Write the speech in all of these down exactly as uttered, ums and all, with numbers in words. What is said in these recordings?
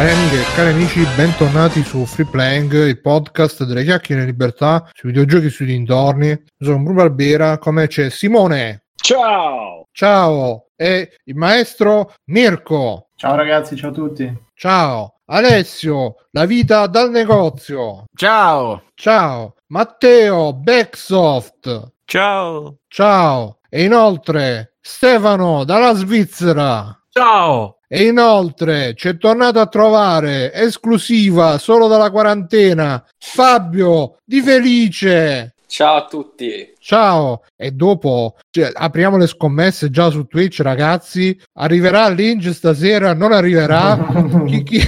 Cari amiche e cari amici, bentornati su Free Playing, il podcast delle chiacchiere in libertà sui videogiochi e sui dintorni. Io sono Bruno Barbera, come c'è Simone. Ciao! Ciao! E il maestro Mirko. Ciao ragazzi, ciao a tutti. Ciao! Alessio, la vita dal negozio. Ciao! Ciao! Matteo, Backsoft. Ciao! Ciao! E inoltre Stefano dalla Svizzera. Ciao! E inoltre c'è tornato a trovare esclusiva solo dalla quarantena Fabio Di Felice. Ciao a tutti. Ciao. E dopo cioè, apriamo le scommesse già su Twitch, ragazzi. Arriverà Lynch stasera? Non arriverà? chi, chi...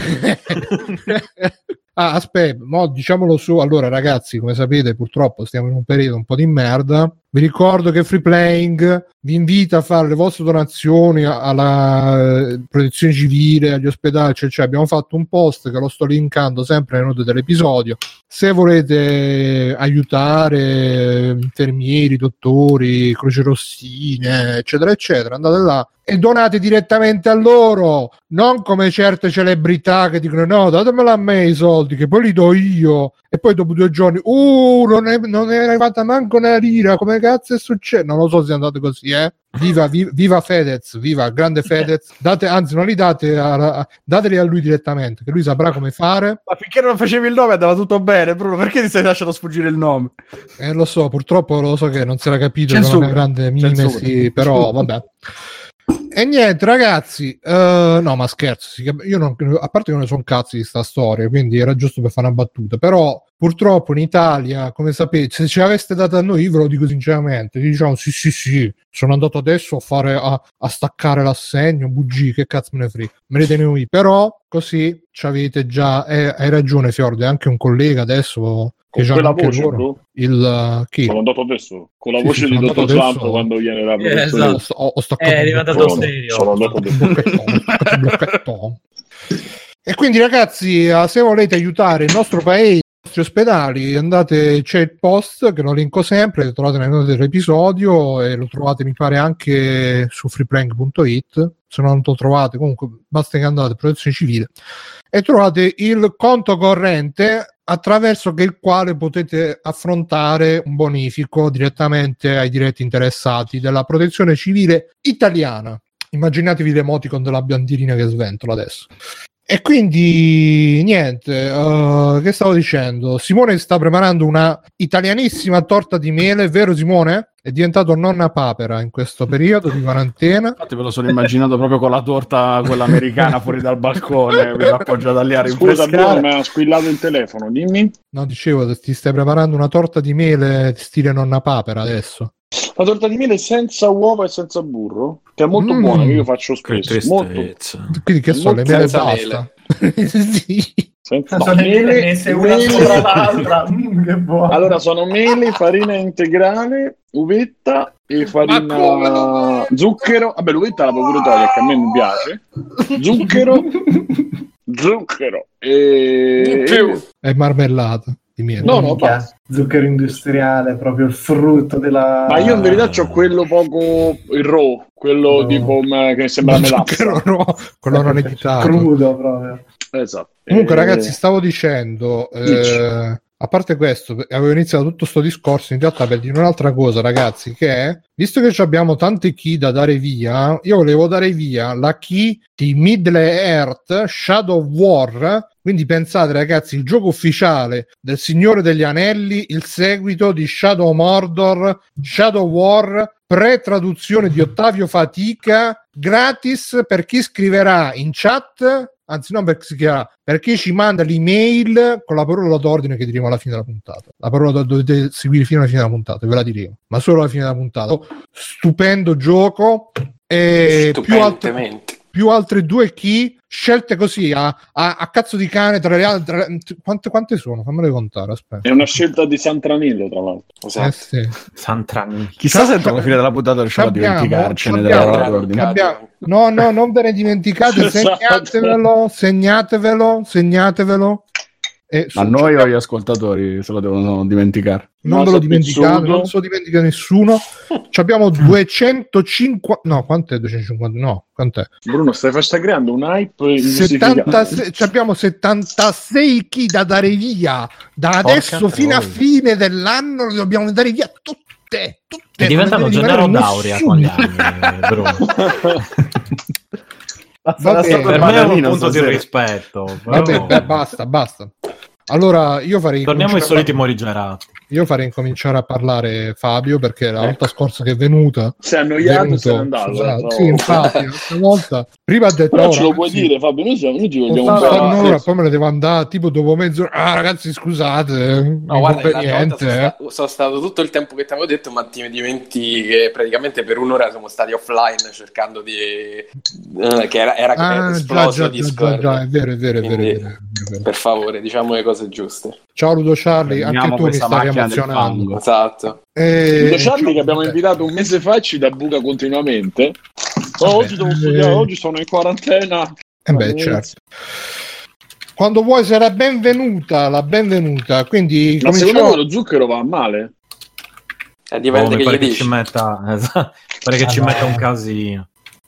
ah, aspetta, mo diciamolo su. Allora ragazzi, come sapete purtroppo stiamo in un periodo un po' di merda. Vi ricordo che Free Playing vi invita a fare le vostre donazioni alla eh, protezione civile, agli ospedali, cioè, cioè abbiamo fatto un post che lo sto linkando sempre nelle note dell'episodio. Se volete aiutare infermieri, dottori, croce rossine, eccetera, eccetera, andate là e donate direttamente a loro, non come certe celebrità che dicono no, datemelo a me i soldi che poi li do io e poi dopo due giorni uh, non è, non è arrivata manco una lira, come cazzo è successo? Non lo so se è andato così, eh. Viva, viva, viva Fedez, viva grande Fedez. Date, anzi non li date a, a, dateli a lui direttamente, che lui saprà come fare. Ma finché non facevi il nome andava tutto bene, Bruno, perché ti sei lasciato sfuggire il nome? Eh lo so, purtroppo lo so che non si era capito, Censura. Che non è grande mimesi, però vabbè. E niente ragazzi, uh, no ma scherzo, io non, a parte che non ne sono cazzi di sta storia, quindi era giusto per fare una battuta, però purtroppo in Italia, come sapete, se ce l'aveste data a noi, ve lo dico sinceramente, diciamo sì sì sì, sono andato adesso a fare a, a staccare l'assegno, bugie, che cazzo me ne frega, me ne tenevo, però così ci avete già, eh, hai ragione Fiordo, è anche un collega adesso che con quella anche voce, loro, bro. Il uh, chi? Sono andato adesso con la Sì, voce sì, di sono Dottor andato Slump adesso. quando viene la Eh, protezione. esatto. Ho, ho staccato È un diventato blocchettone. serio. Sono andato Un blocchettone, un blocchettone. E quindi ragazzi, se volete aiutare il nostro paese, i nostri ospedali, andate, c'è il post che lo linko sempre, lo trovate nelle note dell'episodio e lo trovate mi pare anche su freeplank punto it. Se non lo trovate, comunque basta che andate protezione civile e trovate il conto corrente attraverso il quale potete affrontare un bonifico direttamente ai diretti interessati della protezione civile italiana. Immaginatevi l'emoticon della bandierina che sventola adesso. E quindi niente, uh, che stavo dicendo? Simone sta preparando una italianissima torta di mele, vero Simone? È diventato nonna papera in questo periodo di quarantena. Infatti ve lo sono immaginato proprio con la torta, quella americana, fuori dal balcone, mi appoggiata alle aria Scusa, Bruno, rinfrescare. mi ha squillato il telefono, dimmi. No, dicevo, ti stai preparando una torta di mele stile nonna papera adesso. La torta di mele senza uova e senza burro, che è molto Mm. buona, che io faccio Che spesso. Molto. tristezza. Quindi che so, le mele e Senza basta. sì. Senza Sono mele messe una mele- sopra l'altra. Mm, che buono. Allora, sono mele, farina integrale, uvetta e farina zucchero. Vabbè, l'uvetta la puoi pure togliere, che a me mi piace. Zucchero, zucchero e... È marmellata di miele. No, no, Minchia, basta. zucchero industriale, proprio il frutto della... Ma io in verità c'ho quello poco il raw, quello No. tipo um, che sembra Zucchero melassa. no, quello non è editato. crudo proprio. Esatto. Comunque Eh, ragazzi, stavo dicendo Dici. eh, a parte questo, avevo iniziato tutto sto discorso in realtà per dire un'altra cosa ragazzi, che è, visto che abbiamo tante key da dare via, io volevo dare via la key di Middle Earth Shadow War. Quindi pensate ragazzi, il gioco ufficiale del Signore degli Anelli, il seguito di Shadow Mordor, Shadow War, pre-traduzione di Ottavio Fatica, gratis per chi scriverà in chat, anzi non per chi scriverà, per chi ci manda l'email con la parola d'ordine che diremo alla fine della puntata. La parola da dovete seguire fino alla fine della puntata, ve la diremo, ma solo alla fine della puntata. Stupendo gioco e più altre, Stupentemente. più altre due key scelte così a, a, a cazzo di cane tra le altre. Quante, quante sono? Fammele contare, aspetta. È una scelta di Santranello, tra l'altro. Esatto. Eh sì. Santrani. Chissà se alla fine della puntata riusciamo a Abbiamo- dimenticarcene abbiamo- della abbiamo- ordine. Abbiamo- no, no, non ve ne dimenticate, Esatto. segnatevelo, segnatevelo, segnatevelo. E Ma su- noi o gli ascoltatori se lo devono dimenticare? non No, ve lo so dimenticate, pizzuto. non se lo dimentica nessuno. Ci abbiamo duecentocinquanta, no, quant'è duecentocinquanta? No, quant'è? Bruno, stai, stai creando un hype ingiustificato. settantasei, ci abbiamo settantasei key da dare via. Da adesso Porca fino a troia. fine dell'anno le dobbiamo dare via tutte. tutte È diventato non deve Gennaro rimanere Dauria nessuno. con gli anni, Bruno. Va bene. Per me è un Bananino punto di stasera. rispetto. però- Vabbè, beh, basta, basta. Allora io farei Torniamo ai incominciare a soliti par- morigerati. io farei incominciare a parlare Fabio, perché la volta scorsa che è venuta Si è annoiato e venuto- se n'è andato. esatto, l'altra sì, volta. infatti l'altra volta prima ha detto Però "Oh, ce lo puoi ragazzi, dire, Fabio. Noi, siamo, noi ti ho vogliamo fatto bene. un'ora, poi me ne devo andare tipo dopo mezz'ora. Ah ragazzi scusate, No, guarda, che l'altra volta inconveniente, sono, eh." sta- sono stato tutto il tempo che ti avevo detto, ma ti dimentichi che praticamente per un'ora siamo stati offline cercando di... eh, che era, era Ah, già, esploso già, già, Discord. già, già, è vero, è vero, è vero, è Quindi, vero, è vero. per favore, diciamo le cose giuste. Ciao Ludo Charlie, anche Fermiamo tu mi questa stavi macchina del emozionando. fango. Esatto. Eh, Ludo Charlie, ciao, che abbiamo eh. invitato un mese fa e ci dà buca continuamente. Oh, Vabbè, oggi devo eh. studiare, oggi sono in quarantena. Eh beh, certo. Quando vuoi sei la benvenuta, la benvenuta. Quindi Ma secondo cominciamo. voi lo zucchero va male? Eh, dipende Oh, mi che pare gli che dici. ci metta, esatto, pare che Ah, ci no. metta un casino.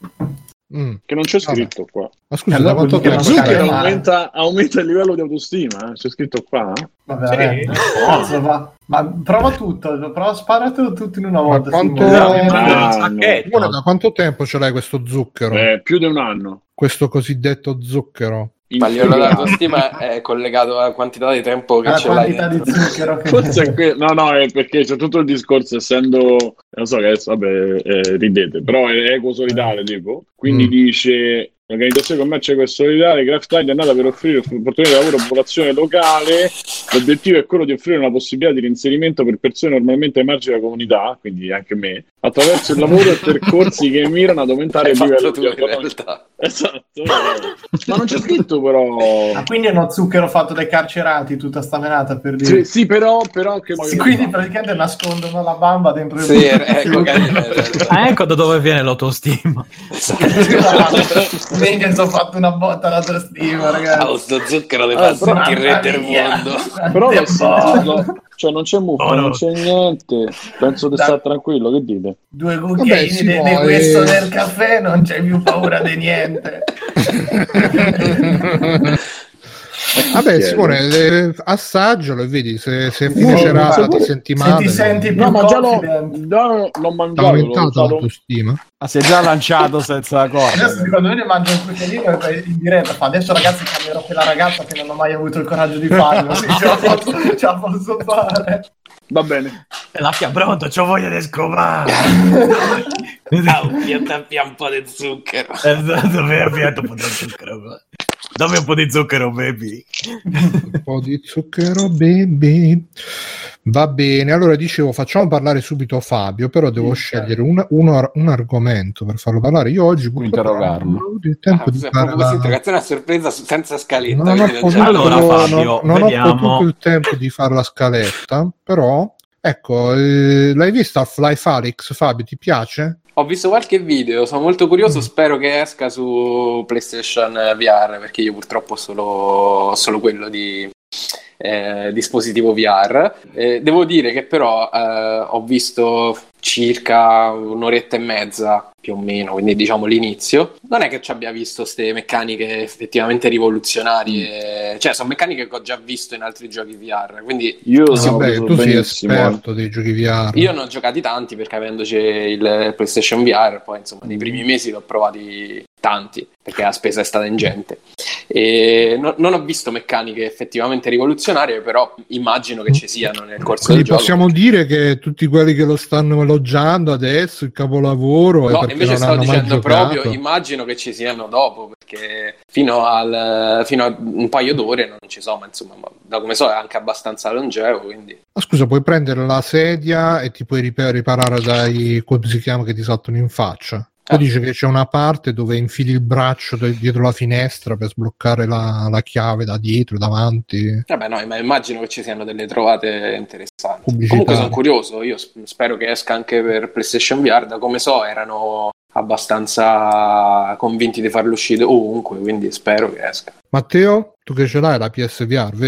Mm. Che non c'è Vabbè. scritto qua. Ma scusa, Eh, da dopo quanto dicono tempo? che Zucchero Zucchero aumenta, aumenta il livello di autostima, eh? C'è scritto qua. eh? Ma veramente? Cazzo, ma, ma prova tutto, prova sparatelo tutto in una volta. quanto- Simone. Ah, Sacchetto. Simone, da quanto tempo ce l'hai questo zucchero? Eh, più di un anno. Questo cosiddetto zucchero? Ma il livello dell'autostima è collegato alla quantità di tempo che La ce l'hai quantità di dentro. zucchero che Forse è que- no, no, è perché c'è tutto il discorso, essendo, non so che adesso, vabbè, eh, ridete, però è equo solidale, tipo, quindi Mm. dice l'organizzazione commercio equo e solidale, Graft Tide è nata per offrire opportunità di lavoro a popolazione locale. L'obiettivo è quello di offrire una possibilità di reinserimento per persone normalmente ai margini della comunità, quindi anche me, attraverso il lavoro e percorsi che mirano ad aumentare Hai il fatto livello tu di in autonomia. realtà. Esatto, ma non c'è scritto però. Ah, quindi è uno zucchero fatto dai carcerati, tutta sta menata per dire. Sì, sì, però, però che Sì, quindi praticamente nascondono la bamba dentro il Sì, ecco, carino, in realtà. Ah, ecco da dove viene l'autostima. Minchia, sono fatto una botta all'autostima, ragazzi. Ah, sto zucchero le Ah, fa però- sentire il re del Mamma mia. mondo. Però Che l'ho sentito, cioè non c'è muffa, Oh, no. non c'è niente. Penso di Da- stare tranquillo, che dite? Due Vabbè, cucchiaini si di, di può, questo eh. del caffè, non c'è più paura di niente. Vabbè, Chiedo. Simone, eh, assaggialo e vedi se, se a fine No, serata se- ti senti se male. ti senti più No, ma già l'ho, confident. già l'ho T'ha mangiato, l'ho aumentato usato- l'autostima? Ah, si è già lanciato senza Adesso corda. secondo me ne mangio un cucchiaino e in diretta fa adesso ragazzi cambierò quella ragazza che non ho mai avuto il coraggio di farlo. Sì, ce la posso, ce la posso fare. Va bene. La chia pronto, c'ho voglia di scovare. Ah, un piattappia un po' di zucchero. Esatto, mi ha pianto un po' di zucchero. Dammi un po' di zucchero, baby. Un po' di zucchero, baby. Va bene, allora dicevo, facciamo parlare subito Fabio, però devo Sì, scegliere un, un- un argomento per farlo parlare. Io oggi purtroppo interrogarlo. non ho avuto il tempo Ah, di se- fare proprio questa la... interrogazione a sorpresa senza scaletta. Non ho, quindi non c'è- potuto, Allora, Fabio, non- non ho vediamo. potuto il tempo di fare la scaletta, però ecco, eh, l'hai vista Fly Falix, Fabio, ti piace? Ho visto qualche video, sono molto curioso, Mm. spero che esca su PlayStation V R, perché io purtroppo ho solo, ho solo quello di eh, dispositivo V R. Eh, devo dire che però eh, ho visto circa un'oretta e mezza più o meno, quindi diciamo l'inizio. Non è che ci abbia visto queste meccaniche effettivamente rivoluzionarie, cioè sono meccaniche che ho già visto in altri giochi V R, quindi Io Ah, sono vabbè, preso tu sei benissimo. eh. esperto dei giochi V R. io ne ho giocati tanti perché avendoci il PlayStation V R, poi insomma nei primi mesi l'ho provati tanti perché la spesa è stata ingente e no- non ho visto meccaniche effettivamente rivoluzionarie, però immagino che ci siano nel corso Quindi del gioco. possiamo dire che tutti quelli che lo stanno elogiando adesso, il capolavoro, è No, perché invece non stavo hanno mai dicendo giocato. proprio, immagino che ci siano dopo, perché fino, al, fino a un paio d'ore non ci sono, ma insomma, ma da come so è anche abbastanza longevo, quindi... Ma scusa, puoi prendere la sedia e ti puoi ripa- riparare dai, come si chiama, che ti saltano in faccia. Poi Ah. dice che c'è una parte dove infili il braccio de- dietro la finestra per sbloccare la, la chiave da dietro, davanti. Vabbè, no, ma immagino che ci siano delle trovate interessanti. Pubblicitarie. Comunque sono curioso, io s- spero che esca anche per PlayStation V R, da come so erano abbastanza convinti di farlo uscire ovunque, quindi spero che esca. Matteo, tu che ce l'hai la P S V R, vero?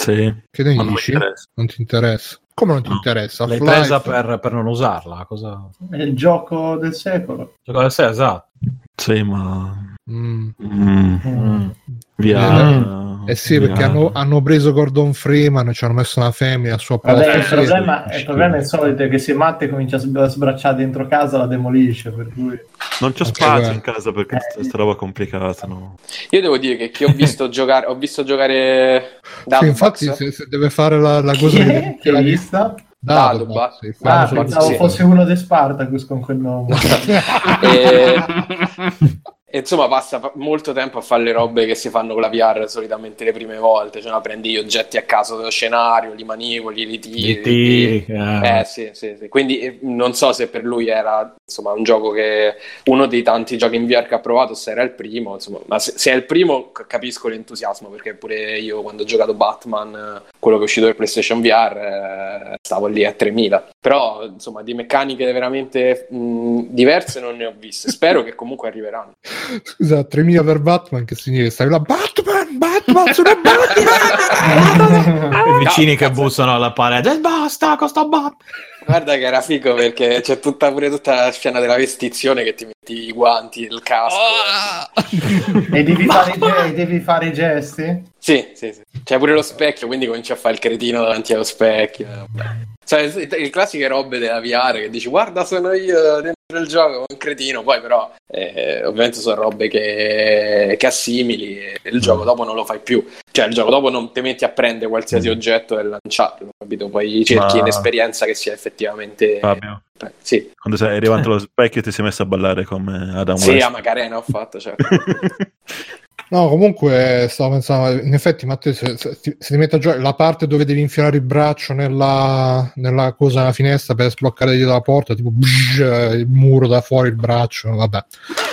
Sì. Che ne Ma non mi dici? interessa. Non ti interessa? Come non ti No. interessa? L'hai Half-Life? presa per, per non usarla? Cosa? È il gioco del secolo. Gioco del sé, esatto. Sì, ma... Mm. Mm. Mm. Via... Eh sì, perché hanno, hanno preso Gordon Freeman e ci hanno messo una femmina a suo posto. Vabbè, il Sì, problema, il problema è il solito, è che se Matte comincia a sb- sbracciare dentro casa la demolisce, per cui... Non c'è Anche spazio guarda. in casa perché Eh. questa roba complicata, no? Io devo dire che chi ho visto giocare, ho visto giocare Sì, Dadobax. infatti se, se deve fare la, la cosa che, Che l'hai vista? Dadobax. sì, Ah, Dadobax, pensavo sì. fosse uno di Spartacus con quel nome. e, e insomma passa fa- molto tempo a fare le robe che si fanno con la V R solitamente le prime volte, cioè no, prendi gli oggetti a caso dello scenario, li manipoli, li tiri, Li tiri, li- eh. eh sì, sì, sì. Quindi eh, non so se per lui era insomma un gioco che uno dei tanti giochi in V R che ha provato, se era il primo, insomma, ma se, se è il primo c- capisco l'entusiasmo, perché pure io quando ho giocato Batman, eh, quello che è uscito per PlayStation V R, eh, stavo lì a tremila, però insomma di meccaniche veramente mh, diverse non ne ho viste, spero che comunque arriveranno. Scusa, tremila per Batman, che significa? Stai là, Batman, Batman, sono Batman! I vicini che Cazzo. bussano alla parete. Basta, costa Batman. Guarda che era figo perché c'è tutta pure tutta la scena della vestizione che ti metti i guanti, il casco. E devi fare, i ge- devi fare i gesti? Sì, sì, sì. C'è pure lo specchio, quindi cominci a fare il cretino davanti allo specchio. Vabbè. Cioè, le classiche robe della V R che dici guarda sono io dentro il gioco, un cretino, poi però eh, ovviamente sono robe che, che assimili e il gioco dopo non lo fai più. Cioè il gioco dopo non ti metti a prendere qualsiasi oggetto e lanciarlo, capito? Poi cerchi Ma- un'esperienza che sia effettivamente... Fabio, Eh, sì, quando sei arrivato allo specchio e ti sei messo a ballare come Adam sì, West. a Macarena ho fatto, certo. No, comunque stavo pensando, in effetti Matteo, se, se, ti- se ti metti a giocare la parte dove devi infilare il braccio nella, nella cosa, nella finestra per sbloccare dietro la porta, tipo bzz, il muro da fuori, il braccio, vabbè.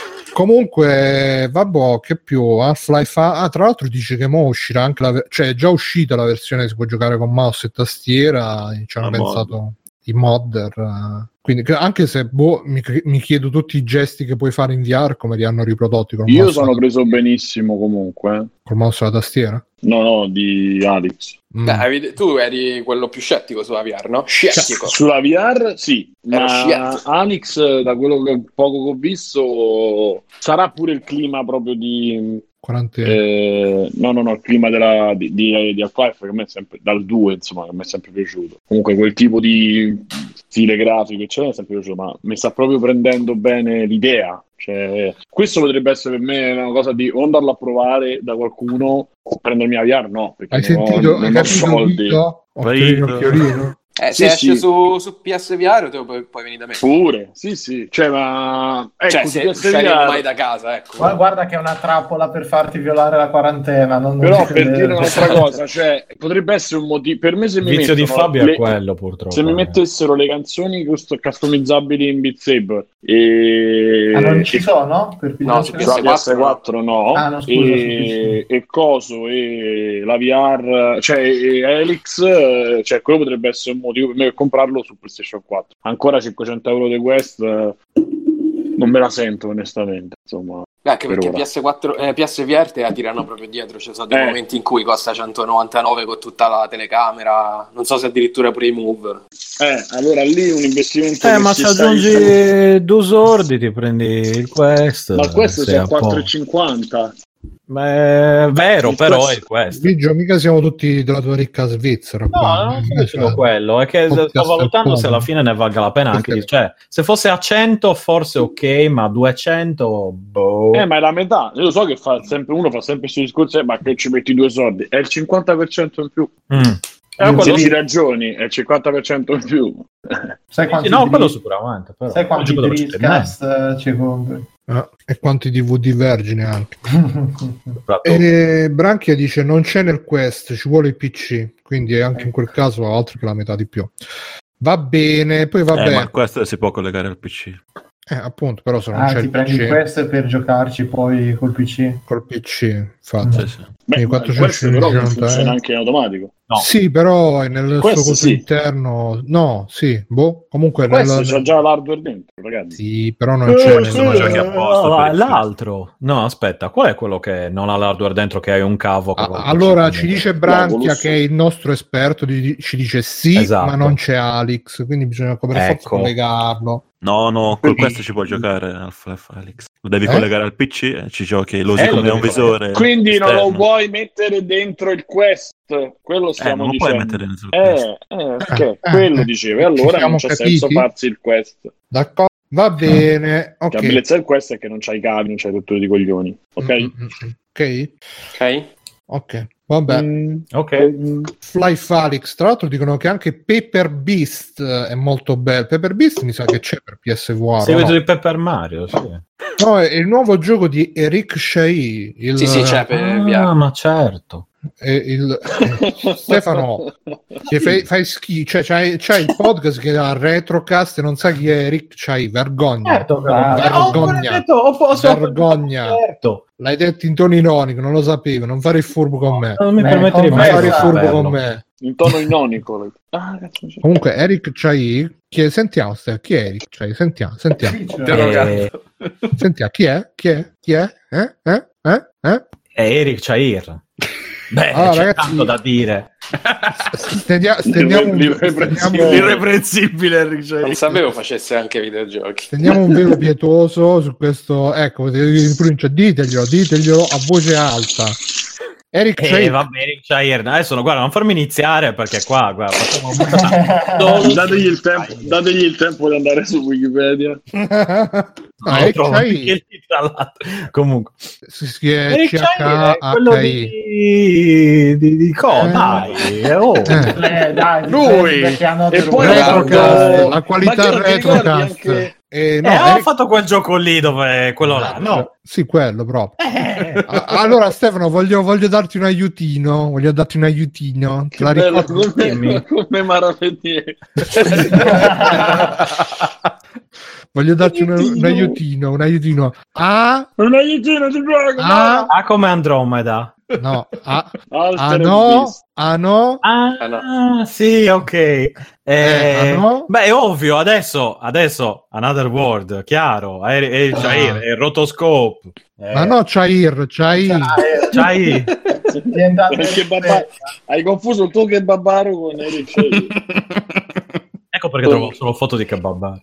Comunque, vabbè, che più, Half-Life A, ah, tra l'altro dice che mo uscirà anche la, ver- cioè è già uscita la versione che si può giocare con mouse e tastiera, e ci hanno La mod. pensato i modder, eh. Quindi che- anche se boh, mi, mi chiedo tutti i gesti che puoi fare in V R come li hanno riprodotti col Io mouse, sono e la- preso benissimo comunque. col mouse e la tastiera. No, no, di Alex. Mm. Beh, avevi- tu eri quello più scettico sulla V R, no? Scettico. Sulla V R sì, Ero ma scienza. Alex, da quello che poco che ho visto, sarà pure il clima proprio di... quarantena. Eh, no, no, no, il clima della, di, di, di Half-Life che a me è sempre, dal due, insomma, che a me è sempre piaciuto. Comunque quel tipo di stile grafico che c'è mi è sempre piaciuto, ma mi sta proprio prendendo bene l'idea. Cioè, questo potrebbe essere per me una cosa di o andarlo a provare da qualcuno o prendermi la V R, no, perché Hai non ho, sentito? non Hai ho capito? soldi. Vito? Vai, Occhiolino, occhiolino. Eh, Sì, se esce sì. su, su P S V R te puoi, puoi venire da me. Pure, sì, sì, cioè, ma ecco, Cioè, se P S V R usciremo mai da casa, ecco. Guarda, guarda che è una trappola per farti violare la quarantena. Non però non per credere. dire un'altra cosa, cioè, potrebbe essere un motivo per me se Il mi vizio di mettono Fabio le- è quello, purtroppo. se mi mettessero le canzoni cust- customizzabili in Beat Saber e, Ah, non ci e- sono? Per No, su sulla P S P S quattro quattro no, Ah, no, scusa, e, e coso e la V R, cioè e Helix, eh, cioè quello potrebbe essere un motivo per me per comprarlo su PlayStation quattro. Ancora cinquecento euro di Quest, eh, non me la sento onestamente, insomma. Beh, anche per perché ora. P S quattro, eh, P S V R te la tirano proprio dietro, ci sono dei Eh. momenti in cui costa centonovantanove con tutta la telecamera, non so se addirittura pure i move. Eh, allora lì un investimento Eh, che ma si se sta in- aggiungi due sordi ti prendi il Quest. ma questo sei sia a quattro posto. e cinquanta. Ma è vero, Il però Quest- è il Quest. Vigio, mica siamo tutti della tua ricca Svizzera. No, qua. non sto Eh, dicendo cioè, quello, è che podcast sto valutando al se alla fine ne valga la pena anche di, Questo cioè, se fosse a cento forse ok, ma a duecento boh. Eh, ma è la metà. Io lo so che fa sempre uno fa sempre questo discorso, eh, ma che ci metti due soldi? È il cinquanta per cento in più. Mm. Eh, Se quello ti sì. ragioni, è il cinquanta per cento in più. Sai quanti, No, quello dri- sicuramente, però. sai quanti Oggi cosa c'è? Dreamcast eh, ci compri? eh, e quanti D V D vergine anche. Esatto. E Branchia dice non c'è nel Quest, ci vuole il P C, quindi anche in quel caso altro che la metà di più. Va bene, poi vabbè, Eh, ma questo si può collegare al P C. eh, appunto, però se non Ah, c'è ti il prendi P C questo per giocarci poi col P C. col P C, infatti. Sì, sì. Beh, questo però non funziona eh. anche in automatico. No. Sì, però è nel Questo suo coso sì. interno. No, sì, boh. Comunque Questo nel... c'ha già l'hardware dentro, ragazzi. Sì, però non c'è Eh, nel... sì, già che apposta No, per il- l'altro. No, aspetta, qual è quello che non ha l'hardware dentro, che hai un cavo? che Ah, col allora chip ci dentro? dice Branchia, Oculus. che è il nostro esperto, di- ci dice sì, Esatto. ma non c'è Alex, quindi bisogna per forza Ecco. collegarlo. No, no, con questo ci puoi giocare Half-Life Alyx. Lo devi Eh? collegare al P C e ci giochi, lo usi Eh, lo come un devi visore. Quindi non lo esterno. vuoi mettere dentro il Quest? Quello Eh, stiamo non lo puoi dicendo. mettere dentro il Quest. Eh, eh, ok, Eh, quello eh, dicevo. E ci allora siamo non c'è capiti? senso farsi il Quest. D'accordo? Va bene, La ok. bellezza del Quest è che non c'hai i cavi, non c'hai rotture di coglioni. Ok? Mm, mm, mm, ok? Ok? Ok, vabbè. Mm, Ok. Fly Falix, tra l'altro dicono che anche Paper Beast è molto bello. Paper Beast mi sa che c'è per P S V R. Seguito no? di Pepper Mario, sì. No, è il nuovo gioco di Eric Shai. Il, Sì, sì, c'è per Ah, V R. ma certo. eh, il, eh, Stefano, che fai, fai schifo. Cioè, c'hai, c'hai il podcast che ha Retrocast e non sai chi è Eric Shai. Vergogna. Certo, vergogna. ho detto, ho, posso- Vergogna. Certo. L'hai detto in tono ironico, non lo sapevo. Non fare il furbo con me. Non mi Beh, permette di come Non Beh, fare il furbo saperlo. con me. in tono inonico. Ah, cazzo, c'è. Comunque, Eric Chai, chi sentiamo, Stef, chi è Eric Chai? Sentiamo, sentiamo, Eh, sentiamo, chi è? Chi è? Chi è? Eh? Eh? Eh? Eh? è Eric Chair. Beh, Allora, c'è ragazzi- tanto da dire. Stendia- stendiamo, un, L'irreprensibile. stendiamo, Irreprensibile Eric J. Non sapevo facesse anche videogiochi. stendiamo un velo pietoso su questo. Ecco, in provincia, diteglielo, diteglielo a voce alta. Eric Eh, Chai. vabbè, Eric Chair. Adesso no, guarda, non farmi iniziare perché qua, guarda, facciamo solo Dategli il, tempo, Chair. dategli il tempo di andare su Wikipedia. No, Non Eric trovo Chai neanche lì, tra l'altro. Comunque, si scrive Eric Chair è quello C H A I. di di, di co, Eh. dai, eh, oh. Eh. Eh, dai, Lui! perché hanno E poi Retrocast, guardo- la qualità Ma che non ti ricordi Retrocast. anche- Eh, no, Eh, ho Eric- fatto quel gioco lì dove quello là, no? Sì, quello proprio. Eh. A- Allora, Stefano, voglio, voglio darti un aiutino. Voglio darti un aiutino. Te la Bello, ricordi? come, come Marafetier. Voglio darti un, Aiutino. un aiutino. Un aiutino. A. Un aiutino, ti prego. A. Ah, come Andromeda. No. A. no! A Alter no. Beast. A no. Ah, Ah, no. sì, ok. Eh, Eh, ah, no? Beh, è ovvio, adesso, adesso Another World, chiaro, è, è, Ah. è, è Rotoscope. Eh, Ma no, Chair. Chair. c'hai... Perché babà- hai confuso il tuo kebabaro con Eric Shea. Ecco perché trovo solo foto di kebab.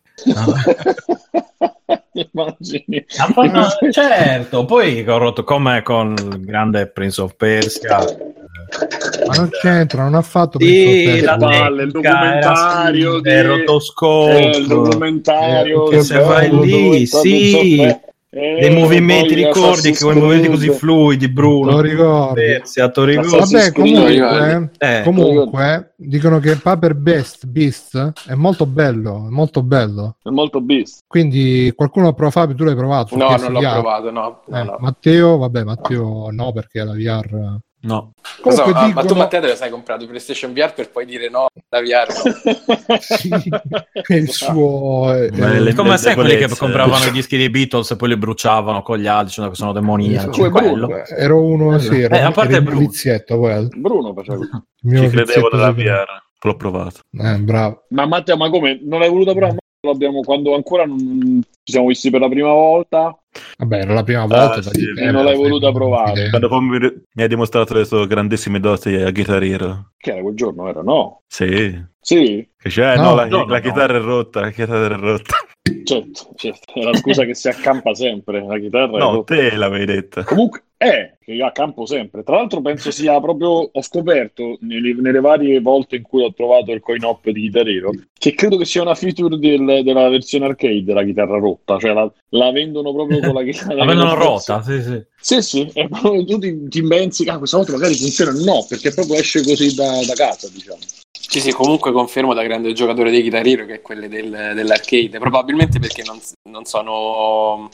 Immagini. Ah, no, certo, poi ho rotto come con il grande Prince of Persia. Ma non c'entra, non ha fatto Sì, Prince of la Persia. palle, il tecnica era documentario simile, di- il rotoscope. Eh, il documentario Eh, che se vai bello, lì, dove è stato sì. il software. Dei Eh, movimenti, poi ricordi Assassin's che quei movimenti Creed. così fluidi, Bruno. Lo ricordi. Persia, te lo ricordi? Assassin's Vabbè, Creed, comunque, Eh, comunque dicono che Paper Best Beast è molto bello, è molto bello. È molto beast. Quindi qualcuno ha provato, Fabio, tu l'hai provato? su No, P S non l'ho V R? provato, no. no, Eh, no. Matteo, vabbè, Matteo no, perché la V R. No. Lo so, Comunque ah, ma tu dicono- Matteo te lo sai comprato il PlayStation V R per poi dire no, la V R no. Sì, è il suo eh, Ma eh, le- come sai quelli che debolezze. compravano i dischi dei Beatles e poi li bruciavano con gli altri dicendo che sono demoniaci? Come Quello. Bruno. ero uno sì, ero, Eh, a parte ero il Bruno. vizietto quello. Bruno faceva. Il mio Ci credevo vizietto nella V secondo- R. L'ho provato. Eh, bravo. Ma Matteo, ma come? Non l'hai voluto provare? Lo abbiamo, quando ancora non ci siamo visti per la prima volta, Vabbè, era la prima volta. Ah, da sì, di non tempo, l'hai sai, voluta non ho provare. idea. Quando poi mi, mi ha dimostrato le sue grandissime doti a Guitar Hero. che era quel giorno, era no? Sì. Sì, Che c'è, No, no, la, no, no, la no. chitarra è rotta, la chitarra è rotta. certo, certo. È la scusa che si accampa sempre, la chitarra è No, rotta. te l'avevi detta. Comunque è che io accampo sempre. Tra l'altro penso sia proprio, ho scoperto nelle, nelle varie volte in cui ho trovato il coin op di Guitar Hero, che credo che sia una feature del- della versione arcade della chitarra rotta, cioè la, la vendono proprio con la chitarra La vendono che non rotta, sì, sì. Sì, sì, e proprio tu ti, ti pensi, ah, questa volta magari funziona, no, perché proprio esce così da, da casa, diciamo. Sì, sì, comunque confermo da grande giocatore di Guitar Hero che quelle del, dell'arcade, probabilmente perché non, non sono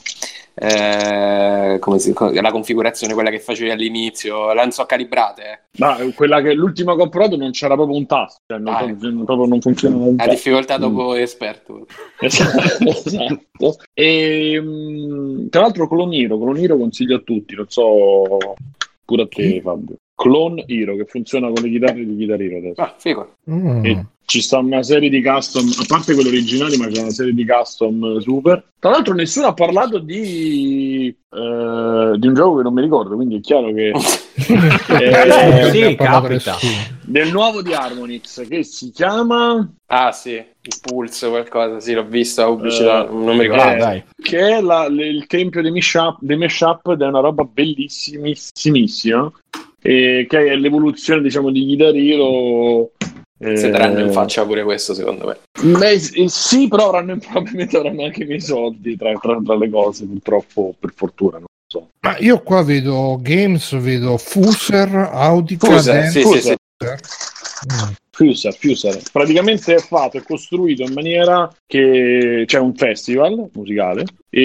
eh, come si, la configurazione quella che facevi all'inizio, non so calibrate, eh. Ma quella che l'ultima che ho provato non c'era proprio un tasto, cioè non, Ah, non- proprio non funziona un La tasto. difficoltà dopo esperto. Esatto, esatto. E mh, tra l'altro Cloniro, Cloniro consiglio a tutti, non so, pure a te Fabio. Clone Hero, che funziona con le chitarre di Guitar Hero adesso. Ah, figo. Mm. E ci sta una serie di custom, a parte quelle originali, ma c'è una serie di custom super. Tra l'altro nessuno ha parlato di eh, di un gioco che non mi ricordo, quindi è chiaro che eh, sì, capita. Del nuovo di Harmonix, che si chiama ah sì, il Pulse qualcosa, sì, l'ho visto, pubblicità, uh, non mi ricordo. Eh, dai. Che è la, le, il tempio dei mashup, dei mashup ed è una roba bellissimissima, e che è l'evoluzione, diciamo, di Guitar Hero. Se eh, daranno in faccia pure questo, secondo me. Beh, sì, però avranno, probabilmente avranno anche i miei soldi tra, tra, tra le cose, purtroppo, per fortuna, non so. Ma io qua vedo Games, vedo Fuser, Audica, Fuser, sì, sì, sì. Mm. Fuser, Fuser. Praticamente è fatto, è costruito in maniera che c'è un festival musicale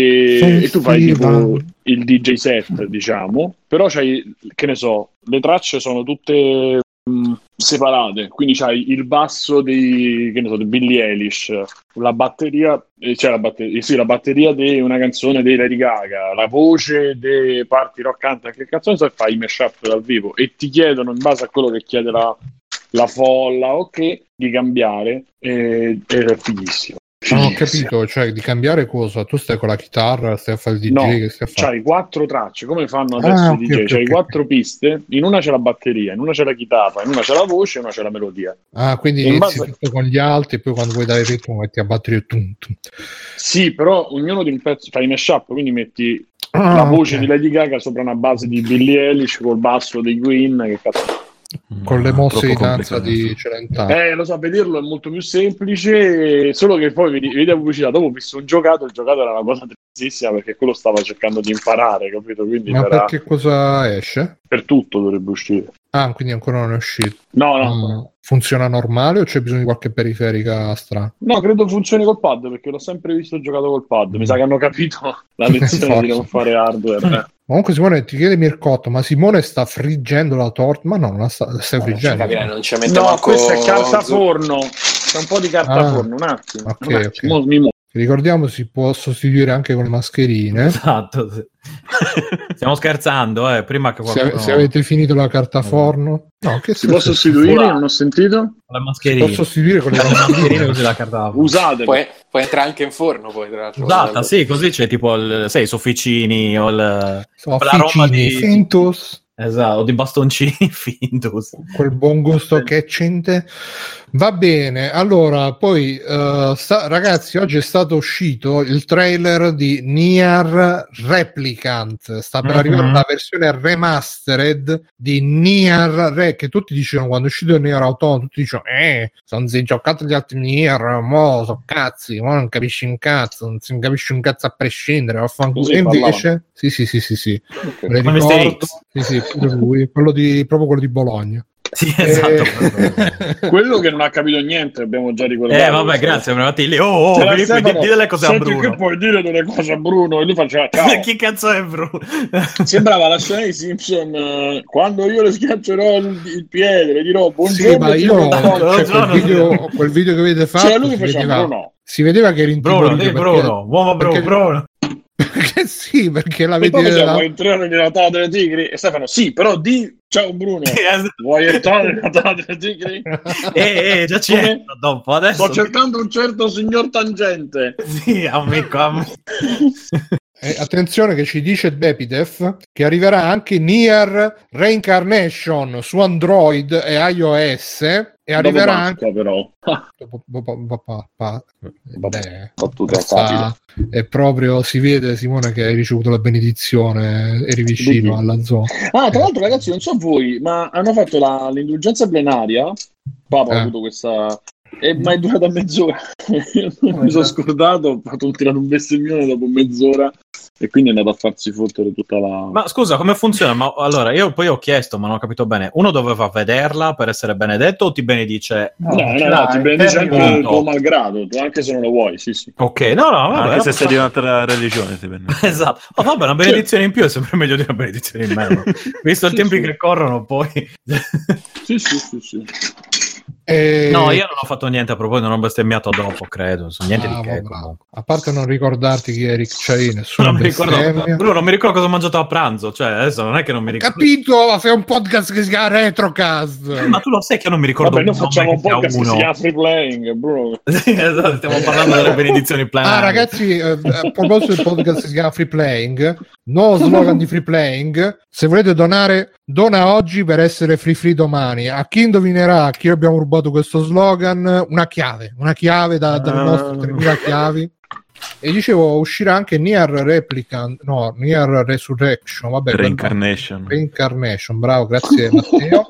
e, e tu fai tipo il D J set, diciamo, però c'hai, che ne so, le tracce sono tutte mh, separate, quindi c'hai il basso di, che ne so, di Billie Eilish, la batteria, eh, cioè la batteria, sì, la batteria di una canzone di Lady Gaga, la voce dei parti rock canta che canzone so, e fai i mashup dal vivo e ti chiedono, in base a quello che chiede la la folla, ok, di cambiare, e, ed è fighissimo. Non ho capito, cioè di cambiare cosa? Tu stai con la chitarra, stai a fare il D J, no, che stai a fare? C'hai quattro tracce, come fanno adesso ah, i D J? okay, C'hai okay, quattro okay. piste, in una c'è la batteria, in una c'è la chitarra, in una c'è la voce, in una c'è la melodia. Ah, quindi in inizi base... tutto con gli altri e poi quando vuoi dare il ritmo metti a batteria tum, tum. Sì, però ognuno di un pezzo fai mashup, quindi metti ah, la voce okay. di Lady Gaga sopra una base di Billie Eilish col basso dei Queen, che cazzo. Con le mosse mm, di danza di Celentano. Eh, lo so, vederlo è molto più semplice, solo che poi vedi, vedi la pubblicità, dopo ho visto un giocato, il giocato era una cosa tristissima perché quello stava cercando di imparare, capito? Quindi ma era... perché cosa esce? Per tutto dovrebbe uscire. Ah, quindi ancora non è uscito. No, no. Mm, funziona normale o c'è bisogno di qualche periferica strana? No, credo funzioni col pad, perché l'ho sempre visto giocato col pad. Mi sa che hanno capito la lezione di non fare hardware. Eh. Comunque Simone ti chiede Mircotto, ma Simone sta friggendo la torta? Ma no, non la sta, la stai friggendo. Capire, non ci mette no, manco... questa è carta forno. C'è un po' di carta ah, forno, un attimo. Ok, un attimo. ok. Mi Ricordiamo si può sostituire anche con le mascherine. Esatto, sì. Stiamo scherzando, eh, prima che qualcuno... se, se avete finito la carta forno, no, che si può sostituire? Ora, non ho sentito. La mascherina. Si può sostituire con le mascherine così la carta forno. Usatele. Puoi, puoi entrare anche in forno poi, tra l'altro. Usata, sì, così c'è tipo il, sai, i sofficini o il, sofficini di Fintus. Esatto, di bastoncini Findus. Quel buon gusto che accende. Va bene, allora poi uh, sta, ragazzi, oggi è stato uscito il trailer di Nier Replicant. Sta per mm-hmm. arrivare la versione remastered di Nier Re, che tutti dicevano quando è uscito il Nier Automata, tutti dicevano eh, sono si giocato gli altri Nier, mo so cazzi, mo non capisci un cazzo, non si capisce un cazzo a prescindere, vaffanculo. E invece sì sì sì sì sì, okay. Me ricordo, sì sì, pure lui, quello di, proprio quello di Bologna. Sì, esatto. Eh... quello che non ha capito niente, abbiamo già ricordato. Eh, vabbè, grazie, siamo arrivati lì. Oh, oh, di, di delle cose a Bruno. Che puoi dire delle cose a Bruno? E lui faceva ciao. Chi cazzo è Bruno? Sembrava la scena di Simpson. Uh, quando io le schiaccerò il, il piede, le dirò buongiorno. Sì, ma io cioè, quel, video, quel video che avete fatto cioè, lui si, faceva, vedeva, Bruno. si vedeva che era in Bruno, perché, Bruno, uomo Bruno, perché, Bruno. Perché sì, perché la vedi la... vuoi entrare nella tavola delle tigri? E Stefano, sì, però di ciao Bruno, vuoi entrare nella tavola delle tigri? Eh, eh, già c'è. Dopo, adesso... Sto cercando un certo signor Tangente. Sì, amico, amico. Eh, attenzione che ci dice Bepidef che arriverà anche Nier Reincarnation su Android e iOS e arriverà anche però è proprio, si vede Simone che hai ricevuto la benedizione, eri vicino alla zona. Ah, tra l'altro ragazzi, non so voi, ma hanno fatto la, l'indulgenza plenaria. Papa eh. ha avuto questa e ma è durata mezz'ora. Mi sono scordato, ho fatto un tirato un bestemmione dopo mezz'ora e quindi è andato a farsi fottere tutta la... Ma scusa, come funziona? Ma allora, io poi ho chiesto, ma non ho capito bene. Uno doveva vederla per essere benedetto o ti benedice? No, no, no, no ti benedice anche il tuo malgrado, anche se non lo vuoi, sì, sì. Ok, no, no, vabbè. Anche se sei di un'altra religione ti benedice. Esatto. Oh, vabbè, una benedizione in più è sempre meglio di una benedizione in meno. Visto sì, i tempi sì. che corrono, poi... sì, sì, sì, sì. E... No, io non ho fatto niente a proposito, non ho bestemmiato dopo, credo. So, niente Ah, di che. vabbè. A parte non ricordarti chi è Rick Chai, nessuno Non mi ricordo, Bruno, non mi ricordo cosa ho mangiato a pranzo. Cioè, adesso non è che non mi ricordo. Capito? Ma fai un podcast che si chiama Retrocast. Ma tu lo sai che io non mi ricordo. Vabbè, noi un nome facciamo un che sia podcast che si uno. chiama Free Playing, Bruno. Sì, esatto, stiamo parlando delle benedizioni planari. Ah, ragazzi, eh, a proposito del podcast che si chiama Free Playing, nuovo slogan di Free Playing: se volete donare, dona oggi per essere free free domani. A chi indovinerà a chi abbiamo rubato questo slogan, una chiave, una chiave da, dalle nostre tremila chiavi. E dicevo, uscirà anche Nier Replicant, no, Nier Resurrection, vabbè, Reincarnation. quello- Reincarnation, bravo, grazie Matteo.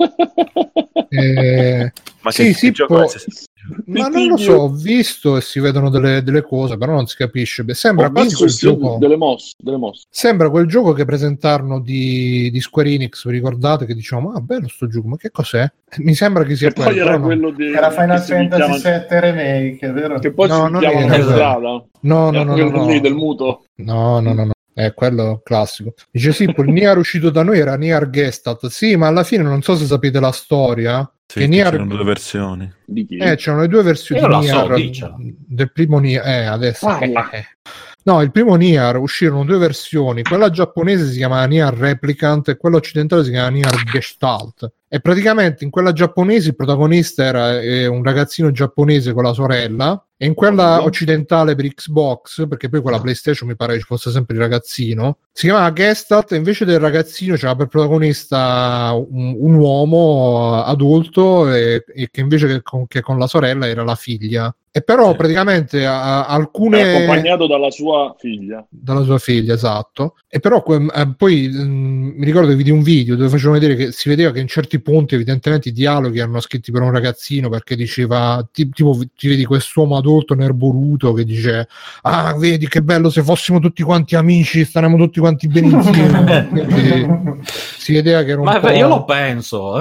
Eh, Ma sì, che, sì, che gioco po- è? Se- ma non lo so, ho visto e si vedono delle, delle cose, però non si capisce. Beh, sembra Ho quasi visto quel il film gioco. delle mosse, delle mosse. Sembra quel gioco che presentarono di, di Square Enix, vi ricordate? Che dicevamo, ah, bello sto gioco, ma che cos'è? Mi sembra che sia Che poi quello. era però no. quello di Era Final che si Fantasy picchiavano- sette Remake, vero? che poi No, si non picchiavano era per quello. strada. No, no, Era no, quello no, lì no. del muto. No, no, no, no. È quello classico. Dice sì, il Nier uscito da noi era Nier Gestalt. Sì, ma alla fine non so se sapete la storia. Sì, che che Nier... c'erano due versioni. Di chi? Eh, c'erano le due versioni Io di la Nier so, dicela. del primo Nier. Eh, adesso. Ah, eh, eh. No, il primo Nier uscirono due versioni. Quella giapponese si chiama Nier Replicant e quella occidentale si chiama Nier Gestalt. E praticamente in quella giapponese il protagonista era eh, un ragazzino giapponese con la sorella, e in quella Oh. occidentale per Xbox, perché poi quella PlayStation mi pare che ci fosse sempre il ragazzino, si chiamava Gestalt, e invece del ragazzino c'era per protagonista un, un uomo adulto e, e che invece che con, che con la sorella era la figlia. E però Sì. praticamente a, a Era alcune accompagnato dalla sua figlia. dalla sua figlia, esatto. E però que- eh, poi mh, mi ricordo che vidi un video dove facevano vedere che si vedeva che in certi punti evidentemente i dialoghi erano scritti per un ragazzino, perché diceva ti- tipo ti vedi quest'uomo adulto nerboruto che dice ah vedi che bello, se fossimo tutti quanti amici staremmo tutti quanti bene insieme. Quindi si vedeva che era un Ma po'... io lo penso.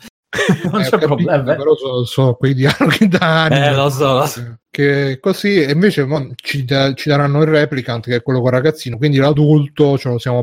Non Eh, c'è ho capito, problema. però so, so quei dialoghi da anime. Eh, lo so, lo so. Che così, e invece mo, ci, da- ci daranno il replicant, che è quello con il ragazzino, quindi l'adulto ce lo siamo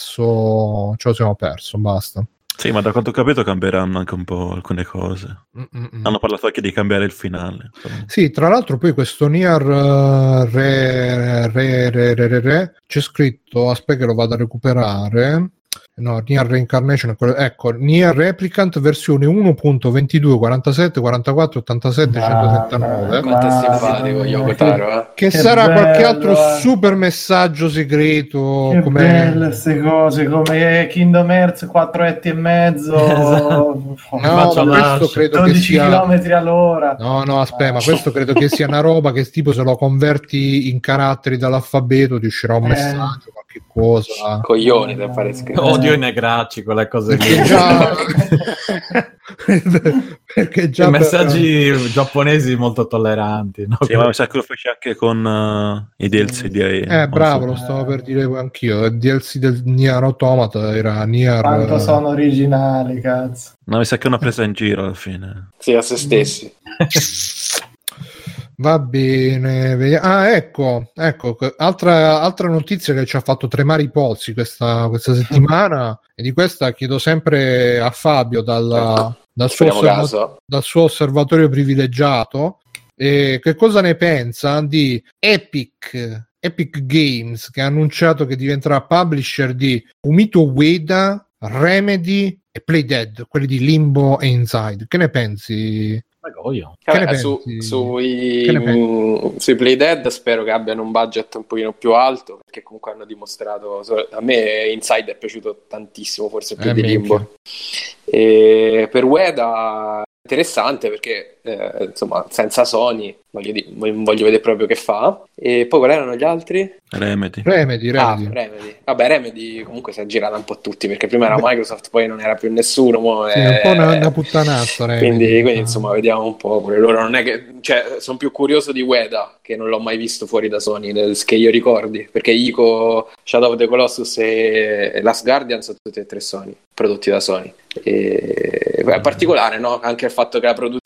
perso, ce lo siamo perso, basta. Sì, ma da quanto ho capito cambieranno anche un po' alcune cose. Mm-mm. Hanno parlato anche di cambiare il finale. Sì, tra l'altro poi questo Nier uh, re, re, re, re, re, re, c'è scritto, aspetta che lo vado a recuperare. No, Nier Reincarnation è quello- ecco, Nier Replicant versione uno punto ventidue quarantasette quarantaquattro ottantasette centosettantanove, Quanto è Ma- simpatico Yokotaro, eh? che, Che sarà qualche bello, altro eh. super messaggio segreto, Che come belle queste cose, come Kingdom Hearts quattro etti e mezzo, no, Faccio ma questo lascio. credo che dodici sia chilometri all'ora. no, no, aspetta, ma questo credo che sia una roba che tipo se lo converti in caratteri dall'alfabeto ti uscirà un Eh. messaggio, qualche cosa. Coglioni da fare scritto. Odio i negracci, quelle cose lì. Perché già perché già I messaggi giapponesi molto tolleranti, no? Sì, ma mi sa che lo fece anche con uh, i D L C di eh bravo, lo stavo per dire anch'io. Il D L C del Nier Automata era Nier Quanto sono originali, cazzo. No, mi sa che è una presa in giro alla fine. Sì, a se stessi. Va bene, vediamo. Ah, ecco, ecco, altra, altra notizia che ci ha fatto tremare i polsi questa, questa settimana, e di questa chiedo sempre a Fabio dal, dal, suo, Speriamo osserva- caso. dal suo osservatorio privilegiato. E che cosa ne pensa di Epic, Epic Games, che ha annunciato che diventerà publisher di Fumito Ueda, Remedy e Playdead, quelli di Limbo e Inside. Che ne pensi? Che ne Vabbè, su, pensi? sui, Che ne pensi? mh, sui Playdead spero che abbiano un budget un pochino più alto, perché comunque hanno dimostrato, a me Inside è piaciuto tantissimo, forse più Eh, di minchia. Limbo. E per Ueda interessante perché eh, insomma senza Sony voglio, di- voglio vedere proprio che fa. E poi quali erano gli altri? Remedy. Remedy, Remedy. Ah, Remedy. Vabbè, Remedy comunque si è girata un po' tutti, perché prima era Microsoft, poi non era più nessuno, mo Sì, è- un po' una, una puttanazza, Remedy. quindi, quindi insomma vediamo un po' pure loro. Non è che, cioè, sono più curioso di Ueda, che non l'ho mai visto fuori da Sony, del- che io ricordi, perché Ico, Shadow of the Colossus e Last Guardian sono tutti e tre Sony, prodotti da Sony. E, beh, è particolare, no? Anche il fatto che la produzione non è più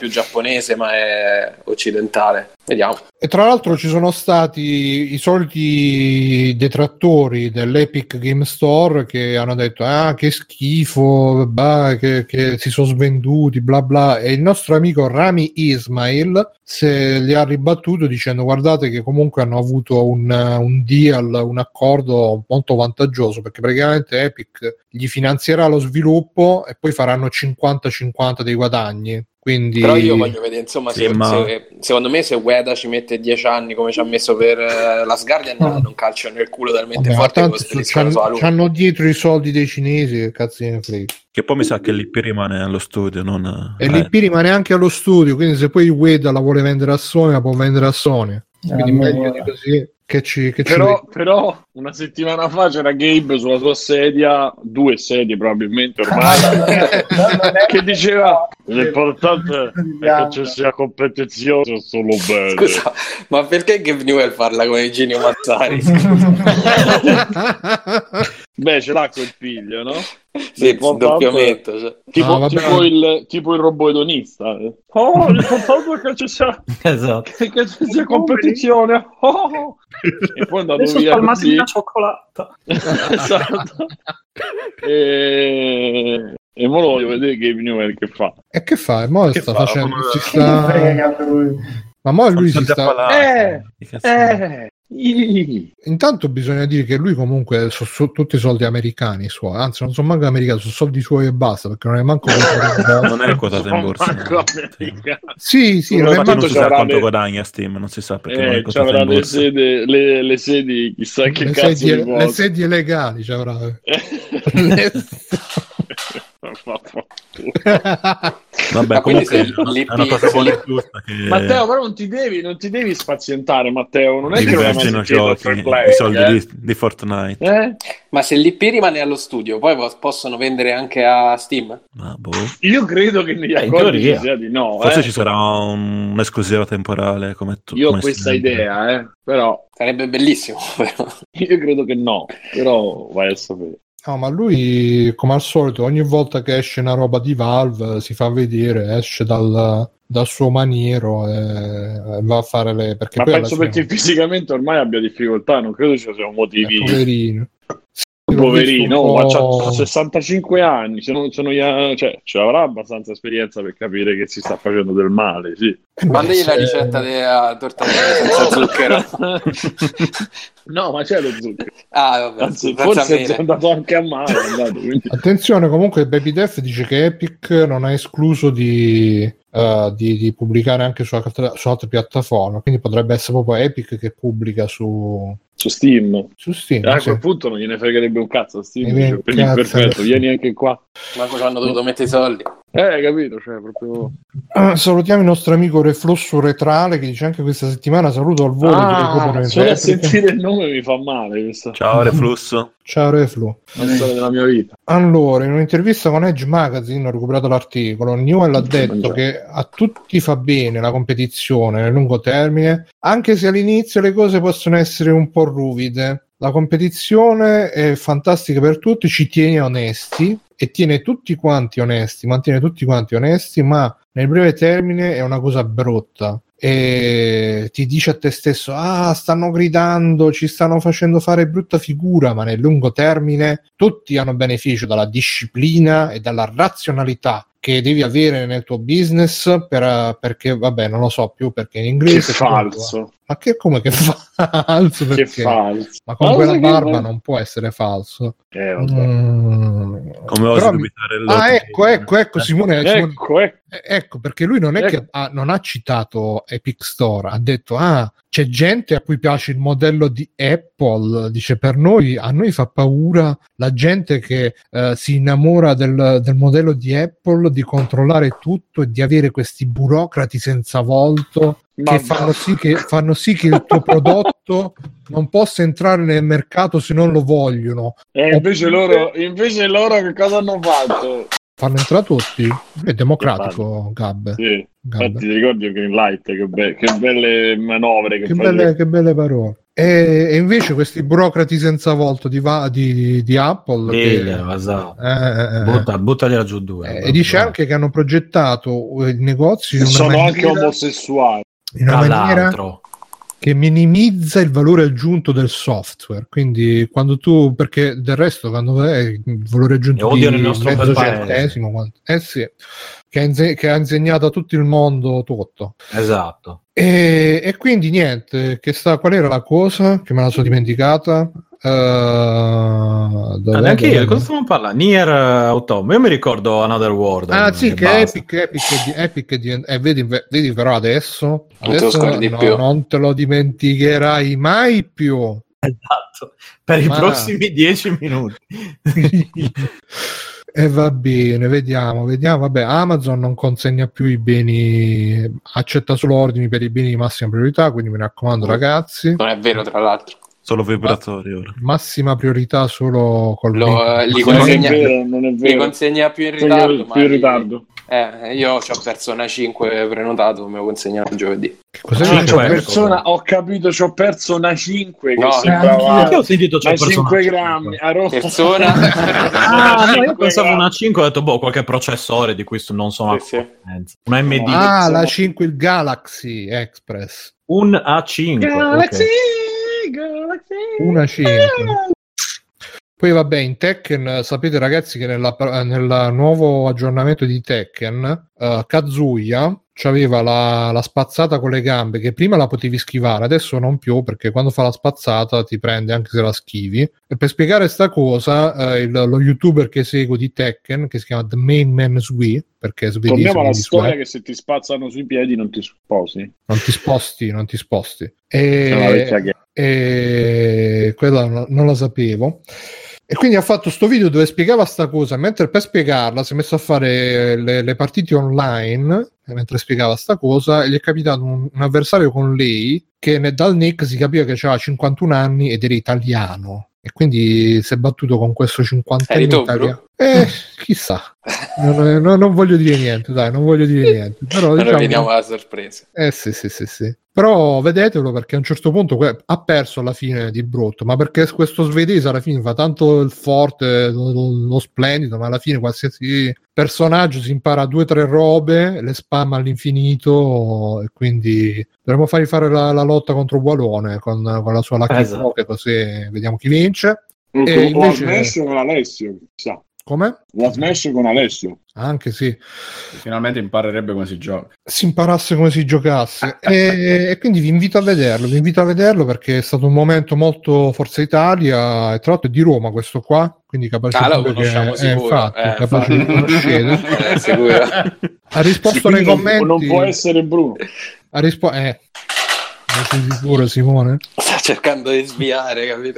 più giapponese, ma è occidentale. Vediamo. E tra l'altro ci sono stati i soliti detrattori dell'Epic Game Store che hanno detto ah che schifo, bah, che, che si sono svenduti, bla bla, e il nostro amico Rami Ismail se li ha ribattuto dicendo guardate che comunque hanno avuto un, un deal, un accordo molto vantaggioso, perché praticamente Epic gli finanzierà lo sviluppo e poi faranno cinquanta cinquanta dei guadagni. Quindi... Però io voglio vedere, insomma, sì, se, ma... se, secondo me se Ueda ci mette dieci anni come ci ha messo per uh, Last Guardian, no. non calciano nel culo talmente Vabbè, forte che lo tanto spediscono solo a lui. c'hanno dietro i soldi dei cinesi, che cazzo ne frega. Che poi mi sa che l'I P rimane allo studio, non... E l'I P rimane anche allo studio, quindi se poi Ueda la vuole vendere a Sony, la può vendere a Sony. Quindi Eh, meglio no. di così che ci, che Però, ci... però una settimana fa c'era Gabe sulla sua sedia, due sedie probabilmente ormai, che diceva l'importante è che ci sia competizione solo bene. Scusa, ma perché Gabe Newell parla come Eugenio Mazzari? Beh, ce l'ha quel figlio, no? Sì, il doppiamento. Cioè. Tipo, Ah, tipo, il, tipo il roboedonista. Oh, l'importante è che ci sia, Esatto. che, che ci sia competizione. Oh. E poi è andato Adesso via spalmati così. una cioccolata. Esatto. E... e mo lo voglio vedere Gabe Newell che fa. E che fa? E mo Che sta fa? facendo... Come- Si sta... Frega lui. Ma mo lui si Soldi a sta... palazzo. Eh, Che cazzo- Eh, i- Intanto bisogna dire che lui comunque sono so, tutti soldi americani suoi, anzi non sono manco americani, sono soldi suoi e basta, perché non è manco non è quotato in borsa. Manco americano. sì sì Infatti non è Infatti manco... non si sa c'avrà quanto le- guadagna Steam, non si sa perché non è Eh, quotato c'avrà in le, borsa. sedi, le, le sedi, chissà che le, cazzo sedie, di le cose. sedie legali ci avrà. Vabbè, Ma quindi comunque se l'I P è una cosa se buona l'I- e giusta che Matteo, però non ti devi, non ti devi spazientare, Matteo. Non è che non hai mai divertino sentito giochi, Free i Play, soldi eh? di, di Fortnite. Eh? Ma se l'I P rimane allo studio, poi po- possono vendere anche a Steam? Ma boh. Io credo che negli Eh, in accordi teoria. ci sia di no. Forse eh. ci sarà un- un'esclusiva temporale come tu. Io ho come questa Steam. idea, eh. Però Sarebbe bellissimo, però. io credo che no. Però vai a sapere. No, ma lui, come al solito, ogni volta che esce una roba di Valve si fa vedere, esce dal, dal suo maniero e va a fare le... Perché Ma poi penso alla fine- perché fisicamente ormai abbia difficoltà, non credo ci siano motivi. Eh, poverino. Sì, l'ho Poverino, visto un ma po'- c'ha, c'ha sessantacinque anni, se non, se non gli- cioè, ce l'avrà abbastanza esperienza per capire che si sta facendo del male, sì. Mandagli la se- ricetta della torta senza zucchero. No, ma c'è lo zucchero. Ah, vabbè, Anzi, senza forse mele. è andato anche a male. È andato, quindi... Attenzione, comunque Baby Def dice che Epic non ha escluso di, uh, di, di pubblicare anche su, altre- su altre piattaforme, quindi potrebbe essere proprio Epic che pubblica su, Su Steam. su Steam. E a sì. quel punto non gliene fregherebbe un cazzo a Steam. Mi Dice, viene per il cazzo. perfetto, vieni anche qua. Manco ci hanno dovuto mettere i soldi. Eh, hai capito? Cioè, proprio... Ah, salutiamo il nostro amico Reflusso Retrale che dice anche questa settimana saluto al volo ti recupero Ah, in solo a replica. sentire il nome mi fa male questa. Ciao Reflusso. Ciao Reflu. La storia della mia vita. Allora, in un'intervista con Edge Magazine ho recuperato l'articolo. Newell ha detto Mangiare. che a tutti fa bene la competizione nel lungo termine, anche se all'inizio le cose possono essere un po' ruvide. La competizione è fantastica per tutti, ci tiene onesti e tiene tutti quanti onesti, mantiene tutti quanti onesti, ma nel breve termine è una cosa brutta. E ti dice a te stesso ah stanno gridando, ci stanno facendo fare brutta figura, ma nel lungo termine tutti hanno beneficio dalla disciplina e dalla razionalità che devi avere nel tuo business per, perché vabbè non lo so più perché in Che inglese falso. ma che come che falso Che perché? falso. Ma con Ma quella sai che barba bello? non può essere falso. Eh, vabbè. Mm. Come osi Però- dubitare il ah lotto ecco di- ecco ecco Simone, Simone Ecco, ecco. eh, ecco perché lui non è Ecco. che ha, non ha citato Epic Store, ha detto ah c'è gente a cui piace il modello di Apple, dice per noi a noi fa paura la gente che eh, si innamora del, del modello di Apple, di controllare tutto e di avere questi burocrati senza volto Ma che fanno sì che, fanno sì che il tuo prodotto non possa entrare nel mercato se non lo vogliono. E invece loro, invece loro che cosa hanno fatto? Fanno entrare tutti? È democratico, Gab. Sì. Gab. Infatti ti ricordi Greenlight, che, be- che belle manovre che, Che fai- belle, che belle parole. E, e invece questi burocrati senza volto di, va- di, di Apple Sì, che, esatto. eh, eh, Butta, buttagliela giù due. eh, e dice anche che hanno progettato il negozio in una Sono maniera, anche omosessuali. in una Tra maniera l'altro. che minimizza il valore aggiunto del software. Quindi quando tu, perché del resto quando è il valore aggiunto E di odiano il nostro mezzo bel paese. centesimo, quanto- eh sì, che ha, inse- che ha insegnato a tutto il mondo tutto. Esatto. E, e quindi niente, che sta, qual era la cosa che me la sono dimenticata? Uh, Ah, dov'è, neanche dov'è? io, cosa stiamo parlando? Nier Automata. Io mi ricordo Another World. Ah eh, sì, e che basta. Epic, Epic, è di- Epic è di- eh, vedi, vedi però adesso, Non te lo adesso scordi di no, più. non te lo dimenticherai mai più. Esatto. Per i Ma- prossimi dieci minuti. E va bene, vediamo, vediamo. Vabbè, Amazon non consegna più i beni, accetta solo ordini per i beni di massima priorità, quindi mi raccomando ragazzi, Non è vero, tra l'altro. Solo vibratori ora. massima priorità solo col Lo, link. eh, li Non è consegna, vero, non è li vero. consegna più in Consegna ritardo. più ma in li- ritardo. Eh, io ho Persona cinque prenotato, me lo consegnano giovedì. Che cosa Ah, dice? C'ho Cinque, persona, ho capito, c'ho perso una cinque che No, sembrava Anche io ho sentito c'è una Persona cinque cinque. grammi a Roma. Persona. Ah, no, io cinque pensavo grammi. una cinque, ho detto, boh, qualche processore di cui non sono a Sì, sì. conoscenza. Una M D, Ah, la cinque, il Galaxy Express. un A cinque. Galaxy, ok. Galaxy. Una cinque. Poi vabbè, in Tekken sapete ragazzi che nella, nel nuovo aggiornamento di Tekken uh, Kazuya c'aveva la, la spazzata con le gambe che prima la potevi schivare, adesso non più perché quando fa la spazzata ti prende anche se la schivi. E per spiegare sta cosa uh, il, lo youtuber che seguo di Tekken, che si chiama The Main Man Sui, perché svedese, Torniamo alla quindi storia sue- che se ti spazzano sui piedi non ti sposi. non ti sposti, non ti sposti. È una vecchia E, che- e quella no- non la sapevo. E quindi ha fatto sto video dove spiegava sta cosa, mentre per spiegarla si è messo a fare le, le partite online, mentre spiegava sta cosa, e gli è capitato un, un avversario con lei che ne, dal nick si capiva che aveva cinquantuno anni ed era italiano. E quindi si è battuto con questo cinquantenne Eri tu, italiano. Eh, chissà. Non, non- non voglio dire niente, dai, non voglio dire niente. Però Ora diciamo... veniamo alla sorpresa. Eh sì, sì, sì, sì. Però vedetelo perché a un certo punto que- ha perso alla fine di brutto, ma perché questo svedese alla fine fa tanto il forte, lo, lo- lo splendido, ma alla fine qualsiasi personaggio si impara due o tre robe, le spamma all'infinito e quindi dovremmo fargli fare la, la lotta contro Bualone con, con la sua Lucky Esatto. Pro, che così vediamo chi vince. O, E o invece- a Smash con Alessio, chissà. Come? O a Smash con Alessio. Anche sì. Finalmente imparerebbe come si gioca. Si imparasse come si giocasse e, e quindi vi invito a vederlo vi invito a vederlo perché è stato un momento molto Forza Italia e tra l'altro è di Roma questo qua, quindi capace Ah, lo pure conosciamo che, sicuro, eh, infatti, eh, capace infatti. che conoscete. Eh, sicuro. Ha risposto Quindi nei non, commenti non può essere Bruno. ha rispo- eh non sei sicuro Simone? Sta cercando di sviare, capito?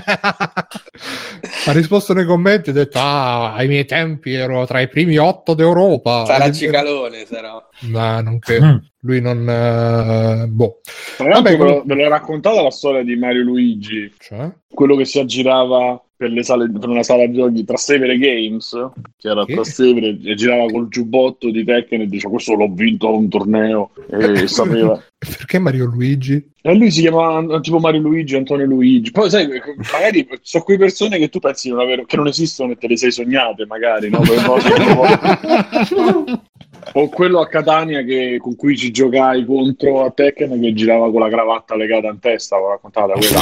Ha risposto nei commenti e ha detto ah ai miei tempi ero tra i primi otto d'Europa. Sarà E- Cicalone, sarà. ma non credo, lui non eh, boh Tra l'altro Vabbè, ve, l'ho- ve l'ho raccontata la storia di Mario Luigi, cioè? quello che si aggirava per, le sale, per una sala giochi Trastevere Games, che era a Che? Trastevere, e girava col giubbotto di Tekken e diceva questo l'ho vinto a un torneo e sapeva. Perché Mario Luigi? E lui si chiamava tipo Mario Luigi, Antonio Luigi. Poi sai, magari sono quelle persone che tu pensi non aver- che non esistono e te le sei sognate, magari, no? Per cose tipo- o quello a Catania che, con cui ci giocai contro a Tekken che girava con la cravatta legata in testa, l'ho raccontata quella.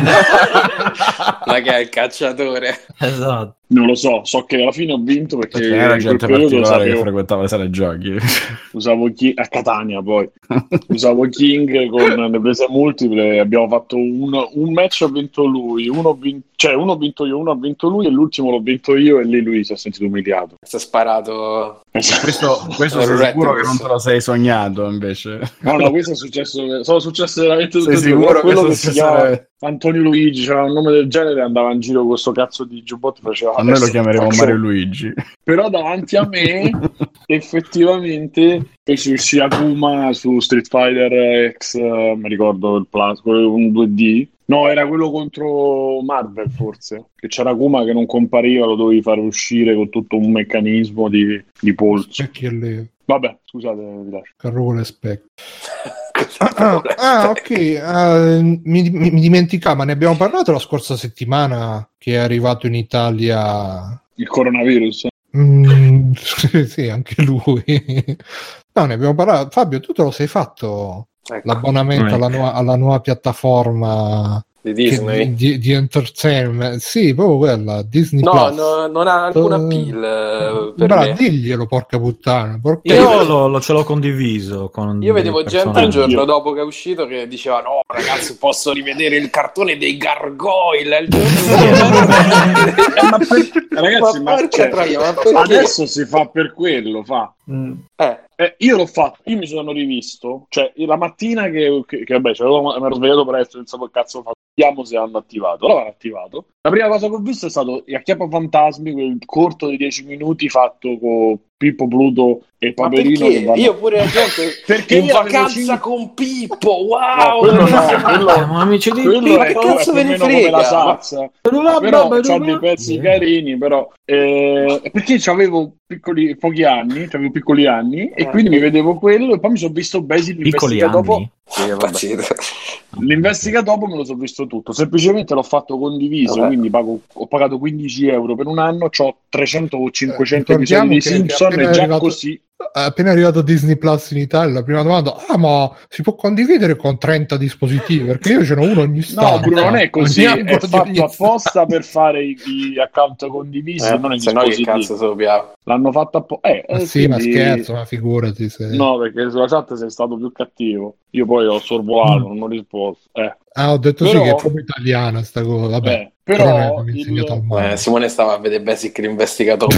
Ma che è il cacciatore? Esatto. Non lo so, so che alla fine ho vinto perché Perché era in quel gente periodo particolare che sapevo, frequentava le sale giochi. usavo King a Catania poi usavo King con le prese multiple, abbiamo fatto un, un match, ha vinto lui, uno ho vin- cioè uno ho vinto io, uno ha vinto lui e l'ultimo l'ho vinto io e lì lui si è sentito umiliato. Si è sparato. Questo, questo Allora, sei sicuro che questo. non te lo sei sognato invece? No, no, questo è successo, sono successe veramente tutte Sei e due. sicuro Quello che che sono si chiama successe- Antonio Luigi, c'era un nome del genere, andava in giro con questo cazzo di giubbotto, faceva A noi lo adesso chiameremo faccio- Mario Luigi. Però davanti a me effettivamente fece uscire Akuma su Street Fighter X, eh, mi ricordo il Plus, quello un due D. No, era quello contro Marvel forse, che c'era Akuma che non compariva, lo dovevi fare uscire con tutto un meccanismo di, di polso. Specchi e le Vabbè, scusate, vi lascio. carro con le specchie. ah, ah, ok, uh, mi, mi, mi dimenticavo, ma ne abbiamo parlato la scorsa settimana che è arrivato in Italia il coronavirus. Mm, sì, anche lui. No, ne abbiamo parlato. Fabio, tu te lo sei fatto ecco. l'abbonamento ecco. alla, nu- alla nuova piattaforma di Disney che, di, di entertainment? Sì, proprio quella Disney no, Plus. no, non ha alcun appeal uh, per Bra, me. Diglielo, porca puttana. Porca io io lo, lo ce l'ho condiviso con io vedevo gente il giorno dopo che è uscito che diceva no ragazzi posso rivedere il cartone dei Gargoyle il ma per... ragazzi ma, ma, cioè, troia, ma adesso si fa per quello fa mm. eh. Eh, io l'ho fatto, io mi sono rivisto, cioè la mattina che, che, che vabbè, cioè, mi ero svegliato presto, non so che cazzo ho fatto, vediamo se hanno attivato. Allora hanno attivato. La prima cosa che ho visto è stato Acchiappa Fantasmi, quel corto di dieci minuti fatto con Pippo, Pluto e Paperino. Che vanno... Io pure gente perché in vacanza cinque... con Pippo, wow! No, quello no, quello, ma amici di quello è, cazzo ve ne frega? La salsa. Ma... però c'ha dei pezzi carini, però eh, perché c'avevo piccoli pochi anni, c'avevo piccoli anni e quindi mi vedevo quello e poi mi sono visto Basil l'investiga dopo. Sì, l'investiga dopo me lo sono visto tutto, semplicemente l'ho fatto condiviso, vabbè. Quindi pago, ho pagato quindici euro per un anno, c'ho trecento o cinquecento episodi di Simpson e già arrivato... così appena è arrivato Disney Plus in Italia la prima domanda ah ma si può condividere con trenta dispositivi perché io ce n'ho uno ogni stanza. No Bruno non è così, è fatto apposta per fare i, i account condivisi eh, non se no che cazzo se lo piace l'hanno fatto apposta eh, eh, sì quindi... ma scherzo ma figurati se... no perché sulla chat sei stato più cattivo io poi ho sorvolato mm. non ho risposto eh. Ah, ho detto però... sì, che è proprio italiana sta cosa. Vabbè, eh, però, però il... eh, Simone stava a vedere Basic l'investigatore.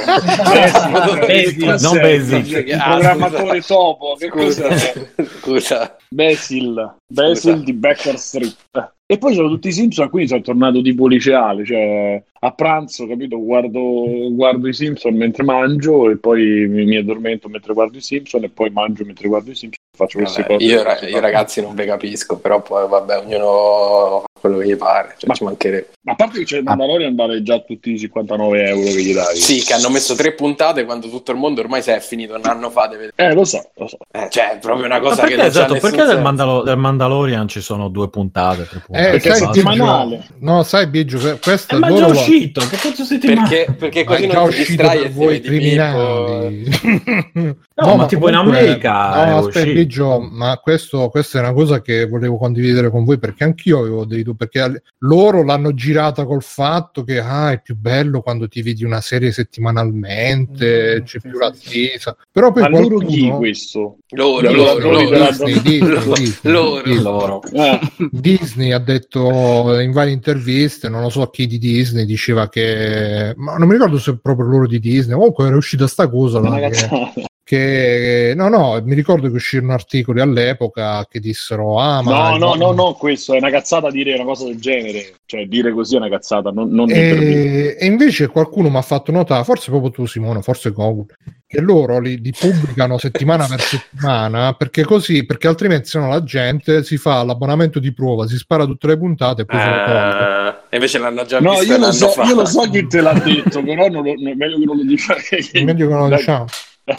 Basic, non Basic, il ah, programmatore scusa. Topo. Che scusa, scusa. Basil, Basil scusa. Di Baker Street. E poi c'erano tutti i Simpson, quindi sono tornato tipo liceale, cioè a pranzo, capito, guardo, guardo i Simpson mentre mangio e poi mi, mi addormento mentre guardo i Simpson e poi mangio mentre guardo i Simpson e faccio queste vabbè, cose. Io, ra- io ragazzi non vi capisco, però poi vabbè, ognuno fa quello che gli pare, cioè, ma ci mancherebbe. Ma a parte che c'è il Mandalorian vale già tutti i cinquantanove euro che gli dai. Sì, che hanno messo tre puntate quando tutto il mondo ormai si è finito un anno fa. Deve... Eh, lo so, lo so. Eh, cioè, è proprio una cosa perché, che non esatto, c'ha perché del, Mandalo- del Mandalorian ci sono due puntate, tre puntate? Eh, perché è settimanale. No, sai Biggio, questo eh, ma è già uscito, che cazzo settimana? Perché, perché così ma non ti distrai e voi criminali. no, no, ma, ma tipo in America no, aspetta Biggio, ma questo, questa è una cosa che volevo condividere con voi perché anch'io avevo dei dubbi, perché loro l'hanno girata col fatto che ah, è più bello quando ti vedi una serie settimanalmente, mm, c'è più l'attesa. Però poi ma qualcuno... loro chi questo? Loro, loro, loro, Disney, Disney, Disney, loro, Disney. loro. Eh. Disney ha detto in varie interviste, non lo so chi di Disney diceva che, ma non mi ricordo se è proprio loro di Disney, comunque era uscita sta cosa là, che, che no no mi ricordo che uscirono articoli all'epoca che dissero ah ma no no no no questo è una cazzata dire una cosa del genere, cioè dire così è una cazzata, non, non e, e invece qualcuno mi ha fatto notare, forse proprio tu Simone, forse Google, che loro li, li pubblicano settimana per settimana perché così, perché altrimenti se no la gente si fa l'abbonamento di prova, si spara tutte le puntate e poi uh, se lo toglie. Invece l'hanno già no, visto io lo so, fa. io lo so chi te l'ha detto, però non lo, è meglio che non lo diciamo. È meglio che non lo diciamo.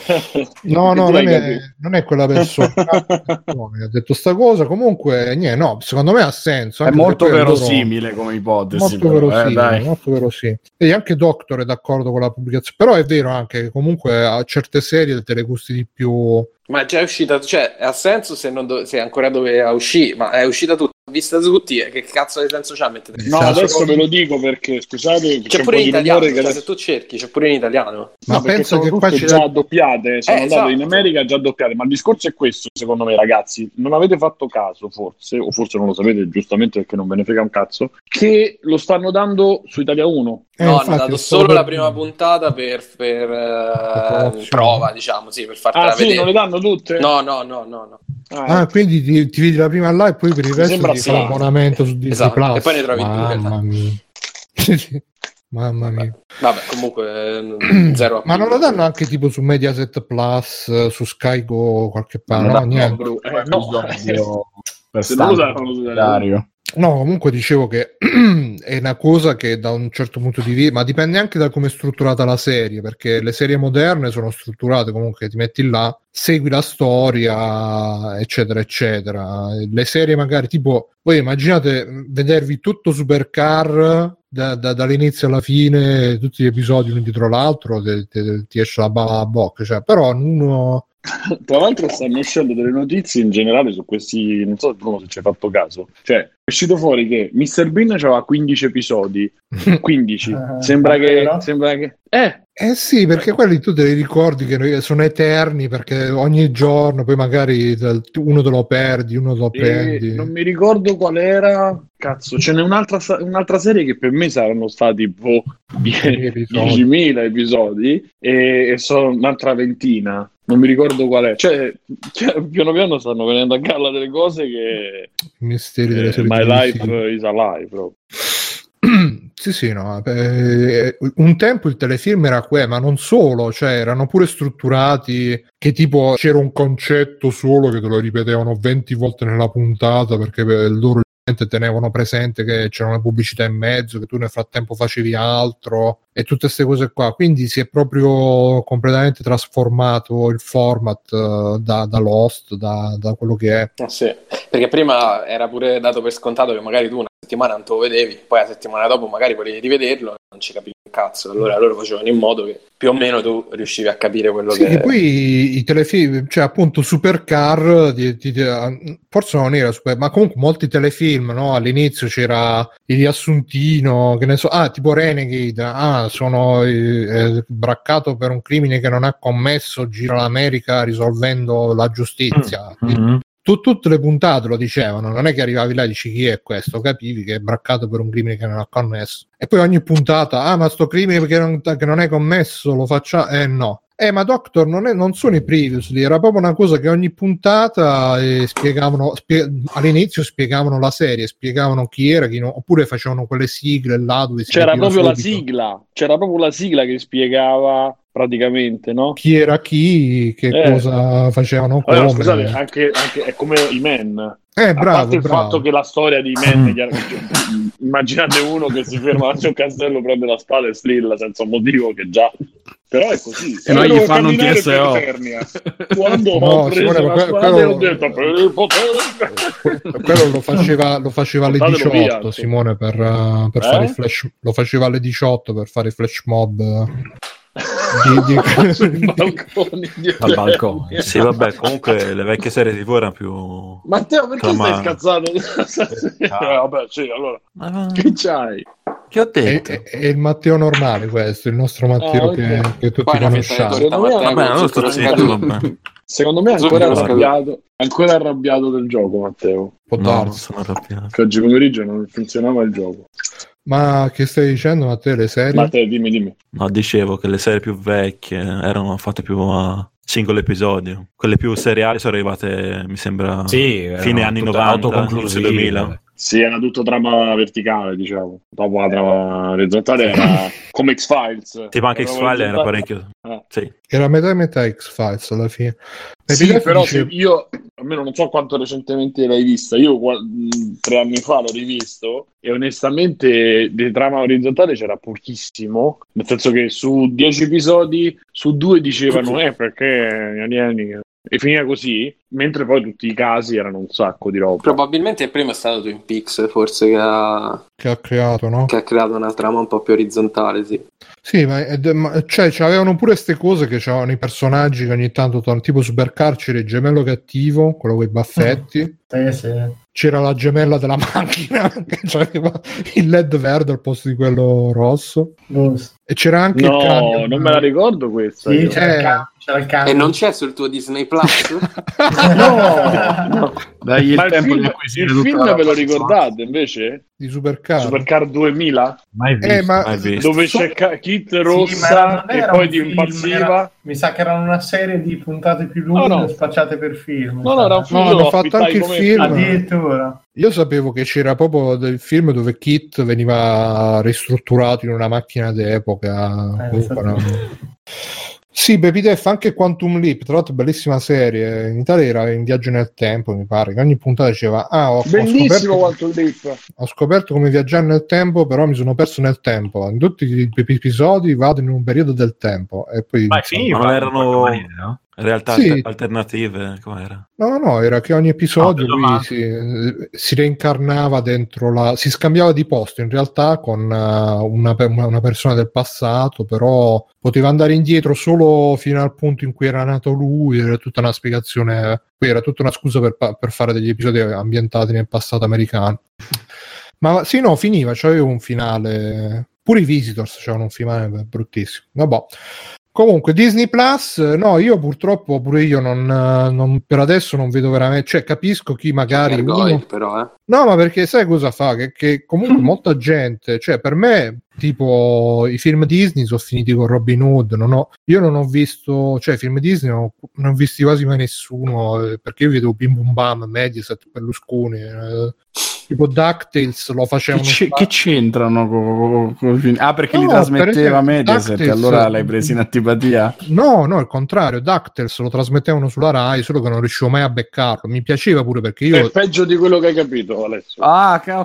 No, no, non è, non è quella persona che ha detto sta cosa. Comunque, niente, no, secondo me ha senso. È molto verosimile loro... come ipotesi. Molto però, verosimile, eh, molto verosimile. E anche Doctor è d'accordo con la pubblicazione. Però è vero anche che comunque a certe serie te le gusti di più. Ma è già uscita, cioè ha senso se, non do- se ancora doveva uscire, ma è uscita tutta, vista tutti, che cazzo di senso c'ha mettere? No, adesso ve lo dico perché scusate, c'è, c'è pure in italiano, che cioè, adesso... se tu cerchi c'è pure in italiano. Ma no, penso che qua c'è già doppiate, sono eh, andato esatto. in America già doppiate, ma il discorso è questo, secondo me ragazzi, non avete fatto caso forse, o forse non lo sapete giustamente perché non ve ne frega un cazzo, che lo stanno dando su Italia uno. Eh, no, hanno dato solo la prima puntata per, per uh, prova, diciamo, sì, per fartela ah, sì, vedere. non le danno tutte? No, no, no, no, no. Ah, ah quindi ti, ti vedi la prima là e poi per il resto ti sì. fa l'abbonamento su Disney esatto. Plus. E poi ne trovi Mamma due. Esatto. Mia. Mamma mia. Vabbè, comunque zero. Ma non lo danno anche tipo su Mediaset Plus, su Sky Go, qualche parte? No, no, niente. no, eh, no. per Se non lo stampo usavano, lo usavano. Dario. No, comunque dicevo che è una cosa che da un certo punto di vista, ma dipende anche da come è strutturata la serie, perché le serie moderne sono strutturate comunque, ti metti là, segui la storia, eccetera, eccetera. Le serie magari tipo, voi immaginate vedervi tutto Supercar da, da, dall'inizio alla fine, tutti gli episodi uno dietro l'altro, te, te, ti esce la bava a bocca, cioè, però uno... Tra l'altro stanno uscendo delle notizie in generale su questi, non so Bruno, se ci hai fatto caso, cioè è uscito fuori che mister Bean aveva quindici episodi, quindici, sembra che, sembra che eh Eh sì, perché quelli tu te li ricordi che sono eterni, perché ogni giorno poi magari uno te lo perdi, uno te lo prendi. Non mi ricordo qual era, cazzo, ce n'è un'altra, un'altra serie che per me saranno stati boh, diecimila episodi e, e sono un'altra ventina. Non mi ricordo qual è, cioè piano piano stanno venendo a galla delle cose che misteri delle eh, My Life is Alive proprio. Sì, sì, no. Eh, un tempo il telefilm era quello, ma non solo, cioè erano pure strutturati che tipo c'era un concetto solo che te lo ripetevano venti volte nella puntata perché loro tenevano presente che c'era una pubblicità in mezzo, che tu nel frattempo facevi altro e tutte queste cose qua, quindi si è proprio completamente trasformato il format uh, da, da Lost, da, da quello che è. Eh sì, perché prima era pure dato per scontato che magari tu una settimana non te lo vedevi, poi la settimana dopo magari volevi rivederlo e non ci capivi un cazzo, allora loro facevano in modo che più o meno tu riuscivi a capire quello sì, che... Sì, poi i telefilm, cioè appunto Supercar, di, di, di, forse non era Super, ma comunque molti telefilm, no? All'inizio c'era il riassuntino, che ne so, ah, tipo Renegade, ah, sono eh, braccato per un crimine che non ha commesso, gira l'America risolvendo la giustizia. Mm-hmm. Tu, tutte le puntate lo dicevano, non è che arrivavi là e dici chi è questo, capivi che è braccato per un crimine che non ha commesso. E poi ogni puntata, ah, ma sto crimine che non, che non è commesso lo faccia, eh no. Eh, ma Doctor non, è, non sono i previously, era proprio una cosa che ogni puntata eh, spiegavano, spie- all'inizio spiegavano la serie, spiegavano chi era, chi no, oppure facevano quelle sigle là dove si c'era proprio subito. la sigla, c'era proprio la sigla che spiegava praticamente, no? Chi era chi, che eh. cosa facevano, come. Allora, scusate, anche, anche è come i Men. Eh, bravo, a parte il bravo. fatto che la storia di Men, mm. immaginate uno che si ferma davanti a un castello, prende la spada e strilla senza un motivo, che già... Però è così. E non gli fanno un T S O. Quando no, ho preso Simone, la quello, spada quello, ho detto per il potere. Quello lo faceva, lo faceva alle Portatelo diciotto, via, Simone, per, uh, per eh? fare i flash, lo faceva alle diciotto per fare i flash mob. Uh, di, di... Sui balconi di al balcone. Sì, vabbè, comunque le vecchie serie tivù erano più... Matteo, perché Insomma... stai scazzato? Ah. Vabbè, sì, allora. Ma... Che c'hai? Che ho detto? È, è, è il Matteo normale questo, il nostro Matteo ah, okay. che, che tutti conosciamo. Vabbè, non sto zitto, vabbè. Secondo me è ancora arrabbiato, ancora arrabbiato del gioco, Matteo. Può no, darsi. Sono arrabbiato. Che oggi pomeriggio non funzionava il gioco. Ma che stai dicendo, Matteo, le serie? Matteo, dimmi, dimmi. No, dicevo che le serie più vecchie erano fatte più a singolo episodio. Quelle più seriali sono arrivate, mi sembra, sì, fine anni novanta, inizio duemila. Sì, era tutto trama verticale, diciamo. Dopo la trama orizzontale era come X-Files. Tipo anche X-Files era parecchio. Eh. Sì. Era metà e metà X-Files alla fine. Sì, però dice... io, almeno non so quanto recentemente l'hai vista, io mh, tre anni fa l'ho rivisto e onestamente di trama orizzontale c'era pochissimo, nel senso che su dieci episodi, su due dicevano eh perché vieni, e finiva così, mentre poi tutti i casi erano un sacco di roba. Probabilmente il primo è stato Twin Peaks, forse, che ha, che ha creato, no? Che ha creato una trama un po' più orizzontale, sì. Sì, ma, ma cioè c'avevano pure queste cose che c'avevano i personaggi che ogni tanto tornano, tipo Supercar c'era il gemello cattivo, quello con i baffetti. Mm. Sì, sì. C'era la gemella della macchina che aveva il L E D verde al posto di quello rosso. Giusto. E c'era anche no, il camion. Non me la ricordo questa. Sì, c'era, eh. il cam- c'era il camion. E non c'è sul tuo Disney Plus? no, no. Dai, il Ma tempo il di film, il film ve lo ricordate invece? Di Supercar? Supercar duemila? Mai visto, eh, ma... mai visto. Dove c'è ca- Kit rossa sì, e poi ti impazziva. Era, mi sa che erano una serie di puntate più lunghe no, no. spacciate per film. No, no, era un film. No, hanno fatto anche il film. Addirittura. Io sapevo che c'era proprio del film dove Kit veniva ristrutturato in una macchina d'epoca. Eh, Comunque, no. Sì, Baby Death, anche Quantum Leap, tra l'altro bellissima serie, in Italia era In viaggio nel tempo, mi pare, che ogni puntata diceva ah, ho, ho Bellissimo scoperto, Quantum Leap. ho scoperto come viaggiare nel tempo, però mi sono perso nel tempo. In tutti gli episodi vado in un periodo del tempo e poi Ma è finito, Ma non erano maniera, no? realtà Sì. alter- alternative? Com'era? No, no, no, era che ogni episodio No, lui domanda. si, si reincarnava dentro la... si scambiava di posto in realtà con uh, una, pe- una persona del passato, però poteva andare indietro solo fino al punto in cui era nato lui, era tutta una spiegazione, poi era tutta una scusa per, pa- per fare degli episodi ambientati nel passato americano. Ma sì, no, finiva, c'aveva un finale... Pure i Visitors c'erano un finale bruttissimo. Vabbè. Comunque Disney Plus, no, io purtroppo pure io non, non per adesso non vedo veramente, cioè capisco chi magari Gargoyle, uno... però, eh. No, ma perché sai cosa fa? Che, che comunque molta gente, cioè per me, tipo i film Disney sono finiti con Robin Hood, non ho, io non ho visto, cioè i film Disney non, non ho visti quasi mai nessuno, eh, perché io vedo Bim Bum Bam, Mediaset, Berlusconi, eh, tipo DuckTales lo Che, facevano. c- che c'entrano con, con il film? Ah, perché No, li per trasmetteva esempio, Mediaset, DuckTales- allora l'hai preso in antipatia? No, no, il contrario, DuckTales lo trasmettevano sulla Rai, solo che non riuscivo mai a beccarlo. Mi piaceva pure perché io... È peggio di quello che hai capito, Alessio. Ah, ok,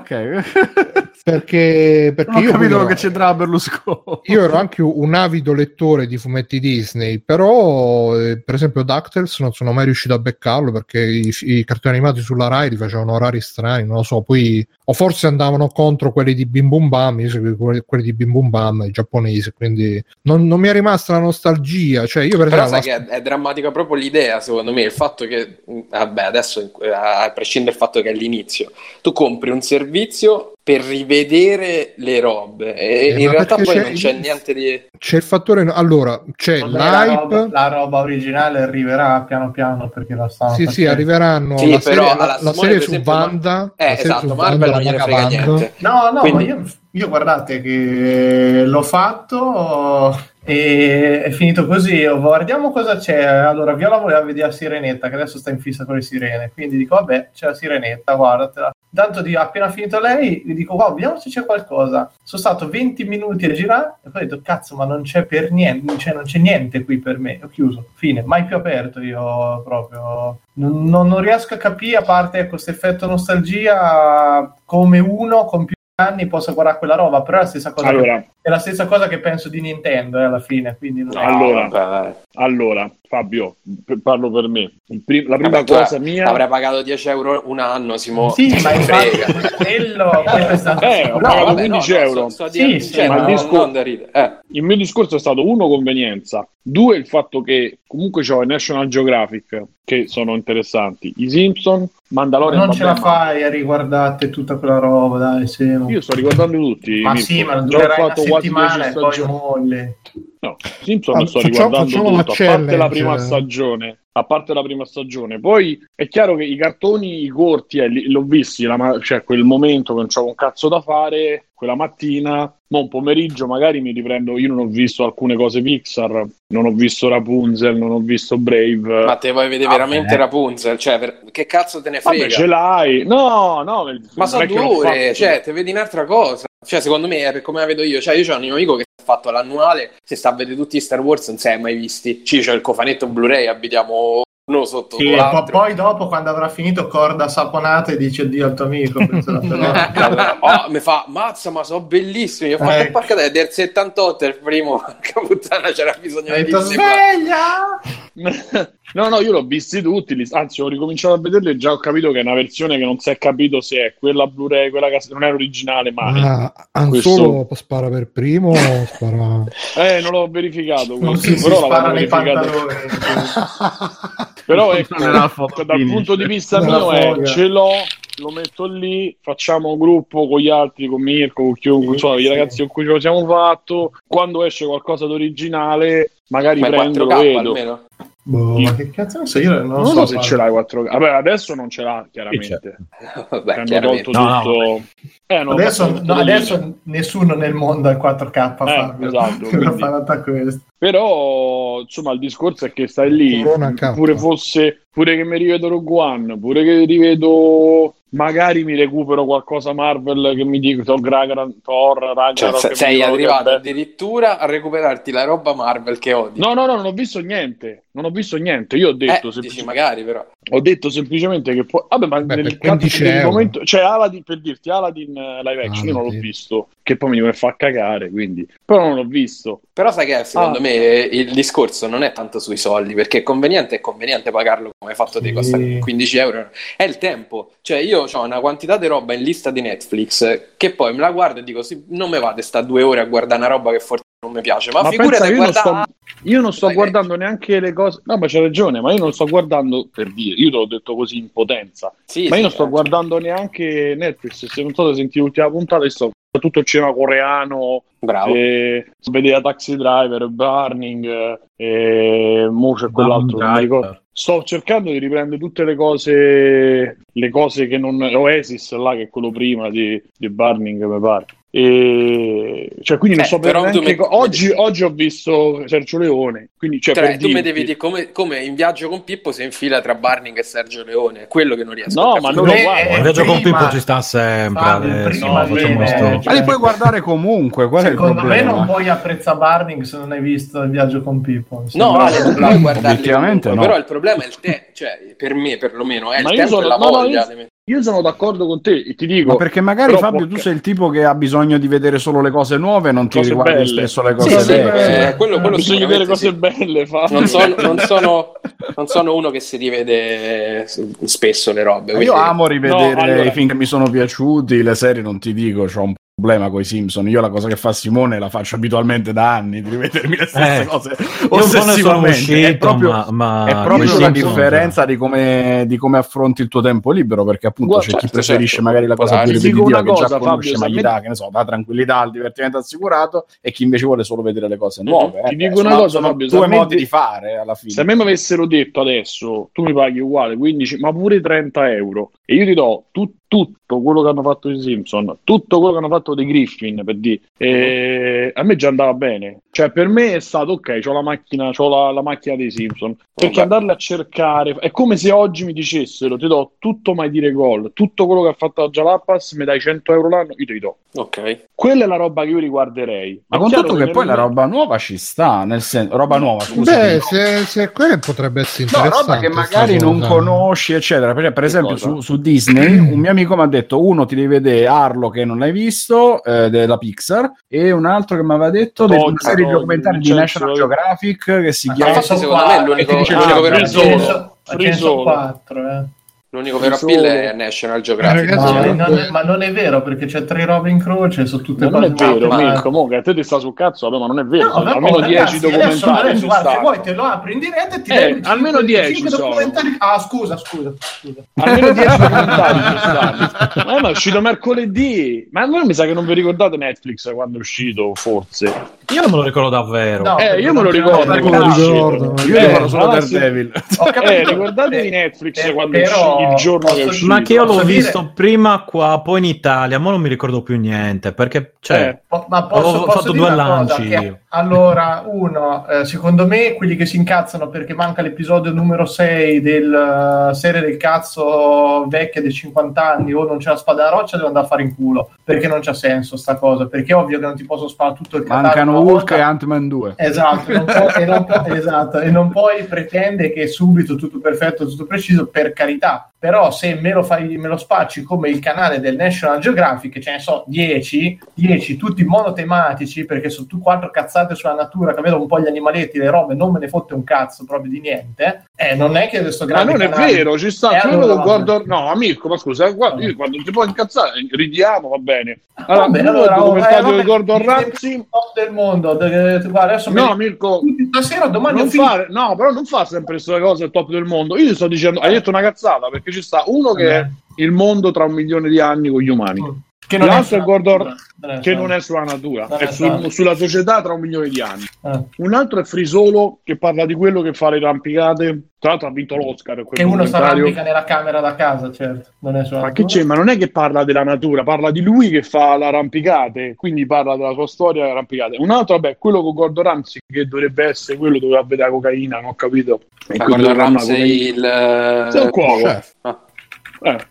ok. Perché, perché Non ho io capito ero, che c'entrava Berlusconi. io ero anche un avido lettore di fumetti Disney, però eh, per esempio DuckTales non sono mai riuscito a beccarlo perché i, i cartoni animati sulla Rai li facevano orari strani, non lo so, poi o forse andavano contro quelli di Bim Bum Bam, io seguivo quelli, quelli di Bim Bum Bam, i giapponesi, quindi non, non mi è rimasta la nostalgia, cioè io per Però esempio sai che è, è drammatica proprio l'idea, secondo me, il fatto che, vabbè, adesso a prescindere dal fatto che è l'inizio, tu compri un servizio per rivedere le robe e Eh, in ma realtà perché poi c'è- non c'è niente di... c'è il fattore, allora c'è Vabbè, la, roba, l'hype, la roba originale arriverà piano piano perché la stanno sì sì, facendo. arriveranno Sì, la però, serie, la, alla la Simone, serie per su esempio, Wanda, ma- la Eh, serie esatto, su Marvel Wanda, non la gliene Maga frega Wanda. niente. No, no, Quindi- ma io, io guardate che l'ho fatto e è finito così. Oh, guardiamo cosa c'è. Allora, Viola voleva vedere Sirenetta, che adesso sta in fissa con le sirene. Quindi dico, vabbè, c'è la Sirenetta, guardatela. Intanto di, appena finito lei, gli dico, wow, vediamo se c'è qualcosa. Sono stato venti minuti a girare e poi ho detto, cazzo, ma non c'è per niente, cioè non c'è niente qui per me. Ho chiuso, fine, mai più aperto io proprio. Non, non, non riesco a capire, a parte questo effetto nostalgia, come uno con più anni possa guardare quella roba, però è la stessa cosa, Allora. che, è la stessa cosa che penso di Nintendo eh, alla fine, quindi non è... Allora. vabbè. Allora, Fabio, p- parlo per me. Il prim- la prima Vabbè, tu cosa hai- mia... avrei pagato dieci euro un anno, Simo. Sì, Chi ma se ne infatti frega. quello, quello è stato Eh, ho No, pagato vabbè, quindici no, no, euro. sto- sto a Sì, dire- sì, cioè, ma il non- disco- non da ridere. Eh. Il mio discorso è stato uno, convenienza, due, il fatto che comunque c'ho i National Geographic che sono interessanti, i Simpson, Mandalorian. non ce la vabbè, ma- fai a riguardate tutta quella roba, dai, Simo. Io sto riguardando tutti. Ma Mirko. sì, ma non Già ho durerai una fatto quasi settimana dieci e poi stagioni. molli. No, Simpson Ah, lo sto facciamo- riguardando facciamo una tutto, a parte la challenge. prima stagione. A parte la prima stagione, poi è chiaro che i cartoni i corti, eh, li- l'ho visti, la ma- cioè quel momento che non c'avevo un cazzo da fare, quella mattina, ma un pomeriggio magari mi riprendo. Io non ho visto alcune cose Pixar, non ho visto Rapunzel, non ho visto Brave. Ma te vuoi vedere Ah, veramente eh. Rapunzel? Cioè, per- che cazzo te ne frega? Vabbè, ce l'hai? No, no. Ma non sono è che l'ho dure, fatto. cioè, te vedi un'altra cosa. Cioè, secondo me, è per come la vedo io. Cioè, io c'ho un mio amico che ha fatto l'annuale, se sta a vedere tutti i Star Wars, non si è mai visti. Ci c'ho il cofanetto Blu-ray, abitiamo uno sotto Sì, po- l'altro. poi dopo quando avrà finito corda saponata e dice addio al tuo amico penso la- Oh, mi fa, mazza, ma sono bellissimi. Io ho fatto, Ecco. porca del del settantotto è il primo. Porca puttana, c'era bisogno Hai di detto Disney Plus. sveglia. No, no, io l'ho visti tutti, li- anzi ho ricominciato a vederli e già ho capito che è una versione che non si è capito se è quella Blu-ray, quella che non è originale mai. Ah, Han Questo- Solo spara per primo o spara... Eh, non l'ho verificato Non questo, si, si però spara l'avevo nei verificato. pantaloni. Però ecco, Nella foto dal finish. punto di vista Nella mio è foga. ce l'ho, lo metto lì, facciamo gruppo con gli altri, con Mirko, con chiunque, Sì, insomma, sì. i ragazzi con cui ce lo siamo fatto. Quando esce qualcosa d'originale, magari Ma è prendo, quattro K lo vedo. almeno. Boh, ma che cazzo ne so, io non, Non so so se fare. ce l'hai quattro K. Vabbè, adesso non ce l'ha, chiaramente. Vabbè, Hanno chiaramente. tolto No, no, tutto. Eh, hanno Adesso, fatto tutto no, da lì. adesso nessuno nel mondo ha il quattro K Fabio. esatto, Che quindi- fa l'attacco questo. Però, insomma, il discorso è che stai lì, Corona K. pure fosse, pure che mi rivedo Rogue One, pure che rivedo magari mi recupero qualcosa Marvel che mi dico Thor, Thor Ragnarok, cioè, sei arrivato addirittura a recuperarti la roba Marvel che odi. No, no, no, non ho visto niente. Non ho visto niente. Io ho detto eh, dici magari però. Ho detto semplicemente che poi vabbè, ma Beh, nel cazzo del momento, cioè Aladdin, per dirti Aladdin live action, ah, io non l'ho visto, che poi mi deve far cagare, quindi però non l'ho visto. Però sai che secondo ah. me il discorso non è tanto sui soldi, perché è conveniente è conveniente pagarlo come hai fatto te, sì. Costa quindici euro, è il tempo. Cioè io ho una quantità di roba in lista di Netflix che poi me la guardo e dico sì, non me vado a stare due ore a guardare una roba che forse non mi piace, ma, ma figurati io, guarda... non sto, io non sto guardando neanche le cose, no, ma c'è ragione, ma io non sto guardando, per dire, io te l'ho detto così in potenza, sì, ma sì, io non sto eh, guardando neanche Netflix. Se non so se senti l'ultima puntata, sto tutto il cinema coreano, bravo, e vedere Taxi Driver, Burning, e mo c'è quell'altro, non mi ricordo. Sto cercando di riprendere tutte le cose, le cose che non, Oasis là, che è quello prima di, di Burning, mi pare. E cioè quindi non eh, so per neanche mi... co- oggi, oggi ho visto Sergio Leone, quindi cioè, cioè per tu dirti... mi devi dire come, come in Viaggio con Pippo si infila tra Burning e Sergio Leone, è quello che non riesco no, a ma non lo guardo. In Viaggio con Pippo ci sta sempre Fabio, adesso, prima no, viene, cioè, ma li puoi guardare comunque, qual secondo è il problema? me non puoi apprezzare Burning se non hai visto Il Viaggio con Pippo, no, Ale, non puoi guardarli obiettivamente comunque, no. però il problema è il te, cioè per me perlomeno è ma il io tempo sono, e la no, voglia no, io, io sono d'accordo con te e ti dico, ma perché magari però, Fabio porca... tu sei il tipo che ha bisogno di vedere solo le cose nuove, non ti cose riguardi belle. spesso le cose sì, vecchie. Sì, quello, quello bisogna vedere cose sì. belle, Fabio. Non sono, non, sono, non sono uno che si rivede spesso le robe. Quindi... Io amo rivedere no, allora... i film che mi sono piaciuti, le serie non ti dico, c'ho un problema con i Simpson. Io la cosa che fa Simone la faccio abitualmente da anni, di rivedermi le stesse eh, cose ossessivamente. Uscito, è proprio, ma, ma è proprio la Simpson, differenza di come, di come affronti il tuo tempo libero, perché appunto Guarda, c'è certo, chi preferisce certo. magari la cosa Guarda, più dico ripetitiva una che cosa, già conosce, Fabio, ma gli me... dà, che ne so, la tranquillità, il divertimento assicurato, e chi invece vuole solo vedere le cose nuove. Mm-hmm. Eh, ti beh, dico una sono, cosa, sono Fabio, due me... modi di fare alla fine. Se a me mi avessero detto adesso tu mi paghi uguale quindici, ma pure trenta euro, e io ti do tu, tutto quello che hanno fatto i Simpson, tutto quello che hanno fatto dei Griffin, per dire, e a me già andava bene. Cioè per me è stato ok, c'ho la macchina, c'ho la, la macchina dei Simpson, perché Vabbè. andarle a cercare è come se oggi mi dicessero ti do tutto mai dire gol, tutto quello che ha fatto la Jalapas, mi dai cento euro l'anno, io te li do. Ok, quella è la roba che io riguarderei. Ma È con chiaro tutto che poi la nel- roba nuova ci sta, nel senso, roba nuova, scusa. Beh, se, se quello potrebbe essere No, interessante. roba che magari sta non cosa. conosci, eccetera. Per, per esempio, cosa? su, su Disney, un mio amico mi ha detto: uno ti devi vedere Arlo, che non l'hai visto, eh, della Pixar, e un altro che mi aveva detto Todd, di una serie di Todd, documentari di Vincenzo, National Geographic che si Ma chiama. infatti sono secondo qua- me è l'unico, e ti dice- l'unico ah, vero Free ce ne Solo. so- ce Free ne sono Solo. quattro, eh. l'unico vero Solo. appeal è National Geographic. Eh, ragazzi, No, Sì, non è- ma non è vero, perché c'è tre robe in croce, sono tutte Ma non è cose vero, fatte male. Mirko, mo che a te ti sta sul cazzo, vabbè, ma non è vero, No, sono vabbè, almeno ragazzi, dieci documentari. adesso, adesso ci guarda, se stanno. vuoi te lo apri in diretta e ti Eh, leggo cinque- almeno dieci cinque sono. documentari. Ah, scusa, scusa, scusa. Almeno dieci documentari ci stanno. Ma, ma è uscito mercoledì. Ma non mi sa che non vi ricordate Netflix quando è uscito, forse. Io non me lo ricordo davvero. No, Eh, io me lo ricordo. me lo quando è uscito. ricordo. Io Eh, ricordo solo allora sì. Daredevil. Ho capito. Eh, ricordatevi Eh, Netflix eh, quando è però uscito, il giorno che è posso- uscito. Ma che io l'ho Posso visto dire- prima qua, poi in Italia, ma non mi ricordo più niente, perché cioè, Eh. Po- ma posso, Avevo posso fatto dire due una cosa? lanci Che, io. allora, uno, eh, secondo me quelli che si incazzano perché manca l'episodio numero sei del uh, serie del cazzo vecchia dei cinquanta anni o non c'è la spada alla roccia, devono andare a fare in culo, perché non c'ha senso sta cosa, perché è ovvio che non ti posso sparare tutto il catalogo Mancano una Hulk volta. e Ant-Man due. Esatto, e non puoi, e non puoi- esatto, e non puoi pretendere che subito tutto perfetto, tutto preciso, per carità. Però se me lo fai, me lo spacci come il canale del National Geographic, ce ne so dieci, dieci tutti monotematici, perché sono tu quattro cazzate sulla natura, che vedo un po' gli animaletti, le robe, non me ne fotte un cazzo proprio di niente. Eh, non è che questo Ma grande non è canale- vero, ci sta Eh, quello allora, con Gordon. No, amico, ma scusa, guarda, io quando ti puoi incazzare, ridiamo, va bene. Allora, Vabbè, uno allora, il oh, documentario eh, vabbè, di Gordon il Ramsay. top del mondo. de- de- guarda, adesso No, me- Mirko, stasera, domani non ho finito. fare, no, però non fa sempre queste cose al top del mondo. Io ti sto dicendo, hai detto una cazzata, perché ci sta uno che è il mondo tra un milione di anni con gli umani. Che non è L'altro è sulla Gordon, natura, non è che sulla- non è sulla natura, non è è sul- sulla- sulla società tra un milione di anni. Eh. Un altro è Free Solo, che parla di quello che fa le arrampicate. Tra l'altro ha vinto l'Oscar. quel Che uno si documentario. arrampica nella camera da casa, certo. Non è sulla Ma che natura. c'è? Ma non è che parla della natura, parla di lui che fa l'arrampicate, quindi parla della sua storia arrampicate. Un altro, vabbè, quello con Gordon Ramsay, che dovrebbe essere quello dove va a vedere la cocaina, non ho capito. E Ma quindi Gordon dove va una Ramsay cocaina. il Sei un cuoco. Ah. Eh.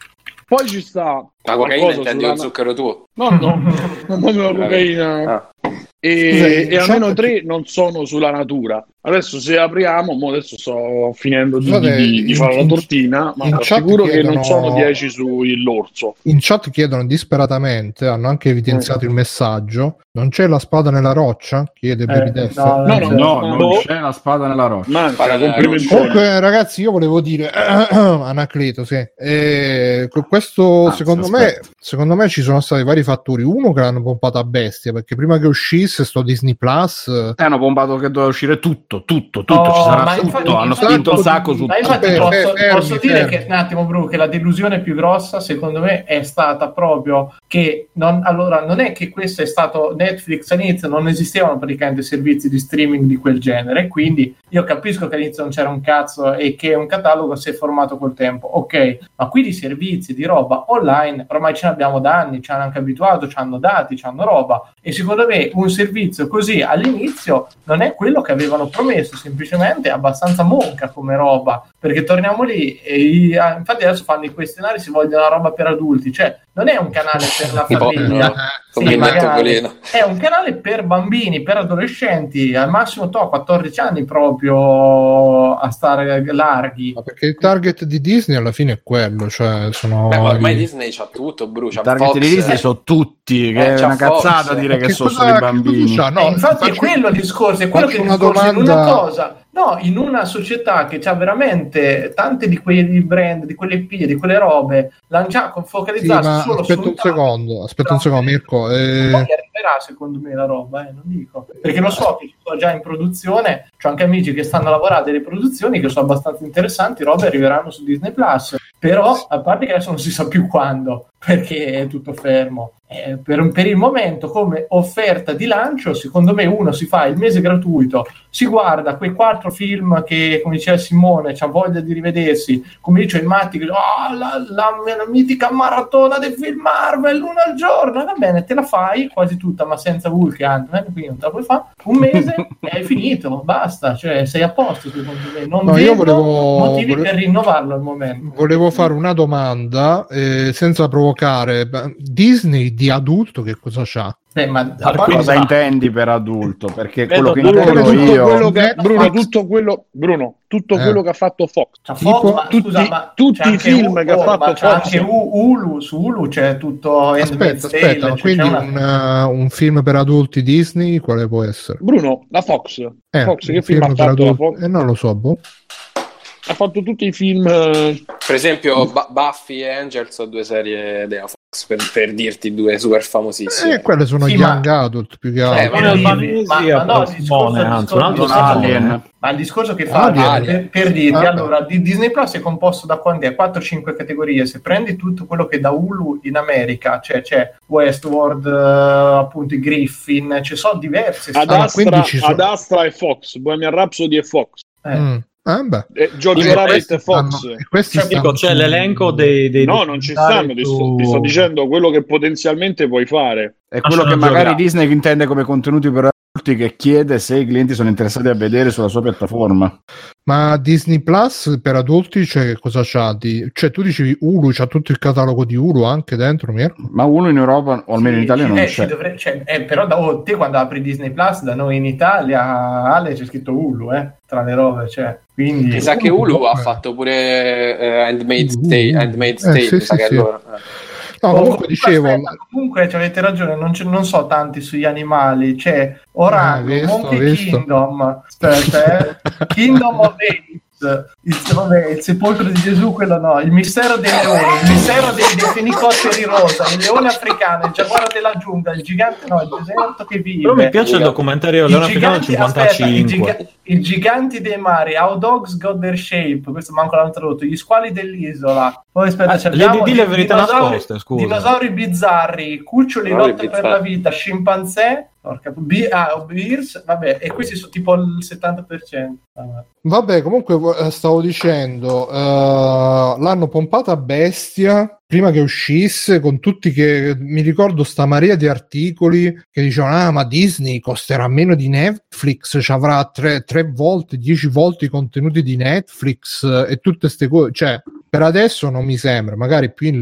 Poi ci sta la cocaina, intendi lo sulla... zucchero tuo? No, no, non proprio la cocaina. Ah. E, Scusa, e almeno tre non sono sulla natura. Adesso se apriamo, mo adesso sto finendo di, Scusate, di, di fare in, la tortina, ma in assicuro chiedono, che non sono dieci sull'orso. In chat chiedono disperatamente, hanno anche evidenziato mm. il messaggio. Non c'è la spada nella roccia? Chiede Baby eh, Def. no, no, no, no, no, non c'è la spada nella roccia. Manca, comunque ragazzi, io volevo dire Anacleto, sì. Eh, questo ah, secondo me secondo me ci sono stati vari fattori. Uno, che l'hanno pompato a bestia, perché prima che uscisse sto Disney Plus eh, hanno pompato che doveva uscire tutto, tutto, tutto, oh, ci sarà ma tutto, infatti, hanno infatti, spinto un sacco su ma infatti Beh, posso, fermi, posso dire fermi. che un attimo Bru, che la delusione più grossa secondo me è stata proprio che non, allora non è che questo è stato Netflix all'inizio, non esistevano praticamente servizi di streaming di quel genere, quindi io capisco che all'inizio non c'era un cazzo e che un catalogo si è formato col tempo, ok, ma qui di servizi, di roba online ormai ce ne abbiamo da anni, ci hanno anche abituato, ci hanno dati, ci hanno roba, e secondo me un servizio così all'inizio non è quello che avevano promesso, semplicemente è abbastanza monca come roba, perché torniamo lì e infatti adesso fanno i questionari, si vogliono una roba per adulti, cioè non è un canale per la famiglia, sì, magari, è un canale per bambini, per adolescenti, al massimo to quattordici anni proprio a stare larghi. Ma perché il target di Disney alla fine è quello, cioè sono Beh, ormai i... Disney c'ha tutto, brucia. Il target Fox, di Disney eh. sono tutti, che Eh, è una Fox. cazzata dire che, che sono cosa, solo i bambini. No, eh, infatti faccio, è quello il discorso, è quello che una discorso domanda... in una cosa. No, in una società che ha veramente tante di quei brand, di quelle I P, di quelle robe, l'hanno già focalizzato sì, solo aspetta su un secondo, aspetta un secondo, Mirko. Eh... Poi arriverà secondo me la roba, eh, non dico. Perché lo so che ci sono già in produzione, c'ho anche amici che stanno a lavorare delle produzioni che sono abbastanza interessanti, robe arriveranno su Disney Plus. Però, a parte che adesso non si sa più quando, perché è tutto fermo. Eh, per, per il momento, come offerta di lancio, secondo me uno si fa il mese gratuito, si guarda quei quattro film che, come diceva Simone, c'ha voglia di rivedersi, come dice il Matti, che, oh, la, la, la mitica maratona dei film Marvel, uno al giorno, va bene, te la fai quasi tutta, ma senza Hulk e Ant-Man, quindi non te la puoi fare, un mese e hai finito, basta, cioè sei a posto secondo me, non no, vedo io volevo, motivi volevo, per rinnovarlo al momento. Volevo fare una domanda eh, senza provocare. Disney di adulto che cosa c'ha? Eh, ma cosa intendi per adulto? Perché quello che Bruno, intendo tutto io quello che, Bruno, tutto quello, Bruno, tutto eh. quello che ha fatto Fox, C'ha Fox tipo, ma, tutti, scusa, ma tutti i film U- che oh, ha fatto ma c'è Fox, anche U- Hulu, su Hulu c'è tutto. Aspetta, aspetta, Tale, quindi una... un, uh, un film per adulti Disney quale può essere? Bruno, la Fox, eh, Fox che film, film ha fatto la Fox? Eh, non lo so, boh. Ha fatto tutti i film, per esempio B- Buffy e Angel sono due serie della Fox, per, per dirti due super famosissime. Eh, quelle sono sì, young ma... adult più che altro. Eh, ma, dirvi, ma, ma no, il discorso, il discorso, discorso, ma il discorso che fa ah, per, per dirvi, ah, allora di Disney Plus è composto da quando è quattro cinque categorie, se prendi tutto quello che da Hulu in America, cioè c'è Westworld, uh, appunto i Griffin, ci sono diverse ad Astra, sono... ad Astra e Fox, Bohemian Rhapsody e Fox. Eh. Mm. Ah, beh. Eh, George Rabbit e Fox stanno, cioè, dico, c'è l'elenco dei, dei no, non ci stanno, ti sto, ti sto dicendo quello che potenzialmente puoi fare. È quello che magari Disney intende come contenuti per adulti, che chiede se i clienti sono interessati a vedere sulla sua piattaforma. Ma Disney Plus per adulti, cioè cosa c'ha? Di... Cioè tu dicevi Hulu, c'ha tutto il catalogo di Hulu anche dentro, Mirko? Ma Hulu in Europa, o almeno sì, in Italia, non eh, c'è. Dovrebbe, cioè, eh, però da, oh, te quando apri Disney Plus, da noi in Italia, Ale, c'è scritto Hulu, eh, tra le robe, cioè. Quindi... Mi sa che Hulu ha fatto pure uh, Handmaid's Tale, Handmaid's Tale, eh, sì, mi sa sì, che sì. allora... No, oh, comunque dicevo aspetta, comunque avete ragione, non, c- non so tanti sugli animali, c'è Orango, ah, visto, Monkey visto. Kingdom, aspetta, eh. Kingdom of Apes, il, vabbè, il sepolcro di Gesù, quello no, il mistero dei leoni, il mistero dei, dei fenicotteri rosa, il leone africano, il giaguaro della giungla, il gigante no, il deserto che vive. Però mi piace il documentario Leone africano del cinquantacinque. Aspetta, i, giga- i giganti dei mari, How Dogs Got Their Shape, questo manco l'hanno trodotto, gli squali dell'isola. Poi aspetta, ah, abbiamo le, le verità nascoste, scusa. Dinosauri bizzarri, cuccioli lotta per la vita, scimpanzé, porca, B- ah, Bears, vabbè, e questi sono tipo il settanta per cento. Ah, vabbè, comunque stavo dicendo, uh, l'hanno pompata a bestia prima che uscisse, con tutti che mi ricordo sta marea di articoli che dicevano ah ma Disney costerà meno di Netflix, ci avrà tre, tre volte, dieci volte i contenuti di Netflix e tutte ste cose, cioè per adesso non mi sembra, magari più in là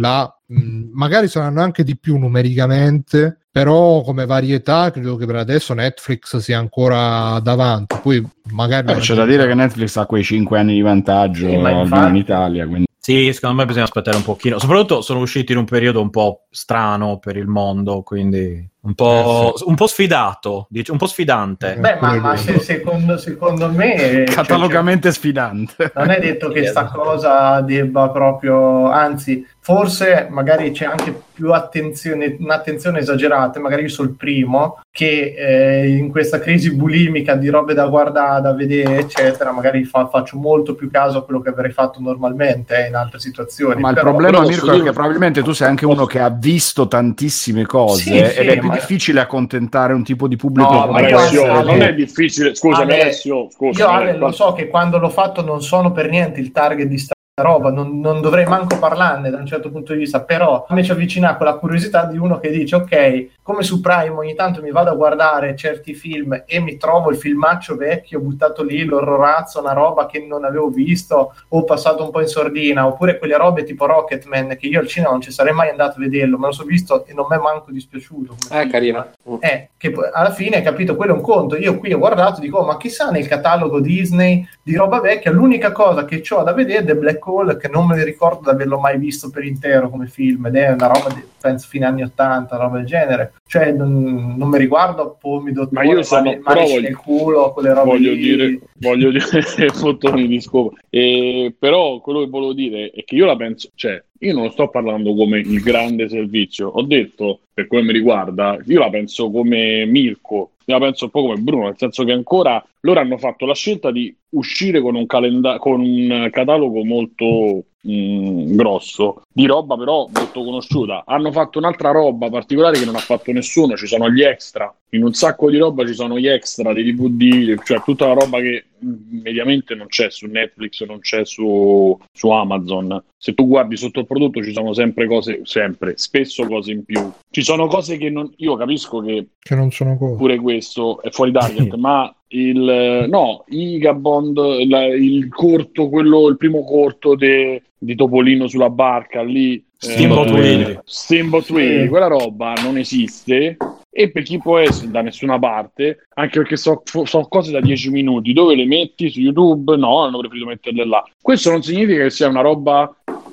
mh, magari saranno anche di più numericamente, però come varietà credo che per adesso Netflix sia ancora davanti. Poi magari eh, c'è da dire che Netflix ha quei cinque anni di vantaggio sì, in Italia, quindi sì, secondo me bisogna aspettare un pochino. Soprattutto sono usciti in un periodo un po' strano per il mondo, quindi un po', eh sì. un po' sfidato, dice, un po' sfidante. Beh, ma, ma se, secondo, secondo me... catalogamente cioè, sfidante. Non è detto che sta cosa debba proprio... Anzi, forse magari c'è anche più attenzione, un'attenzione esagerata, magari io sono il primo, che eh, in questa crisi bulimica di robe da guardare, da vedere, eccetera, magari fa, faccio molto più caso a quello che avrei fatto normalmente eh, in altre situazioni. Ma però, il problema, però Mirko, dire... è che probabilmente tu sei anche uno che ha visto tantissime cose sì, ed sì, è più ma... difficile accontentare un tipo di pubblico. No, No, ma Alessio, guarda, non Ale, è difficile. Scusami, Ale, Alessio, scusa, io Ale, Ale, lo so che quando l'ho fatto non sono per niente il target di sta roba, non, non dovrei manco parlarne da un certo punto di vista, però mi ci avvicina con la curiosità di uno che dice ok, come su Prime ogni tanto mi vado a guardare certi film e mi trovo il filmaccio vecchio buttato lì, l'orrorazzo, una roba che non avevo visto o passato un po' in sordina, oppure quelle robe tipo Rocketman che io al cinema non ci sarei mai andato a vederlo, me lo so visto e non mi è manco dispiaciuto è carino. eh, che alla fine, capito, quello è un conto. Io qui ho guardato, dico, oh, ma chissà nel catalogo Disney di roba vecchia, l'unica cosa che ho da vedere è The Black Hole, che non me ne ricordo di averlo mai visto per intero come film, ed è una roba di, penso fine anni ottanta, roba del genere. Cioè non, non mi riguardo Pommi Dottore, ma io sono mani, mani voglio, nel culo, quelle robe voglio lì. dire voglio dire fottoni di scopo, e però quello che volevo dire è che io la penso, cioè io non sto parlando come il grande servizio, ho detto, per come mi riguarda, io la penso come Mirko, io la penso un po' come Bruno, nel senso che ancora loro hanno fatto la scelta di uscire con un calenda- con un catalogo molto mh, grosso, di roba però molto conosciuta. Hanno fatto un'altra roba particolare che non ha fatto nessuno, ci sono gli extra, in un sacco di roba ci sono gli extra, dei D V D, cioè tutta la roba che mh, mediamente non c'è su Netflix, non c'è su, su Amazon. Se tu guardi sotto il prodotto ci sono sempre cose, sempre, spesso cose in più. Ci sono cose che non, io capisco che, che non sono cose. Pure questo è fuori target, ma il no, i Gabond, la, il corto, quello, il primo corto de, di Topolino sulla barca lì, Steamboat Willie, eh, Steamboat Willie, quella roba non esiste. E per chi può essere da nessuna parte, anche perché so, so cose da dieci minuti, dove le metti su YouTube? No, hanno preferito metterle là. Questo non significa che sia una roba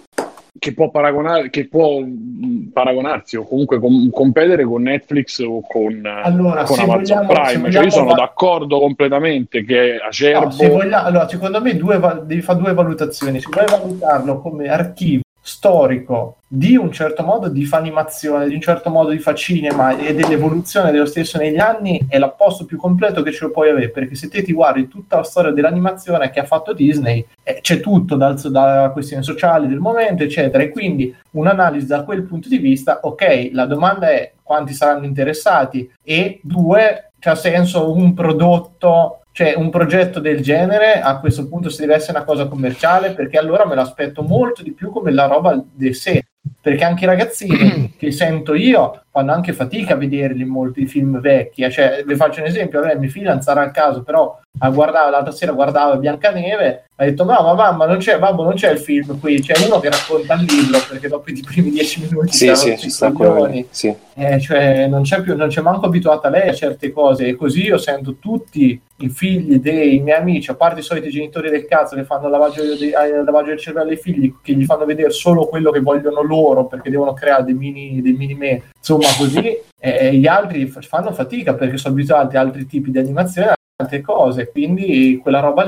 che può paragonare, che può mh, paragonarsi o comunque com- competere con Netflix o con, allora, con Amazon vogliamo, Prime. Cioè, io sono va- d'accordo completamente che è acerbo. No, se voglia- allora, secondo me due va- devi fare due valutazioni. Se vuoi valutarlo come archivio storico di un certo modo di fa animazione, di un certo modo di fa cinema e dell'evoluzione dello stesso negli anni, è l'apposto più completo che ce lo puoi avere, perché se te ti guardi tutta la storia dell'animazione che ha fatto Disney, eh, c'è tutto dal, da questioni sociali del momento eccetera, e quindi un'analisi da quel punto di vista, ok, la domanda è quanti saranno interessati, e due, c'ha senso un prodotto, cioè un progetto del genere a questo punto se deve essere una cosa commerciale, perché allora me l'aspetto molto di più come la roba di sé, perché anche i ragazzini che sento io fanno anche fatica a vederli molti film vecchi, cioè vi faccio un esempio, a me mia figlia non sarà il caso, però a guardare l'altra sera guardava Biancaneve, ha detto mamma mamma non c'è, babbo non c'è il film qui, c'è uno che racconta il libro, perché dopo i primi dieci minuti sì, sì, ci sta coglioni, sì. eh, cioè non c'è più, non c'è manco abituata lei a certe cose, e così io sento tutti i figli dei miei amici, a parte i soliti genitori del cazzo che fanno il lavaggio, di, eh, lavaggio del cervello ai figli, che gli fanno vedere solo quello che vogliono loro perché devono creare dei mini, dei mini me, insomma così, eh, gli altri fanno fatica perché sono abituati a altri tipi di animazione, altre cose, quindi quella roba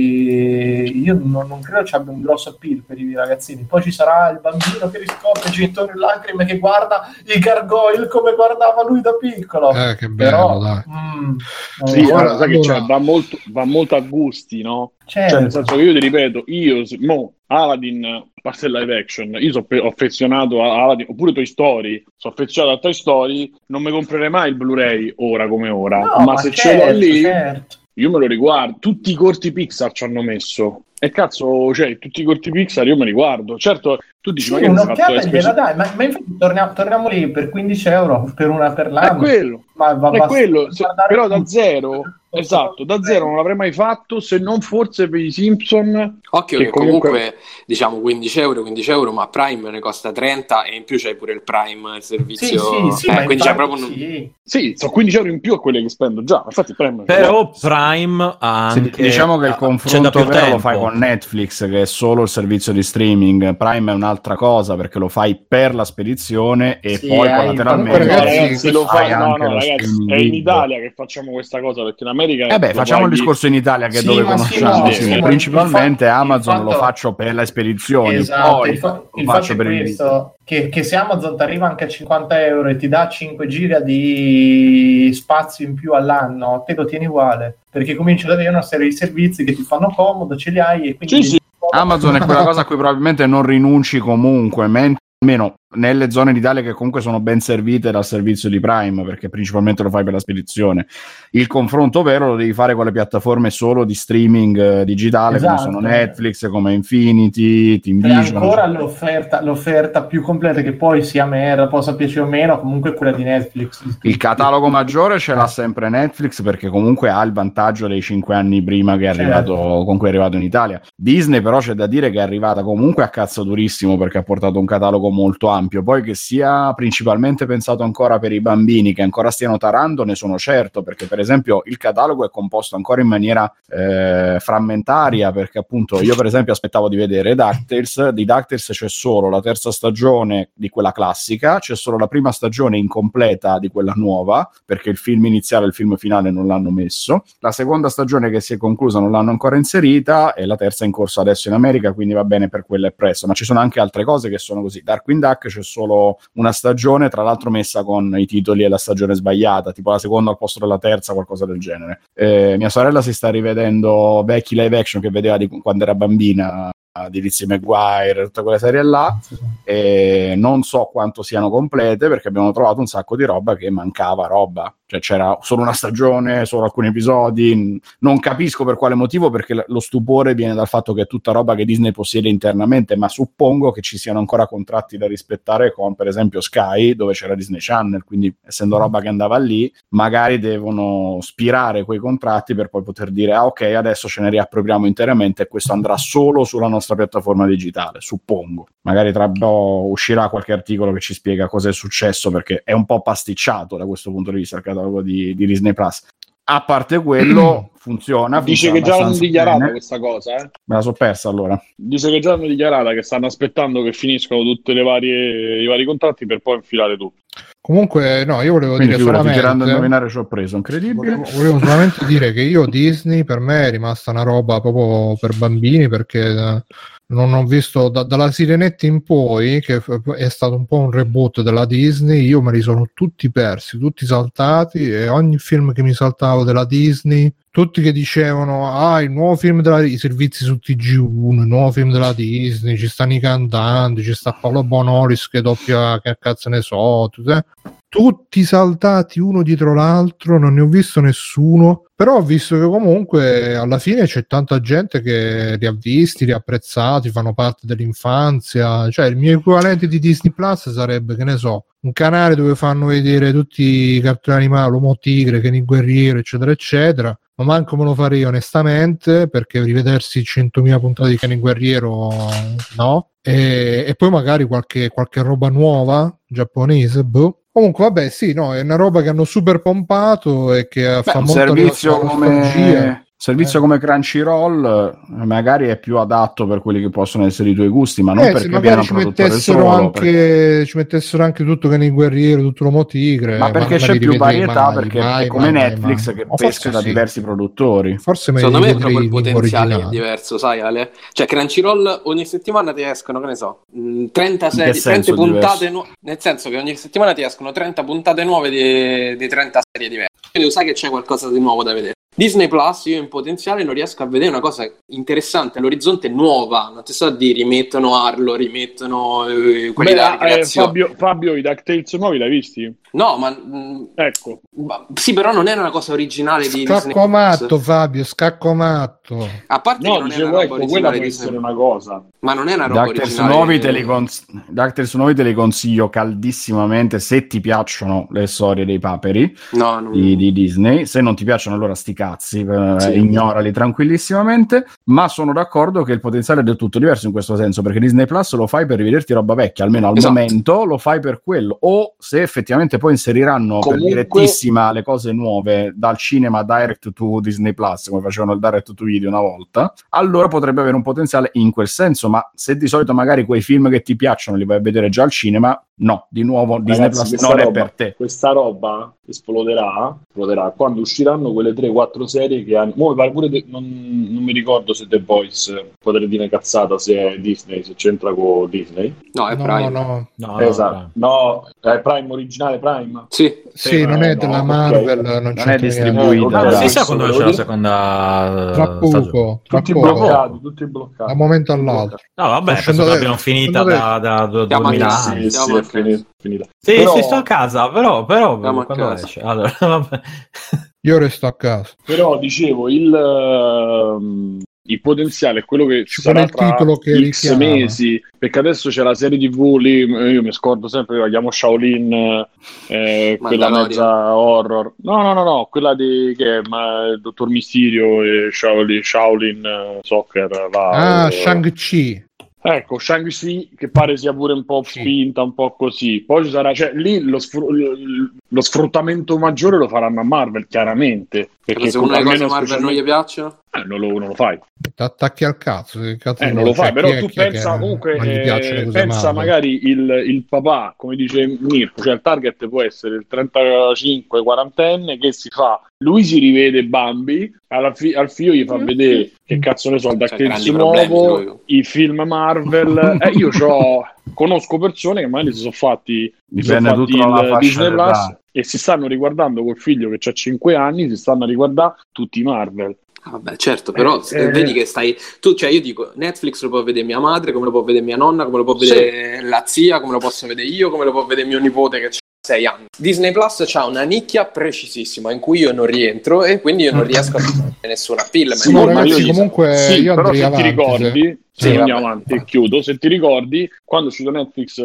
lì io non, non credo ci abbia un grosso appeal per i ragazzini. Poi ci sarà il bambino che riscopre il genitore in lacrime che guarda i gargoyle come guardava lui da piccolo, eh, che bello, però dai. mm, sì, allora, sai che allora... c'è, va molto, va molto a gusti, no? Certo. Cioè nel senso che io ti ripeto, io mo Aladdin, a parte il live action, io sono pe- affezionato a Aladdin, oppure Toy Story, sono affezionato a Toy Story, non mi comprerei mai il Blu-ray ora come ora, no, ma, ma se certo, ce l'ho lì certo. io me lo riguardo, tutti i corti Pixar ci hanno messo, e cazzo, cioè tutti i corti Pixar io me li guardo, certo tu dici sì, magari un'occhiata fatto gliela dai, ma, ma infatti torniamo, torniamo lì per quindici euro per una per l'anno, è quello, Ma va è quello, se, però da tutto. zero, esatto, da zero non l'avrei mai fatto, se non forse per i Simpson. Occhio che, che comunque... comunque diciamo quindici euro, quindici euro, ma Prime ne costa trenta e in più c'hai pure il Prime, il servizio. Sì, sì, sì, eh, quindi c'è proprio sì. un... sì, sono quindici euro in più a quelli che spendo già. Infatti Prime però Prime ha anche... Sì, diciamo che il confronto vero tempo. lo fai con Netflix, che è solo il servizio di streaming. Prime è un'altra cosa perché lo fai per la spedizione e Sì, poi hai- collateralmente No, ragazzi, ragazzi, lo fai fai, no, anche no, lo ragazzi, streaming è in video. Italia che facciamo questa cosa, perché in America Eh beh, lo facciamo il paghi- discorso in Italia che è Sì, dove ma sì, conosciamo, no, sì, sì, ma principalmente il fatto- Amazon il lo fatto- faccio per le spedizioni, Esatto, poi il, fa- lo il faccio fatto è per il video. questo, che, che se Amazon ti arriva anche a cinquanta euro e ti dà cinque giga di spazio in più all'anno, te lo tieni uguale, perché cominci ad avere una serie di servizi che ti fanno comodo, ce li hai e quindi... Sì, sì. Amazon è quella cosa a cui probabilmente non rinunci comunque, mentre almeno nelle zone d'Italia che comunque sono ben servite dal servizio di Prime, perché principalmente lo fai per la spedizione. Il confronto vero lo devi fare con le piattaforme solo di streaming eh, digitale, Esatto. come sono Netflix, come Infinity, E TeamVision. ancora l'offerta, l'offerta più completa, che poi sia merda, possa piacere o meno, comunque è quella di Netflix. Il catalogo maggiore ce l'ha sempre Netflix, perché comunque ha il vantaggio dei cinque anni prima che è arrivato, Certo. con cui è arrivato in Italia. Disney però c'è da dire che è arrivata comunque a cazzo durissimo, perché ha portato un catalogo molto ampio. Poi che sia principalmente pensato ancora per i bambini, che ancora stiano tarando, ne sono certo, perché per esempio il catalogo è composto ancora in maniera eh, frammentaria, perché appunto io per esempio aspettavo di vedere DuckTales. Di DuckTales c'è solo la terza stagione di quella classica, c'è solo la prima stagione incompleta di quella nuova, perché il film iniziale e il film finale non l'hanno messo, la seconda stagione che si è conclusa non l'hanno ancora inserita e la terza è in corso adesso in America, quindi va bene per quella è presto. Ma ci sono anche altre cose che sono così. Darkwing Duck c'è solo una stagione, tra l'altro messa con i titoli e la stagione sbagliata, tipo la seconda al posto della terza, qualcosa del genere. Eh, mia sorella si sta rivedendo vecchi live action che vedeva di quando era bambina, di Lizzie McGuire, tutte quelle serie là, e non so quanto siano complete, perché abbiamo trovato un sacco di roba che mancava roba, cioè c'era solo una stagione, solo alcuni episodi. Non capisco per quale motivo, perché lo stupore viene dal fatto che è tutta roba che Disney possiede internamente, ma suppongo che ci siano ancora contratti da rispettare con per esempio Sky, dove c'era Disney Channel, quindi essendo roba che andava lì magari devono spirare quei contratti per poi poter dire ah ok, adesso ce ne riappropriamo interamente e questo andrà solo sulla nostra piattaforma digitale, suppongo. Magari tra oh, uscirà qualche articolo che ci spiega cosa è successo, perché è un po' pasticciato da questo punto di vista il catalogo di, di Disney Plus. A parte quello, funziona. Dice funziona che già hanno abbastanza dichiarato bene. questa cosa, eh? Me la so persa allora. Dice che già hanno dichiarato che stanno aspettando che finiscano tutti i vari contratti per poi infilare tutto. Comunque, no, io volevo Quindi dire figurati, solamente... tirando a indovinare ci ho preso, incredibile. Volevo, volevo solamente dire che io Disney per me è rimasta una roba proprio per bambini, perché eh, non ho visto da, dalla Sirenetta in poi, che f- è stato un po' un reboot della Disney, io me li sono tutti persi, tutti saltati, e ogni film che mi saltavo della Disney, tutti che dicevano ah il nuovo film della i servizi su T G uno, il nuovo film della Disney, ci stanno i cantanti, ci sta Paolo Bonolis che doppia, che cazzo ne so, tutte, tutti saltati uno dietro l'altro, non ne ho visto nessuno, però ho visto che comunque alla fine c'è tanta gente che li ha visti, li ha apprezzati, fanno parte dell'infanzia. Cioè il mio equivalente di Disney Plus sarebbe, che ne so, un canale dove fanno vedere tutti i cartoni animati, l'Uomo Tigre, Ken il Guerriero, eccetera eccetera, ma manco me lo farei onestamente, perché rivedersi centomila puntate di Ken il Guerriero no, e, e poi magari qualche, qualche roba nuova giapponese, boh. Comunque vabbè sì, no, è una roba che hanno super pompato e che Beh, fa un molto servizio nostalgia. come servizio Eh. come Crunchyroll eh, magari è più adatto per quelli che possono essere i tuoi gusti, ma non Eh, perché se viene magari un ci produttore mettessero, solo, anche, perché... ci mettessero anche tutto Ken il Guerriero, tutto l'Uomo Tigre, ma perché me c'è li più rivedrei varietà, mai, perché mai, è come mai, Netflix mai. che Ma pesca forse da sì. diversi produttori. Forse me li Secondo me è rivedrei proprio il in potenziale che è originale. diverso, sai Ale? Cioè Crunchyroll ogni settimana ti escono, che ne so, mh, trenta In che serie, senso trenta puntate diverso? nuove, nel senso che ogni settimana ti escono trenta puntate nuove di, di trenta serie diverse. Quindi sai che c'è qualcosa di nuovo da vedere. Disney Plus, io in potenziale non riesco a vedere una cosa interessante all'orizzonte nuova, non ti so di rimettono Arlo, rimettono eh, quelli Beh, da eh, ricreazione. Fabio, Fabio, i DuckTales nuovi l'hai visti? No, ma mh, Ecco. ma- sì, però non era una cosa originale di Disney Scacco Plus. matto, Fabio, scacco matto. A parte che No, non è dicevo, una roba ecco, quella originale può di essere Disney, una cosa. ma non è una roba DuckTales originale. nuovi, te li cons- DuckTales nuovi te li consiglio caldissimamente se ti piacciono le storie dei paperi No, non... di, di Disney. Se non ti piacciono, allora sti cazzi, eh, Sì. ignorali tranquillissimamente. Ma sono d'accordo che il potenziale è del tutto diverso in questo senso, perché Disney Plus lo fai per rivederti roba vecchia, almeno al Esatto. momento lo fai per quello, o se effettivamente poi inseriranno Comunque- per direttissima le cose nuove dal cinema direct to Disney Plus, come facevano il direct to video una volta, allora potrebbe avere un potenziale in quel senso. Ma se di solito magari quei film che ti piacciono li vai a vedere già al cinema, no, di nuovo Disney Ragazzi, Plus questa non è roba- per te. Questa roba esploderà, esploderà quando usciranno quelle tre quattro serie che hanno. Mo mi pare pure de- non, non mi ricordo se The Boys, potrei dire cazzata, se è Disney, se c'entra con Disney. No, è No, Prime. no. No, esatto. no, No, è Prime originale Prime. Sì. Sì, Eh, non è no, della ok. Marvel, non, Non c'entra è niente. distribuita. Eh, no. ok. Si sa quando Volevo c'è la dire- seconda Tra eh, stagione. poco, tra Tutti poco, bloccati, tutti bloccati. da un momento all'altro. No, vabbè, Sto penso che scendendo- l'abbiamo finita scendendo- da, da, da Siamo a duemila casa. anni. Sì, Siamo sì, a è casa. finita. finita. Sì, Però- sì, sto a casa, però, però Siamo a quando casa. esce? Allora, vabbè. Io resto a casa. Però dicevo, il, ehm, il potenziale è quello che Ci sarà vuole il tra titolo che X richiama. mesi, perché adesso c'è la serie tivù lì, io mi scordo sempre, io la chiamo Shaolin, eh, quella Mandalorian. mezza horror. No, no, no, no, quella di che è ma, il Dottor Mysterio e Shaolin, Shaolin eh, Soccer. La, Ah, eh, Shang-Chi. Ecco, Shang-Chi che pare sia pure un po' Sì. spinta, un po' così. Poi ci sarà, cioè lì lo, sfru- lo sfruttamento maggiore lo faranno a Marvel, chiaramente. Perché se uno le cose almeno Marvel non gli specialmente- piacciono, eh, non, lo, non lo fai. Ti attacchi al cazzo. Che cazzo Eh, vuoi? non lo Cioè, fai, però chi è- tu chi è pensa che comunque, non gli piacciono le eh, cose pensa Marvel? magari il, il papà, come dice Mirko, cioè il target può essere il trentacinque quarantenne che si fa, lui si rivede Bambi, alla fi- al figlio gli fa vedere che cazzo ne so, il Cioè, DuckTales grandi problemi nuovo, lui. i film Marvel, eh, io c'ho, conosco persone che magari si sono fatti, si sono Dipende fatti tutto dalla il fascia Disney d'età. Plus e si stanno riguardando col figlio che ha cinque anni, si stanno a riguardare tutti i Marvel. ah, vabbè, certo, però Eh, se- eh. vedi che stai tu, cioè io dico Netflix lo può vedere mia madre, come lo può vedere mia nonna, come lo può Sì. vedere la zia, come lo posso vedere io, come lo può vedere mio nipote che ha sei anni. Disney Plus c'ha una nicchia precisissima in cui io non rientro e quindi io non riesco a vedere nessuna film. Sì, No, ma ragazzi, io gli- comunque sì, io però andrei se avanti, ti ricordi, Sì, sì, andiamo vabbè. avanti e chiudo. Se ti ricordi, quando è uscito Netflix,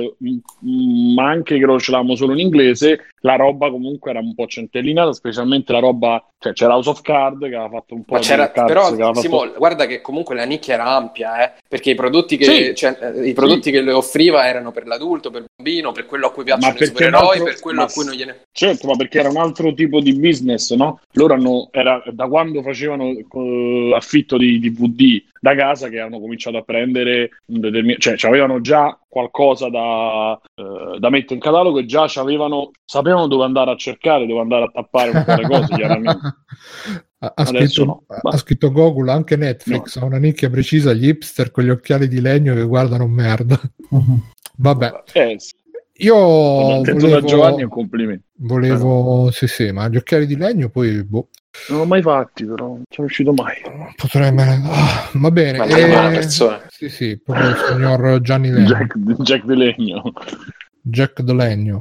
mh, ma anche che lo ce l'avevamo solo in inglese, la roba comunque era un po' centellinata, specialmente la roba, cioè c'era House of Cards che aveva fatto un po' Ma c'era, di cards, però che aveva fatto- Simo, guarda che comunque la nicchia era ampia, eh, perché i prodotti, che, Sì. cioè, eh, i prodotti che le offriva erano per l'adulto, per il bambino, per quello a cui piacciono i perché supereroi, un altro- per quello ma a cui non gliene... Certo, ma perché era un altro tipo di business, no? Loro hanno, era da quando facevano eh, affitto di D V D da casa che hanno cominciato a prendere un determin- cioè avevano già qualcosa da, eh, da mettere in catalogo e già c'avevano, sapevano dove andare a cercare, dove andare a tappare un po' le cose, chiaramente. ha, ha Adesso scritto, no. ha Ma- scritto Gogol, anche Netflix ha una nicchia precisa, gli hipster con gli occhiali di legno che guardano merda. Vabbè, Eh, sì. io detto da Giovanni è un complimento. volevo, sì sì, ma gli occhiali di legno poi boh, Non l'ho mai fatti, però non sono riuscito mai. potrei ah, va bene. Ma è una buona eh, persona. sì sì, proprio il signor Gianni Legno. Jack, Jack De Legno. Jack de Legno.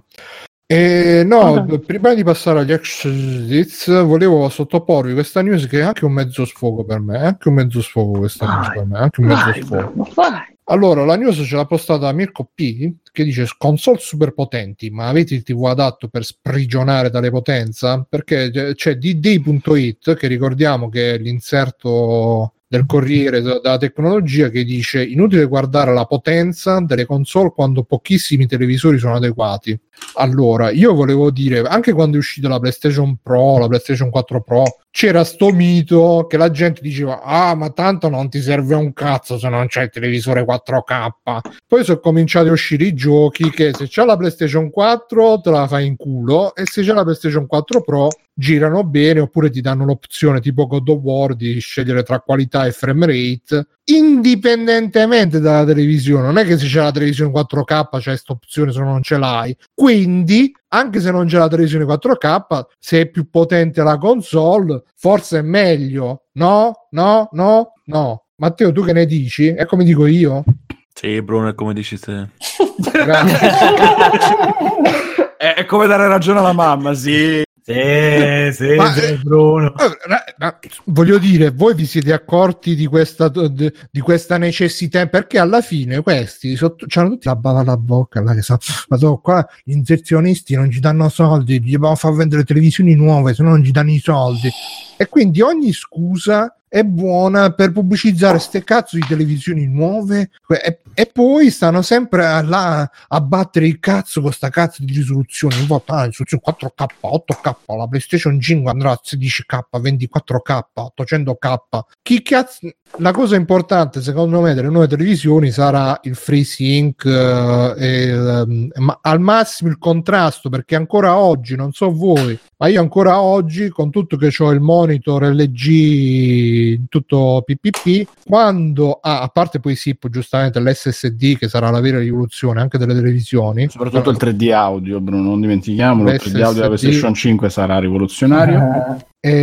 E no, Ok. prima di passare agli exits, volevo sottoporvi questa news che è anche un mezzo sfogo per me, è anche un mezzo sfogo questa news Vai. per me, è anche un mezzo Vai, sfogo. ma vai. Allora, la news ce l'ha postata Mirko P, che dice console super potenti, ma avete il T V adatto per sprigionare tale potenza? Perché c'è D D punto it, che ricordiamo che è l'inserto del Corriere della Tecnologia, che dice inutile guardare la potenza delle console quando pochissimi televisori sono adeguati. Allora, io volevo dire, anche quando è uscita la PlayStation Pro, la PlayStation quattro Pro, c'era sto mito che la gente diceva ah ma tanto non ti serve un cazzo se non c'è il televisore quattro K. Poi sono cominciati a uscire i giochi che se c'è la PlayStation quattro te la fai in culo e se c'è la PlayStation quattro Pro girano bene, oppure ti danno l'opzione tipo God of War di scegliere tra qualità e frame rate indipendentemente dalla televisione. Non è che se c'è la televisione quattro K c'è questa opzione, se no non ce l'hai. Quindi anche se non c'è la televisione quattro K, se è più potente la console forse è meglio. No, no, no, no. Matteo, tu che ne dici? È come dico io? Sì, Bruno, è come dici te. è, è come dare ragione alla mamma, sì. Sì, sì, ma, sì, eh, Bruno. Ma, voglio dire, voi vi siete accorti di questa, di questa necessità? Perché alla fine questi sotto, c'hanno tutti la bava alla bocca, là, che so, ma so, qua gli inserzionisti non ci danno soldi, gli devono far vendere televisioni nuove, se no non ci danno i soldi. E quindi ogni scusa è buona per pubblicizzare ste cazzo di televisioni nuove e, e poi stanno sempre a, là a battere il cazzo con sta cazzo di risoluzione. Ah, risoluzione quattro K, otto K, la PlayStation cinque andrà a sedici K, ventiquattro K, ottocento K. Chi cazzo? La cosa importante secondo me delle nuove televisioni sarà il FreeSync eh, e, um, ma al massimo il contrasto, perché ancora oggi, non so voi, ma io ancora oggi con tutto che ho il monitor L G tutto P P P, quando ah, a parte poi sì, giustamente l'S S D che sarà la vera rivoluzione anche delle televisioni, soprattutto il tre D audio, Bruno, non dimentichiamolo, il tre D audio della PlayStation cinque sarà rivoluzionario.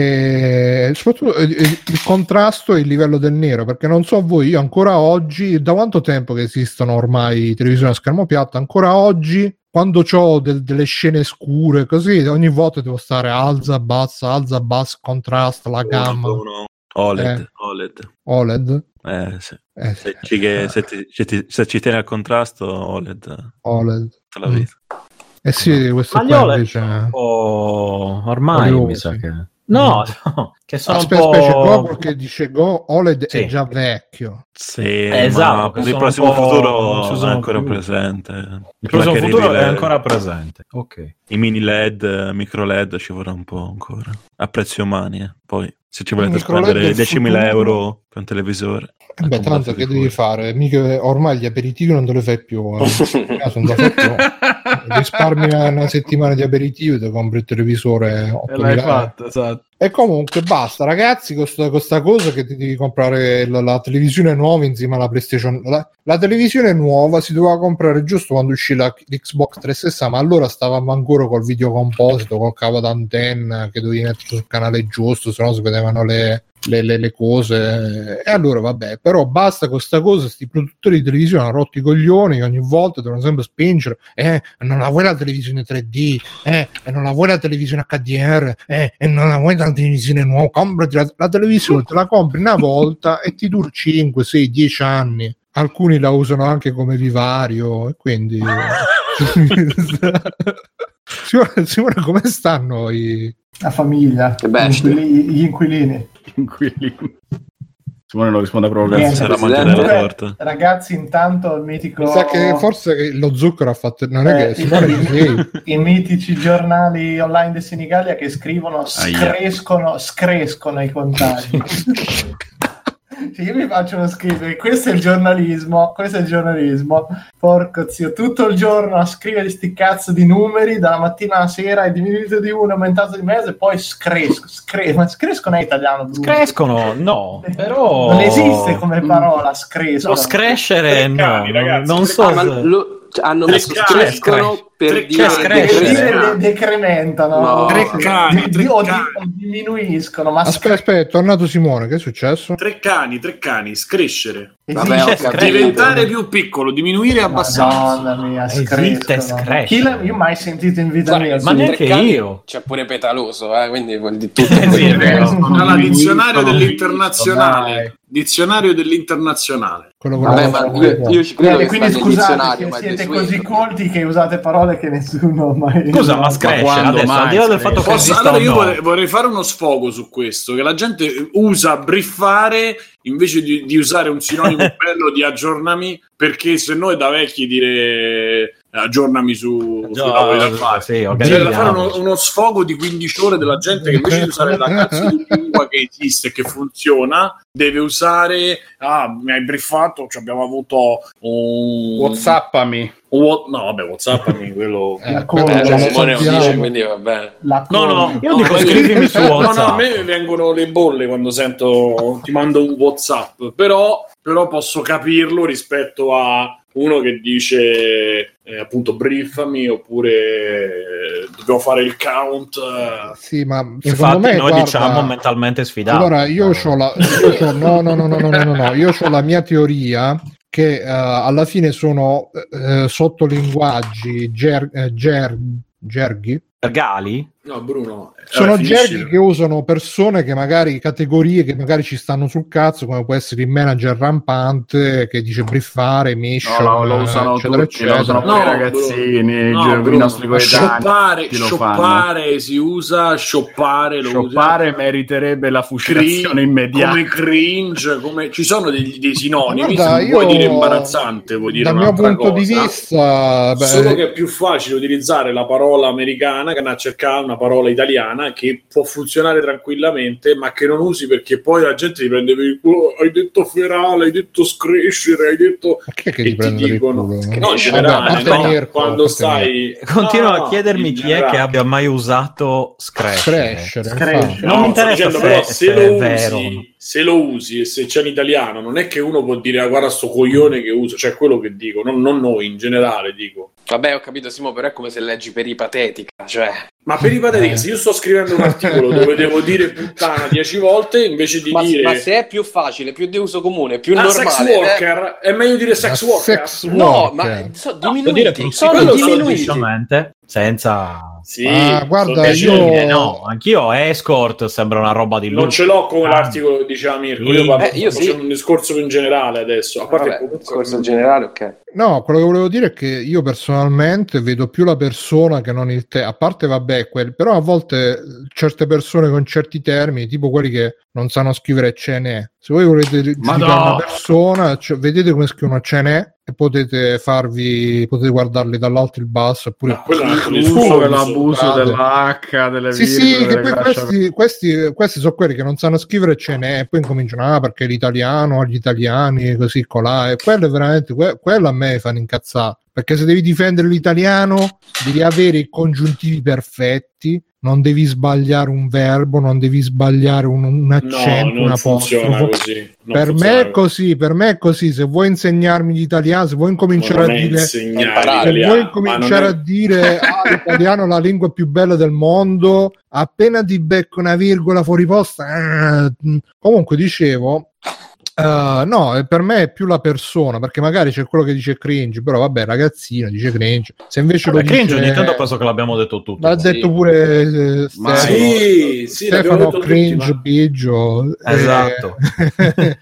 E soprattutto il, il contrasto e il livello del nero, perché non so voi, io ancora oggi, da quanto tempo che esistono ormai televisioni a schermo piatto, ancora oggi quando ho del, delle scene scure così ogni volta devo stare alza, bassa, alza, bassa, contrasto, la gamma. Uno, uno. OLED, eh. OLED. OLED? Eh sì. Eh, se, ci, che, se, ti, se, ti, se ci tieni al contrasto, OLED. OLED. La vita. Mm. Eh sì, questo ma qua OLED invece oh, ormai Oddio, mi sa sì. che no, no, che sono aspetta, un po'... specie Google che dice Go OLED sì. È già vecchio. Sì, eh, esatto, per il prossimo futuro è ancora più. presente. Il prossimo futuro è ancora presente. Ok. I mini L E D, micro L E D ci vorrà un po' ancora. A prezzi umani, eh. Poi se ci volete spendere diecimila euro per un televisore. Eh beh, tanto che devi fare? Mica, ormai gli aperitivi non te li fai più. Eh. Caso non te fai più. Risparmi una, una settimana di aperitivi, ti compri il televisore ottomila. L'hai fatto, esatto. E comunque basta, ragazzi, con questa cosa che ti devi comprare la, la televisione nuova insieme alla PlayStation. La, la televisione nuova si doveva comprare giusto quando uscì la, l'Xbox trecentosessanta, ma allora stavamo ancora col video composito, col cavo d'antenna che dovevi mettere sul canale giusto, se no si vedevano le, le, le, le cose. E allora vabbè, però basta con sta cosa, sti produttori di televisione hanno rotto i coglioni che ogni volta devono sempre spingere, eh, non la vuoi la televisione tre D, eh, e non la vuoi la televisione H D R, eh, e non la vuoi la televisione nuova, comprati la, la televisione, te la compri una volta e ti dura cinque, sei, dieci anni. Alcuni la usano anche come vivario e quindi Simone, Simone, come stanno i... la famiglia, gli inquilini, gli inquilini. inquilini. Simone non risponde proprio. Niente, sarà mangiare la torta. Ragazzi, intanto il mitico, mi sa che forse lo zucchero ha fatto, non è eh, che Simone i, sì. i mitici giornali online del Senigallia che scrivono screscono, screscono i contagi. Io mi faccio uno scrivere, questo è il giornalismo, questo è il giornalismo, porco zio, tutto il giorno a scrivere sti cazzo di numeri, dalla mattina alla sera è diminuito di uno, è aumentato di mezzo e poi scresco, scresco, ma scresco non è italiano, Bruno. Screscono, no, però... Non esiste come parola, scresco. Lo screscere, no, cani, ragazzi, non so... Ah, ma lo, hanno messo crescono per dire decrescere, decrementano, no. tre cani, di, tre o, cani. di, o diminuiscono, ma Aspetta, aspetta, è tornato Simone, che è successo? Tre cani, tre cani, screscere. Vabbè, ho capito. Diventare più piccolo, diminuire e abbassare. Madonna mia, Esiste screscono. Chi l'ha, io mai sentito in vita mia. ma neanche io. C'è pure Petaloso, eh, quindi vuol dire tutto. Eh, sì, è vero. Allora, dizionario dell'internazionale. Dizionario dell'internazionale. Quello Vabbè, ma io, io ci credo Bene, che quindi sta nel scusate dizionario, che ma è siete desueto. così colti che usate parole che nessuno mai... Scusa, ma screscere quando adesso, mai al di là del scresce? fatto che Posso, esista allora o io no. vorrei, vorrei fare uno sfogo su questo, che la gente usa briffare invece di, di usare un sinonimo bello di aggiornami, perché se no è da vecchi dire aggiornami su, Già, sui lavori da fare, sì, okay, cioè, da fare uno, uno sfogo di quindici ore della gente che invece di usare la cazzo di lingua che esiste e che funziona deve usare ah mi hai briefato, cioè abbiamo avuto un WhatsAppami un, no vabbè WhatsAppami quello Eh, Eh, lo Simone non sappiamo. dice, quindi va bene. La no no Io no, dico no, scrivimi su no, no, WhatsApp. a me vengono le bolle quando sento ti mando un WhatsApp, però però posso capirlo rispetto a uno che dice eh, appunto briefami, oppure eh, dobbiamo fare il count. Eh. Sì, ma secondo Infatti me, noi guarda, diciamo mentalmente sfidati. Allora, io c'ho la io c'ho, no, no, no, no, no, no, no, no, io c'ho la mia teoria che uh, alla fine sono uh, sottolinguaggi ger, uh, ger, gerghi. Gali? No, Bruno, Sono allora, gerghi che usano persone che magari, categorie che magari ci stanno sul cazzo, come può essere il manager rampante che dice briefare, mission, no, lo, lo usano eccetera, tutti, eccetera. lo usano No, poi i ragazzini, no, i gio- Bruno, i nostri coetanei, shoppare, tutti lo shoppare fanno. si usa, shoppare lo Shoppare usa. meriterebbe la Cri- fucilazione immediata. come cringe, come ci sono dei, dei sinonimi. Guarda, se non vuoi io, dire imbarazzante, vuoi dire dal mio un'altra punto cosa. di vista, beh, Solo che è più facile utilizzare la parola americana che andare a cercare una parola italiana che può funzionare tranquillamente, ma che non usi perché poi la gente ti prende per il culo. Hai detto ferale, hai detto screscere, hai detto. ma chi è che E ti ti prende per il dicono culo? no, in Vabbè, generale, a parte no, Mirko, quando a parte stai Continuo no, a chiedermi in chi è generale. che abbia mai usato screscere. Crescere, Crescere. infatti. Non mi No, sto interessa dicendo, se- però, se, se lo è vero. usi, se lo usi e se c'è in italiano, non è che uno può dire ah, guarda sto coglione che uso, cioè quello che dico, non, non noi in generale dico. Vabbè, ho capito, Simo, però è come se leggi peripatetica, cioè... Ma per i patetici, se io sto scrivendo un articolo dove devo dire puttana dieci volte invece di Ma, dire ma se è più facile, più di uso comune, più ah, normale... sex worker, è meglio dire sex Ma worker. sex No, worker. ma so, Devo diminuiti, dire, sono quello diminuiti. semplicemente, senza... Sì, Ah, guarda, sto dicendo- io- Eh, no, anch'io escort sembra una roba di non lusso. ce l'ho come Ah. l'articolo che diceva Mirko, Sì. io parlo Eh, io sto sì. facendo un discorso più in generale adesso, a parte Vabbè, comunque- discorso generale, ok. No, quello che volevo dire è che io personalmente vedo più la persona che non il te, a parte vabbè, quel, però a volte certe persone con certi termini, tipo quelli che non sanno scrivere ce n'è. Se voi volete giudicare no! una persona, cioè, vedete come scrivono ce n'è e potete farvi, potete guardarli dall'alto il basso, oppure Ma quello è anche un L'uso discorso, dell'abuso scusate. dell'H, delle sì, sì, virgole, che delle poi lascia- questi, questi, questi sono quelli che non sanno scrivere ce n'è e poi incominciano ah, perché l'italiano agli italiani così colà e quello è veramente que- quello a me fanno incazzare, perché se devi difendere l'italiano devi avere i congiuntivi perfetti, non devi sbagliare un verbo, non devi sbagliare un, un no, accento, un non funziona apostrofo. così. Non Per funziona me è così. così, per me è così. Se vuoi insegnarmi l'italiano, se vuoi incominciare Non a è dire insegnare imparare. se l'italiano, vuoi ma cominciare non a è- dire ah, l'italiano è la lingua più bella del mondo, appena ti becco una virgola fuori posta, ah, mh. comunque dicevo, uh, no, per me è più la persona, perché magari c'è quello che dice cringe, però vabbè, ragazzino dice cringe, se invece Vabbè, lo cringe dice, ogni tanto penso che l'abbiamo detto tutti. l'ha Sì. detto pure eh, Ma Stefano, sì, sì, l'abbiamo Stefano detto tutti, cringe ma- Biggio, Esatto. eh,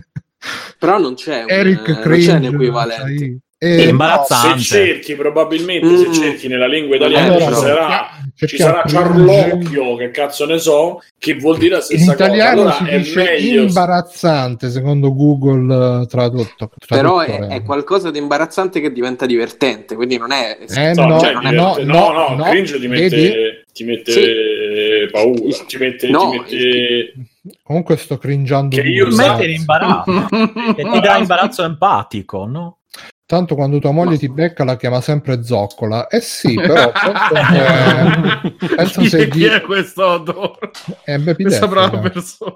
Però non c'è un, Eric eh, non cringe, c'è un equivalente. sai. È Eh, imbarazzante. se cerchi probabilmente Mm. se cerchi nella lingua italiana Allora, ci sarà ci cerchiamo sarà cringe. ciarlocchio, che cazzo ne so, che vuol dire la In stessa cosa. italiano Allora si è dice meglio imbarazzante secondo Google eh, tradotto. Però traduttore. è, è qualcosa di imbarazzante che diventa divertente, quindi non è... Eh, no, no, cioè, no, diverte- no, no, no, no, cringe ti mette, vedi? ti mette Sì. paura, ti mette, No, ti mette... Comunque sto cringiando Che io due, sa- Mette in imbarazzo. Che ti dà imbarazzo empatico, no? tanto quando tua moglie ti becca la chiama sempre zoccola. Eh sì, però penso che, penso se chi di... è questo odore? eh, beh, Questa Pidef, brava eh. persona.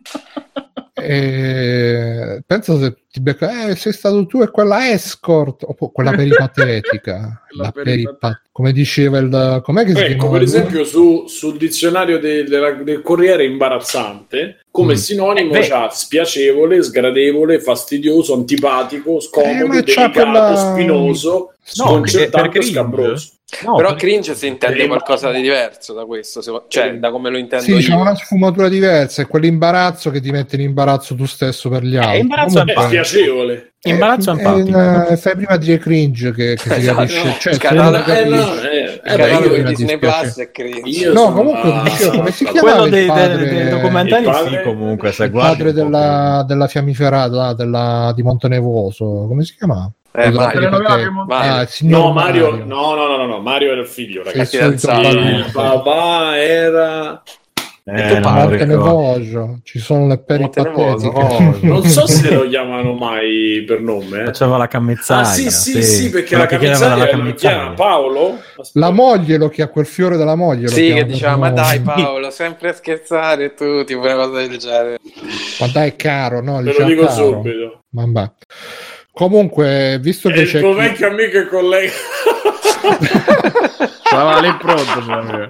Eh, penso se ti becca eh, sei stato tu e quella escort oppure quella peripatetica La la peripatetica. peripa- come diceva il com'è che si Ecco, chiamava per lui? esempio su, sul dizionario del, della- del Corriere imbarazzante, come Mm. sinonimo Eh, beh. c'ha spiacevole, sgradevole, fastidioso, antipatico, Eh, scomodo, ma c'ha delicato, quella- spinoso, No, sconcertante, per cringe- scabroso. No, però cringe si intende qualcosa di diverso da questo, se... cioè da come lo intendo sì, io. c'è una sfumatura diversa, è quell'imbarazzo che ti mette in imbarazzo tu stesso per gli altri. È imbarazzo Comunque, è spiacevole. Imbarazzo è, empatico. è, è, fai prima dire cringe che, che si Esatto, capisce. no, Cioè, il se canale- non Eh, no, capisci- eh, eh, Il beh, canale io- di mi Disney dispiace. Plus è cringe. Io No, sono comunque una- dicevo, come si quello chiamava Quello il dei, padre, dei, dei documentari il padre- sì, comunque, se il guardi padre un po' della, della fiammiferata della, di Montenevoso, come si chiamava? Eh, Quello della Mario. peripatetica. Mario. Ah, il signor No, Mario, Mario. no, no, no, no, no, Mario era il figlio, Sì, il ragazzi. solito fidanzato. padre. Il papà era... Eh, non lo Monte ricordo. Nevoso, ci sono le Montenevoso, peripatetiche. Non so se lo chiamano mai per nome. eh. Faceva la cammizzaglia. Ah, sì, sì, sì, perché Quello la che chiedeva camizzaglia la lo chiama cammizzaglia. Paolo? Aspetta. La moglie lo chiama, quel fiore della moglie lo Sì, chiama che per diceva, ma nome. dai Paolo, sempre a scherzare tu, tipo una cosa del genere. Ma dai caro, no? Te diceva lo dico caro. subito. Vabbè. Comunque, visto È che il c'è tuo chi- vecchio amico e collega. Stava lì pronto, cioè.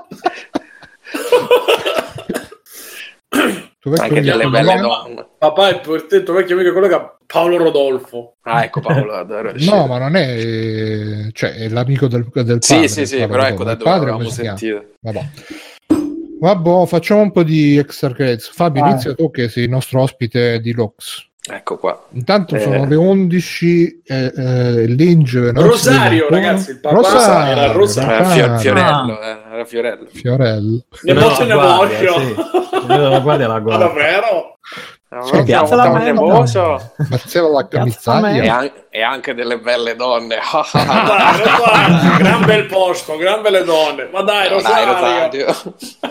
tuo vecchio Anche delle amico- belle no, donne. Papà è per te il tuo vecchio amico e collega Paolo Rodolfo. Ah, ecco Paolo. adoro no, uscire. ma non è, cioè, è l'amico del, del Sì, padre. sì, sì, il però padre, ecco da il dove padre l'avevamo come si chiama? sentito. Vabbè. Vabbè, facciamo un po' di extra credits. Fabio, Vai. inizia tu che sei il nostro ospite di Lux. Ecco qua. Intanto Eh. sono le undici e eh, Linge non Rosario, si vede ragazzi, il ancora. papà Rosario, era Rosario. Era Fio- Rosario. Fiorello, eh, era Fiorello. Fiorello. Ne No, posso ne guardia, voglio. sì. La guardia, la Ma guardia. davvero? Sì, piazza la mano. nevoso. Mazzeva la camizzaglia. E, an- e anche delle belle donne. Ma dai, Rosario, gran bel posto, gran belle donne. Ma dai, No, dai, Rosario. Rosario.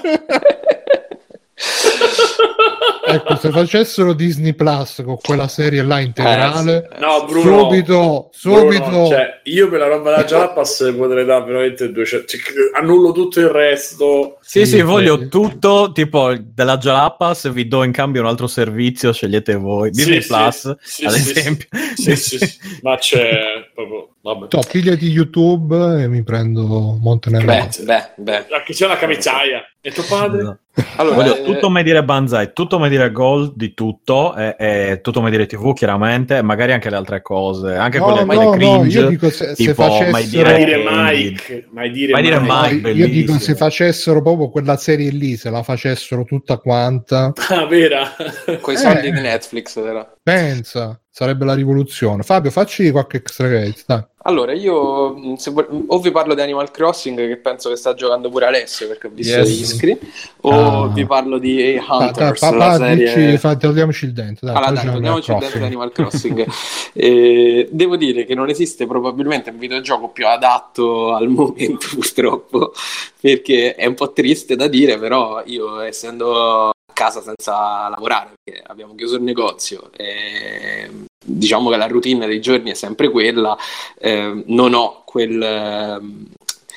Ecco, se facessero Disney Plus con quella serie là integrale, Eh, sì. No, Bruno. subito, subito. Bruno, cioè, io per la roba da Jalapas potrei dare veramente duecento. Cioè, annullo tutto il resto. Sì, Sì, sì, voglio sì. tutto, tipo della Jalapas, vi do in cambio un altro servizio, scegliete voi. Disney Sì, Plus, sì, ad sì, esempio. Sì, sì, sì. Ma c'è proprio. Vabbè. To, pigliati YouTube e mi prendo Montenevoso. Beh, beh, beh. La che c'è la camizzaglia. E tuo padre? Allora, Voglio eh, tutto me dire Banzai, tutto me dire Gold di tutto, e, e tutto me dire T V chiaramente, e magari anche le altre cose, anche No, quelle no, quelle no, cringe, io dico se, se tipo facessero mai Mai dire, dire Mike. Mai dire Mai dire Mike. Mike. io bellissimo. dico se facessero proprio quella serie lì, se la facessero tutta quanta, Ah, vera? coi Eh. soldi di Netflix però. pensa, sarebbe la rivoluzione. Fabio, facci qualche extra credit, dai. Allora, io mh, se vu- o vi parlo di Animal Crossing, che penso che sta giocando pure Alessio perché ho visto Yes. gli iscri, o Ah. vi parlo di Pa- Hunters, pa- la pa- serie... dici, fa- togliamoci il dente, dai, Allora, poi dai, c'è togliamoci il Animal dente di Crossing. Animal Crossing. Eh, devo dire che non esiste probabilmente un videogioco più adatto al momento, purtroppo, perché è un po' triste da dire, però io, essendo a casa senza lavorare, perché abbiamo chiuso il negozio, e diciamo che la routine dei giorni è sempre quella, eh, non ho quel... ehm,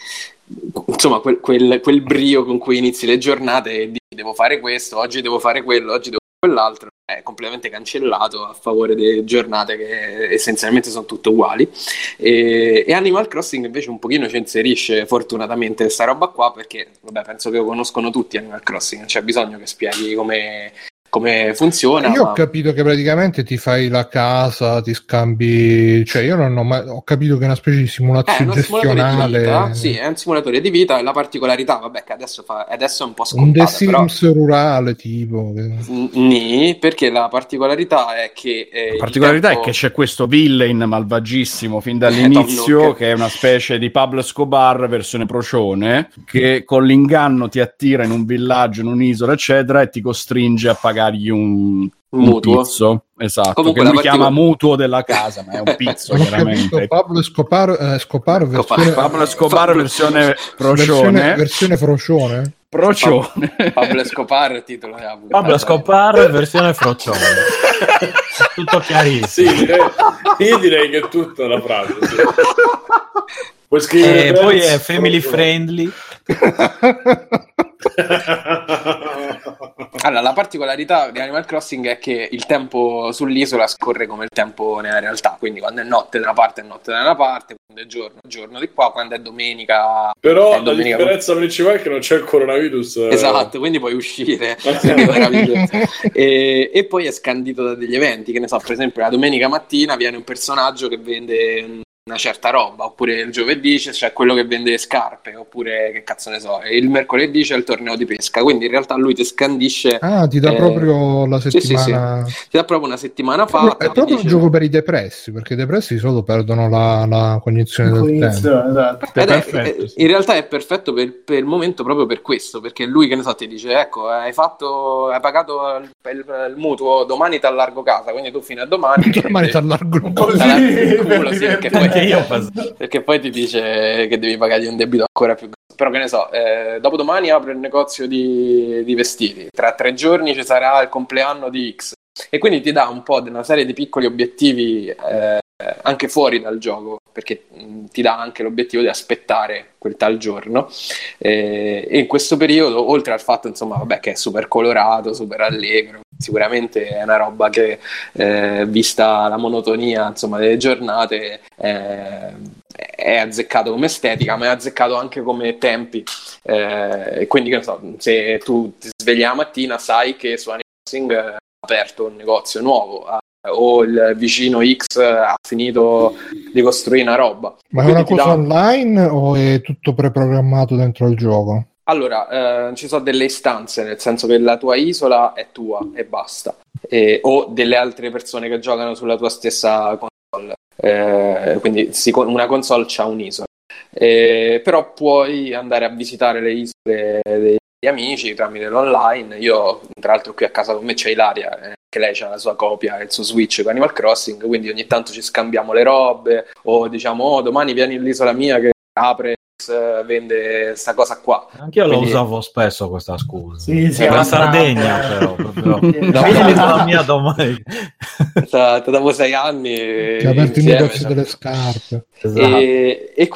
insomma quel, quel, quel brio con cui inizi le giornate e dici devo fare questo, oggi devo fare quello, oggi devo fare quell'altro, è completamente cancellato a favore delle giornate che essenzialmente sono tutte uguali. E, e Animal Crossing invece un pochino ci inserisce fortunatamente questa roba qua, perché vabbè, penso che lo conoscono tutti Animal Crossing, non c'è bisogno che spieghi come, come funziona. Io ma... ho capito che praticamente ti fai la casa, ti scambi, cioè io non ho mai, ho capito che è una specie di È simulazione uno simulatore di gestionale, vita, sì, è un simulatore di vita, e la particolarità, vabbè, che adesso, fa, adesso è un po' un The scontata, però Sims rurale tipo. N- Nì, perché la particolarità è che eh, La il particolarità tempo- è che c'è questo villain malvagissimo fin Tom dall'inizio, Nook. che è una specie di Pablo Escobar versione procione, che con l'inganno ti attira in un villaggio, in un'isola, eccetera, e ti costringe a pagargli un, Un un mutuo. pizzo. Esatto, Comunque che la lui chiama particol- mutuo della casa, ma è un pizzo, Non ho capito, chiaramente. Pablo Escobar, eh, Escobar versione, Pablo Escobar Pablo- versione versione, procione. versione frocione. Procione. Pablo Escobar, il titolo della puntata. Pablo Scopar versione frocione. Tutto chiarissimo. Sì, direi, io direi che è tutta la frase. Sì. Puoi scrivere E Benz, poi è family proprio. friendly. Allora, la particolarità di Animal Crossing è che il tempo sull'isola scorre come il tempo nella realtà, quindi quando è notte da una parte è notte da una parte, quando è giorno è giorno di qua, quando è domenica Però è la domenica. differenza principale è che non c'è il coronavirus. eh. Esatto, quindi puoi uscire, quindi è meraviglioso. e, e poi è scandito da degli eventi, che ne so, per esempio la domenica mattina viene un personaggio che vende una certa roba, oppure il giovedì c'è quello che vende le scarpe, oppure che cazzo ne so, e il mercoledì c'è il torneo di pesca, quindi in realtà lui ti scandisce. Ah, ti dà eh, proprio la settimana. Sì, sì, sì. Ti dà proprio una settimana fatta. È proprio dice... un gioco per i depressi, perché i depressi di solito perdono la, la cognizione del Cognizione, tempo. esatto. Ed è, perfetto, è- sì. in realtà è perfetto per, per il momento proprio per questo, perché lui, che ne so, ti dice ecco, hai fatto hai pagato il, il- il mutuo, domani ti allargo casa, quindi tu fino a domani Domani ti allargo il Così, Sarà il per culo, sì, perché, poi, Anche io penso. perché poi ti dice che devi pagargli un debito ancora più grosso. Però che ne so, eh, dopodomani apre il negozio di, di vestiti, tra tre giorni ci sarà il compleanno di X, e quindi ti dà un po' di una serie di piccoli obiettivi eh, anche fuori dal gioco, perché mh, ti dà anche l'obiettivo di aspettare quel tal giorno, eh, e in questo periodo, oltre al fatto insomma vabbè che è super colorato, super allegro, sicuramente è una roba che eh, vista la monotonia insomma delle giornate eh, è azzeccato come estetica, ma è azzeccato anche come tempi, eh, e quindi che ne so, se tu ti svegli la mattina sai che su Animal Crossing ha aperto un negozio nuovo, ha- o il vicino X ha finito di costruire una roba. Ma è Quindi una ti cosa dà- online o è tutto preprogrammato dentro il gioco? Allora, eh, ci sono delle istanze, nel senso che la tua isola è tua e basta, e- o delle altre persone che giocano sulla tua stessa console. Eh, quindi si- una console c'ha un'isola. Eh, però puoi andare a visitare le isole degli amici tramite l'online. Io, tra l'altro, qui a casa con me c'è Ilaria, eh, che lei ha la sua copia e il suo Switch con Animal Crossing, quindi ogni tanto ci scambiamo le robe, o diciamo, oh, domani vieni all'isola mia che apre, eh, vende sta cosa qua. Anch'io lo Quindi- usavo spesso questa scusa. Sì, sì, Era è in una Sardegna, trappola. però. Proprio. Sì. Vieni dalla mia domani. Esatto, dopo sei anni Che ha aperto il insieme, negozio cioè. delle scarpe. Esatto. E, e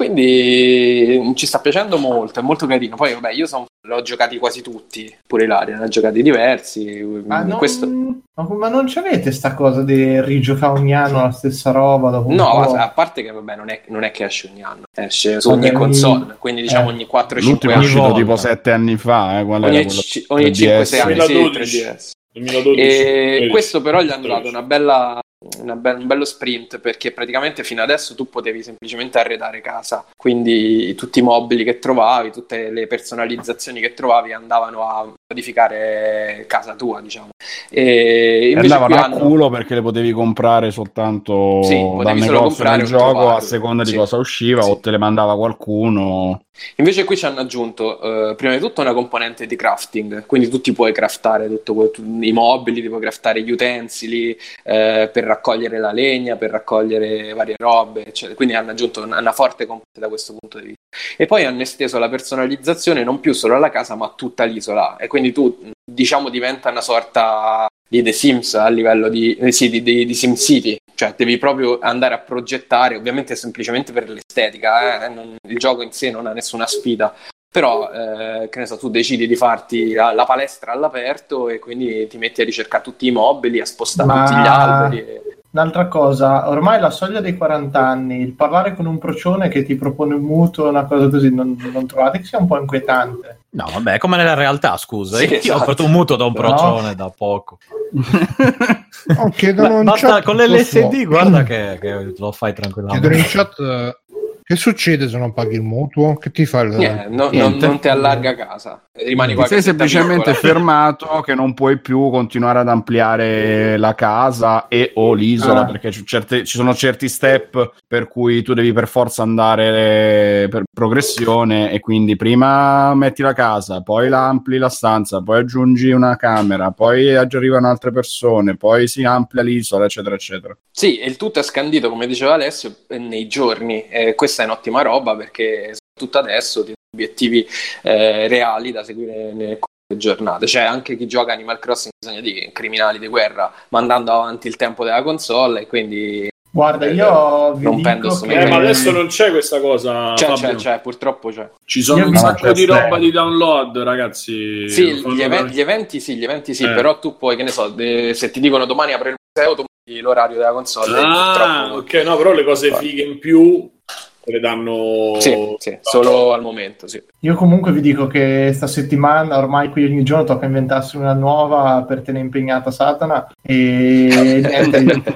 quindi ci sta piacendo molto, è molto carino. Poi vabbè, io son, l'ho giocati quasi tutti, pure Ilaria ne ha giocati diversi. Ma non, Questo... ma, ma non c'avete sta cosa di rigiocare ogni anno la stessa roba dopo un No, po'? a parte che vabbè, non è, non è che esce ogni anno, esce su ogni Vabbè, console, quindi diciamo eh. ogni quattro L'ultimo cinque è anni. uscito volta. tipo sette anni fa, eh, qual era Ogni, quello ci- ogni tre D S? cinque sei anni, sì, duemiladodici. tre D S. duemiladodici. E tredici. questo però gli hanno dato una bella, una be- un bello sprint, perché praticamente fino adesso tu potevi semplicemente arredare casa, quindi tutti i mobili che trovavi, tutte le personalizzazioni che trovavi andavano a modificare casa tua, diciamo. E E invece andavano qui a hanno... culo perché le potevi comprare soltanto Sì, dal potevi solo negozio comprare del o gioco trovare. a seconda di Sì. cosa usciva, Sì. o te le mandava qualcuno. Invece qui ci hanno aggiunto eh, prima di tutto una componente di crafting, quindi tu ti puoi craftare tutto, quel- tu- i mobili, ti puoi craftare gli utensili eh, per raccogliere la legna, per raccogliere varie robe, eccetera. Quindi hanno aggiunto una, una forte componente da questo punto di vista. E poi hanno esteso la personalizzazione non più solo alla casa, ma a tutta l'isola, e quindi tu, diciamo, diventa una sorta di The Sims a livello di, eh, sì, di, di, di SimCity, cioè devi proprio andare a progettare, ovviamente semplicemente per l'estetica, eh? Non- il gioco in sé non ha nessuna sfida, però eh, che ne so, tu decidi di farti la, la palestra all'aperto e quindi ti metti a ricercare tutti i mobili, a spostare Ma- tutti gli alberi. e- Un'altra cosa, ormai la soglia dei quaranta anni, il parlare con un procione che ti propone un mutuo, una cosa così, non, non trovate che sia un po' inquietante? No, vabbè, è come nella realtà, scusa. Sì, Io esatto. ho fatto un mutuo da un No. procione da poco. Oh, chiedono in Basta, chat con l'L S D, posso- guarda che, che lo fai Chiedono in tranquillamente. chat eh, che succede se non paghi il mutuo? Che ti fa il... Niente, no- non, Niente. non ti allarga casa, rimani Ti qua. sei semplicemente fermato che non puoi più continuare ad ampliare la casa e o l'isola, Ah. perché ci, certe- ci sono certi step per cui tu devi per forza andare per progressione, e quindi prima metti la casa, poi la ampli la stanza, poi aggiungi una camera, poi arrivano altre persone, poi si amplia l'isola, eccetera eccetera. Sì, e il tutto è scandito, come diceva Alessio, eh, nei giorni. E questa è un'ottima roba, perché soprattutto adesso ti dà obiettivi eh, reali da seguire nelle giornate. Cioè, anche chi gioca Animal Crossing ha bisogno di criminali di guerra mandando avanti il tempo della console, e quindi Guarda, Eh, io vi non dico pendo che... assolutamente. Eh, ma adesso non c'è questa cosa. c'è, Fabio. c'è, c'è, purtroppo c'è. Ci sono Io un vi- sacco no, di c'è roba sempre. di download, ragazzi. Sì, Lo fanno gli, even- da- gli eventi sì, gli eventi sì, Eh. però tu puoi, che ne so, de- se ti dicono domani apre il museo, tu metti l'orario della console. e Ah, purtroppo... ok, no, però le cose fighe in più te le danno. Sì, sì, solo al momento, sì. Io comunque vi dico che sta settimana ormai qui ogni giorno tocca inventarsi una nuova per tenere impegnata Satana e niente,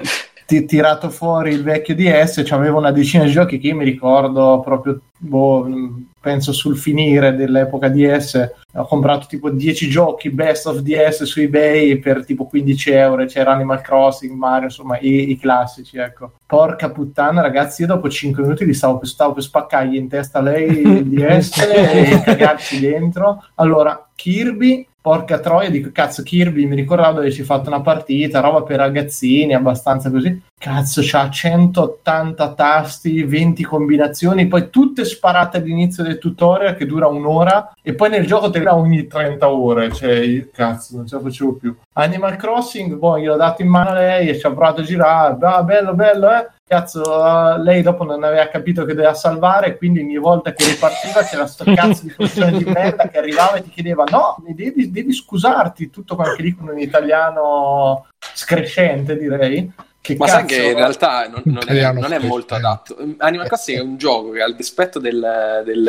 ti- tirato fuori il vecchio D S, c'avevo una decina di giochi che io mi ricordo proprio, boh, penso sul finire dell'epoca D S, ho comprato tipo dieci giochi best of D S su eBay per tipo quindici euro, c'era Animal Crossing, Mario, insomma i, i classici, ecco. Porca puttana ragazzi, io dopo cinque minuti li stavo per, stavo per spaccargli in testa lei il D S e cagarci dentro. Allora Kirby, porca troia, dico cazzo Kirby, mi ricordavo dove ci ho fatto una partita, roba per ragazzini, abbastanza così, cazzo c'ha centottanta tasti, venti combinazioni, poi tutte sparate all'inizio del tutorial che dura un'ora e poi nel gioco te le dà ogni trenta ore, cioè io, cazzo non ce la facevo più. Animal Crossing, boh, gliel'ho dato in mano a lei e ci ha provato a girare, ah, bello bello eh, cazzo uh, lei dopo non aveva capito che doveva salvare, quindi ogni volta che ripartiva c'era sto cazzo di funzione di merda che arrivava e ti chiedeva no, devi, devi scusarti, tutto quello che dicono in italiano screscente direi. Che ma cazzo? sai che in realtà non, non, è, non è molto eh. adatto. Animal Crossing è un gioco che al dispetto del, del,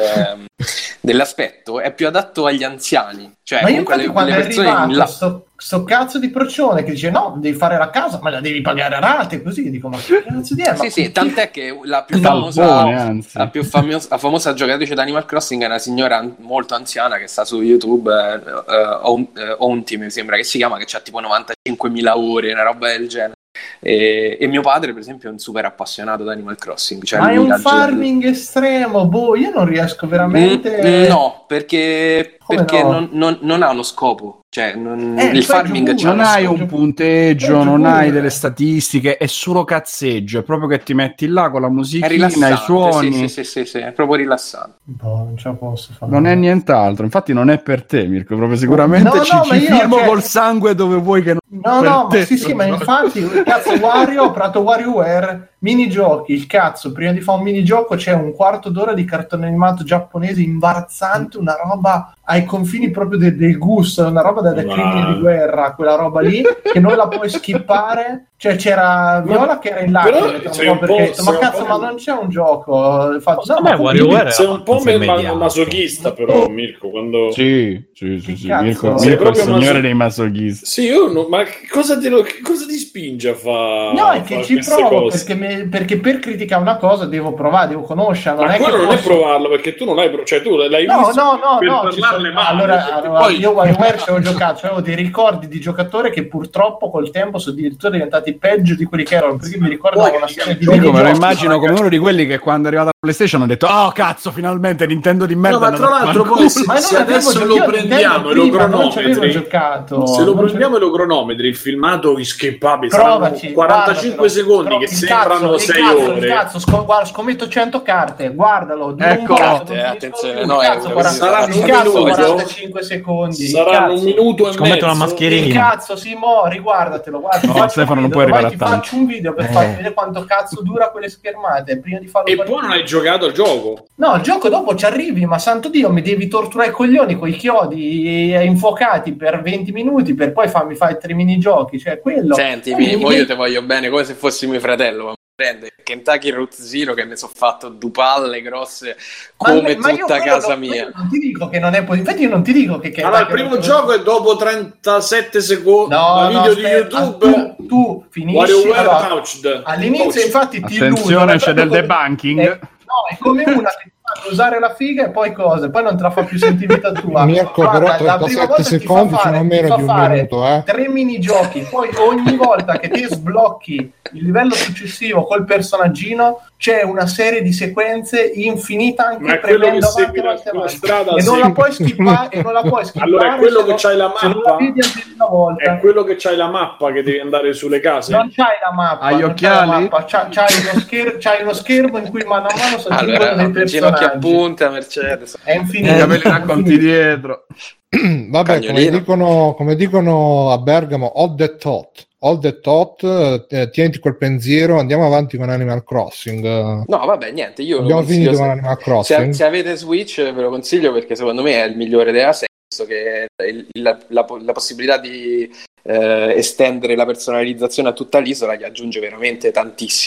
dell'aspetto è più adatto agli anziani, cioè ma io comunque infatti le, quando le è persone arrivato in là... sto, sto cazzo di procione che dice no, devi fare la casa ma la devi pagare a rate, così dico ma che cazzo di è? Ma sì sì, tant'è che la più Salvone, famosa anzi. la più famosa, la famosa giocatrice di Animal Crossing è una signora an- molto anziana che sta su YouTube, eh, eh, Own- eh, Ownty mi sembra che si chiama, che ha tipo novantacinquemila ore, una roba del genere. E, e mio padre per esempio è un super appassionato di Animal Crossing, cioè ma è lui un la farming gioca- estremo, boh, io non riesco veramente. Mm, no, perché, Come perché no? Non, non, non ha uno scopo, cioè non- Eh, il peggio farming pure. c'ha Non uno hai scopo. un punteggio, Peggio non pure. hai delle statistiche, è solo cazzeggio, è proprio che ti metti là con la È musichina, rilassante, i suoni, sì, sì, sì, sì, sì, è proprio rilassante. Boh, non ce la posso fare. non è nient'altro, infatti non è per te Mirko, proprio sicuramente No, no, ci, ma ci io, firmo cioè- col sangue dove vuoi che non No, per no, te. ma sì, sì, ma infatti, cazzo, Wario, ho prato WarioWare, minigiochi, il cazzo, prima di fare un minigioco c'è un quarto d'ora di cartone animato giapponese imbarazzante, una roba ai confini proprio de- del gusto, una roba da, da Wow. crimini di guerra, quella roba lì, che non la puoi skippare, cioè c'era Viola che era in lacrime, però un sei po' un perché po'- ho detto, ma sei un cazzo, po'- ma non c'è un gioco, fatto, no, Vabbè, ma WarioWare Sei un po' abbastanza ma- immediato. masochista però Mirko quando Sì, sì, sì, Che sì. cazzo? Mirko, Sei Mirko è il proprio signore maso- dei masochisti. sì io non- ma che cosa, te lo, che cosa ti spinge a fare No, è che ci queste provo cose? perché, me- perché per criticare una cosa devo provare, devo conoscerla. Non Ma è che quello non è posso- provarlo perché tu non hai pro- cioè tu l'hai No, visto no, no, per no. ci parlarne sono- male allora, perché allora, poi io WarioWare ci avevo giocato, avevo dei ricordi di giocatore che purtroppo col tempo sono addirittura diventati peggio di quelli che erano, perché mi ricordavo Poi, una serie di Mirko, Mirko me lo minigiochi. immagino come uno di quelli che quando è arrivata la PlayStation ha detto oh cazzo finalmente Nintendo di merda. no, ma è tra andata a l'altro fanculo." poi se, Ma non se avevo adesso giocato- lo io prendiamo e Nintendo lo prima non ci avevo cronometri giocato. se lo Non prendiamo e lo cronometri il filmato skippabile Provaci, saranno quarantacinque guardatelo. secondi Pro- che il sembrano cazzo, sei il cazzo, ore il cazzo, scom- guarda, scommetto cento carte, guardalo. dura un Eccolo. cazzo, non Eh, ti attenzione, dico no, un è- cazzo, è- quaranta saranno il un cazzo, minuto. quarantacinque secondi. il saranno un cazzo. minuto e Scommetto la mezzo mascherina. Il cazzo, Simo, riguardatelo. Guarda, ti No, faccio Stefano, un non video, puoi poi arrivare ti a tanto. faccio un video per Eh. farti vedere quanto cazzo dura quelle schermate prima di farlo e partire. poi non hai giocato al gioco No, il gioco dopo ci arrivi, ma santo Dio, mi devi torturare i coglioni con i chiodi infuocati per venti minuti per poi farmi fare tre minigiochi, cioè quello. Sentimi, Eh, mo mi- io te voglio bene come se fossi mio fratello, ma mi prende Kentucky Route Zero che mi sono fatto due palle grosse Ma- come ma io tutta quello casa non- mia. io non ti dico che non è possibile, infatti io non ti dico che, che allora il che- primo che- gioco è dopo trentasette secondi No, da no, video di aspetta, YouTube tu, tu finisci WarioWare allora, Touched all'inizio Touched. infatti ti Attenzione, illudono, c'è è del proprio come- debunking. è- no, è come una che ti fa usare la figa e poi cosa, poi non te la fa più sentire vita tua. Mirko, Guarda, però la prima trentasette volta ti fa secondi fare- sono ti meno fa di un fare minuto, eh. tre minigiochi, poi ogni volta che ti sblocchi il livello successivo col personaggino c'è una serie di sequenze infinita anche Ma è quello premendo che avanti, segui la- avanti, la avanti. strada, e non segui. la puoi skippare e non la puoi skippare Allora è quello se che non- c'hai la se non mappa? la vedi almeno una volta. è quello che c'hai la mappa che devi andare sulle case Non c'hai la mappa, Hai gli non c'hai la occhiali? mappa, c'hai, c'hai lo scher- c'hai lo schermo in cui mano a mano si aggiungono Allora, dei ginocchio a personaggi. punta, Mercedes. È I infinito. capelli è racconti infinito. dietro. Vabbè, come Cagnolino. dicono, come dicono a Bergamo, hold the thought, hold the thought, eh, tieniti quel pensiero, andiamo avanti con Animal Crossing. No, vabbè, niente, io Abbiamo lo consiglio finito con se- Animal se, Crossing. se avete Switch ve lo consiglio perché secondo me è il migliore della serie, visto che il- la, la, la possibilità di eh, estendere la personalizzazione a tutta l'isola gli aggiunge veramente tantissimo.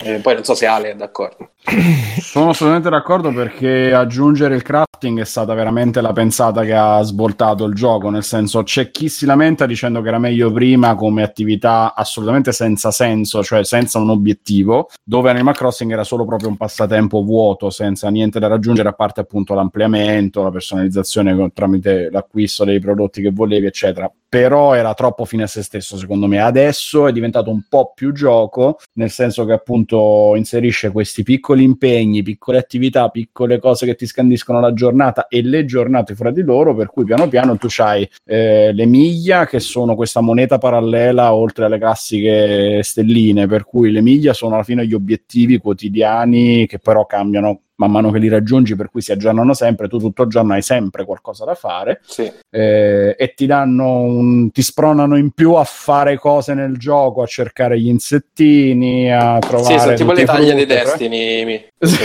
Eh, poi non so se Ale è d'accordo. Sono assolutamente d'accordo, perché aggiungere il crafting è stata veramente la pensata che ha svoltato il gioco, nel senso, c'è chi si lamenta dicendo che era meglio prima come attività assolutamente senza senso, cioè senza un obiettivo, dove Animal Crossing era solo proprio un passatempo vuoto senza niente da raggiungere, a parte appunto l'ampliamento, la personalizzazione con, tramite l'acquisto dei prodotti che volevi eccetera, però era troppo fine a se stesso secondo me. Adesso è diventato un po' più gioco, nel senso che appunto inserisce questi piccoli impegni, piccole attività, piccole cose che ti scandiscono la giornata e le giornate fra di loro, per cui piano piano tu c'hai eh, le miglia, che sono questa moneta parallela oltre alle classiche stelline, per cui le miglia sono alla fine gli obiettivi quotidiani che però cambiano man mano che li raggiungi, per cui si aggiornano sempre, tu tutto il giorno hai sempre qualcosa da fare, sì. eh, e ti danno un, ti spronano in più a fare cose nel gioco, a cercare gli insettini, a trovare sì, sono tipo le taglie dei frutte, Destiny, mi.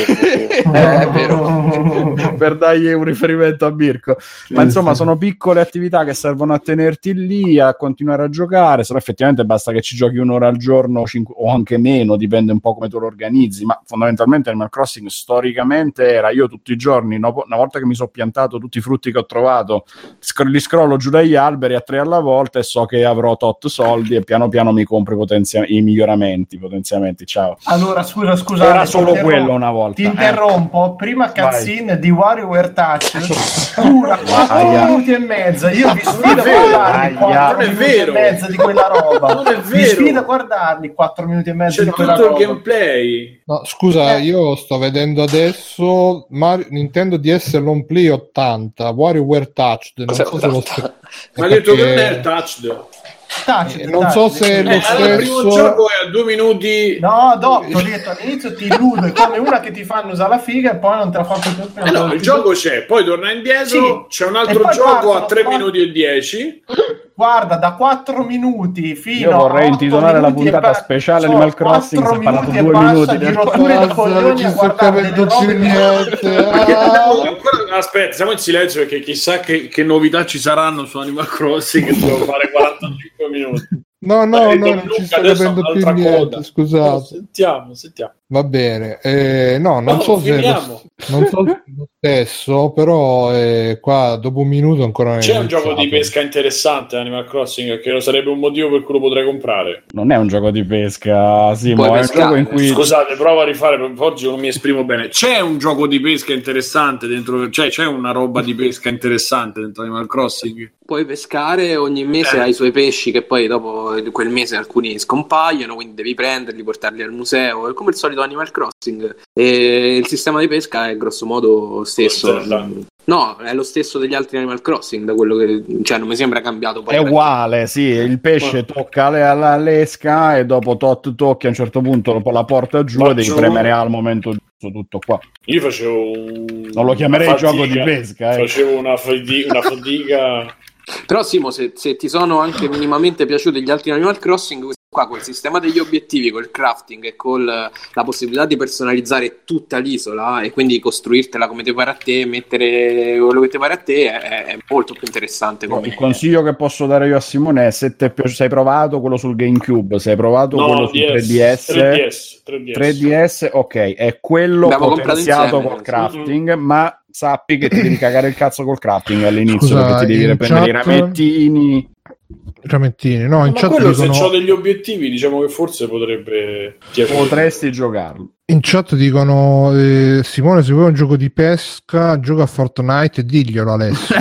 eh, è vero, per dargli un riferimento a Mirko, Sì, ma insomma sì. sono piccole attività che servono a tenerti lì, a continuare a giocare, se no effettivamente basta che ci giochi un'ora al giorno cinque, o anche meno, dipende un po' come tu lo organizzi, ma fondamentalmente Animal Crossing storicamente era io tutti i giorni, no, una volta che mi sono piantato tutti i frutti che ho trovato, sc- li scrollo giù dagli alberi a tre alla volta e so che avrò tot soldi e piano piano mi compro i, potenzia- i miglioramenti, potenziamenti, ciao. Allora, scusa, scusa. Era solo quello una volta. Ti interrompo. Prima cutscene di WarioWare Touch dura quattro Aia. minuti e mezza. Io vi sfido a vero. guardarli quattro Non è minuti vero. e mezza di quella roba. Non è Vi vero. sfido a guardarli quattro minuti e mezza C'è di quella tutto il roba. gameplay. No, scusa, Eh. io sto vedendo adesso Mario, Nintendo D S Long Play ottanta, WarioWare Touched, non Cos'è so se lo ottanta? Ma ha detto che perché- non è il touched. Touch, Eh, non so se touch. lo Eh, allora, il primo stesso- gioco è a due minuti. No, dopo, ho detto all'inizio ti illudo, è come una che ti fanno usare la figa e poi non te la fa più più. Eh no, il gioco c'è, poi torna indietro, Sì. c'è un E altro poi gioco guarda, a tre guarda- minuti e dieci. Guarda, da quattro minuti fino Io vorrei a otto intitolare la minuti e puntata pa- speciale sono Animal Crossing, quattro si è parlato minuti e due passa minuti di del- rotture di Basta, coglioni non a ci sto guardare delle capendo più robe niente. Perché Ah. abbiamo ancora- aspetta, siamo in silenzio perché chissà che, che novità ci saranno su Animal Crossing che devo fare quarantacinque minuti. No, no, Dai, no, Don non Luca, ci sto adesso capendo più un'altra niente, coda. scusate. No, sentiamo, sentiamo. Va bene, eh, no, non No, so se finiamo. lo, non so se lo stesso, però eh, qua dopo un minuto ancora non è C'è un iniziato. gioco di pesca interessante Animal Crossing che lo sarebbe un motivo per cui lo potrei comprare. Non è un gioco di pesca, Simo, Puoi è un pescare. gioco in cui Scusate, prova a rifare, per oggi non mi esprimo bene. C'è un gioco di pesca interessante dentro, cioè c'è una roba di pesca interessante dentro Animal Crossing. Puoi pescare, ogni mese Eh. hai i suoi pesci che poi dopo quel mese alcuni scompaiono, quindi devi prenderli, portarli al museo, è come il solito Animal Crossing. E il sistema di pesca è grosso modo stesso. Zelda. No, è lo stesso degli altri Animal Crossing, da quello che, cioè non mi sembra cambiato poi. è uguale, sì, il pesce tocca le- alla l'esca e dopo tot tocchi a un certo punto dopo la porta giù e devi Faccio- premere al momento giusto, tutto qua. Io facevo un... Non lo chiamerei una fatica, gioco di pesca, eh. Facevo una, fadi- una fatica. Però Simo, se, se ti sono anche minimamente piaciuti gli altri Animal Crossing, questo qua col sistema degli obiettivi, col crafting e con la possibilità di personalizzare tutta l'isola e quindi costruirtela come ti pare a te, mettere quello che ti pare a te, è, è molto più interessante. Come... Il consiglio che posso dare io a Simone è se, te, se hai provato quello sul GameCube, se hai provato No, quello sul D S, tre D S, tre D S, tre D S. tre D S, ok, è quello Abbiamo comprato potenziato insieme, col sì. crafting, ma sappi che ti devi cagare il cazzo col crafting all'inizio, Scusa, perché ti devi in prendere i chat- ramettini. Ramettini, no, in Ma chat, quello se dicono, ho degli obiettivi, diciamo che forse potrebbe piacere. Potresti giocarlo. in chat dicono eh, Simone, se vuoi un gioco di pesca gioca a Fortnite e diglielo Alessio.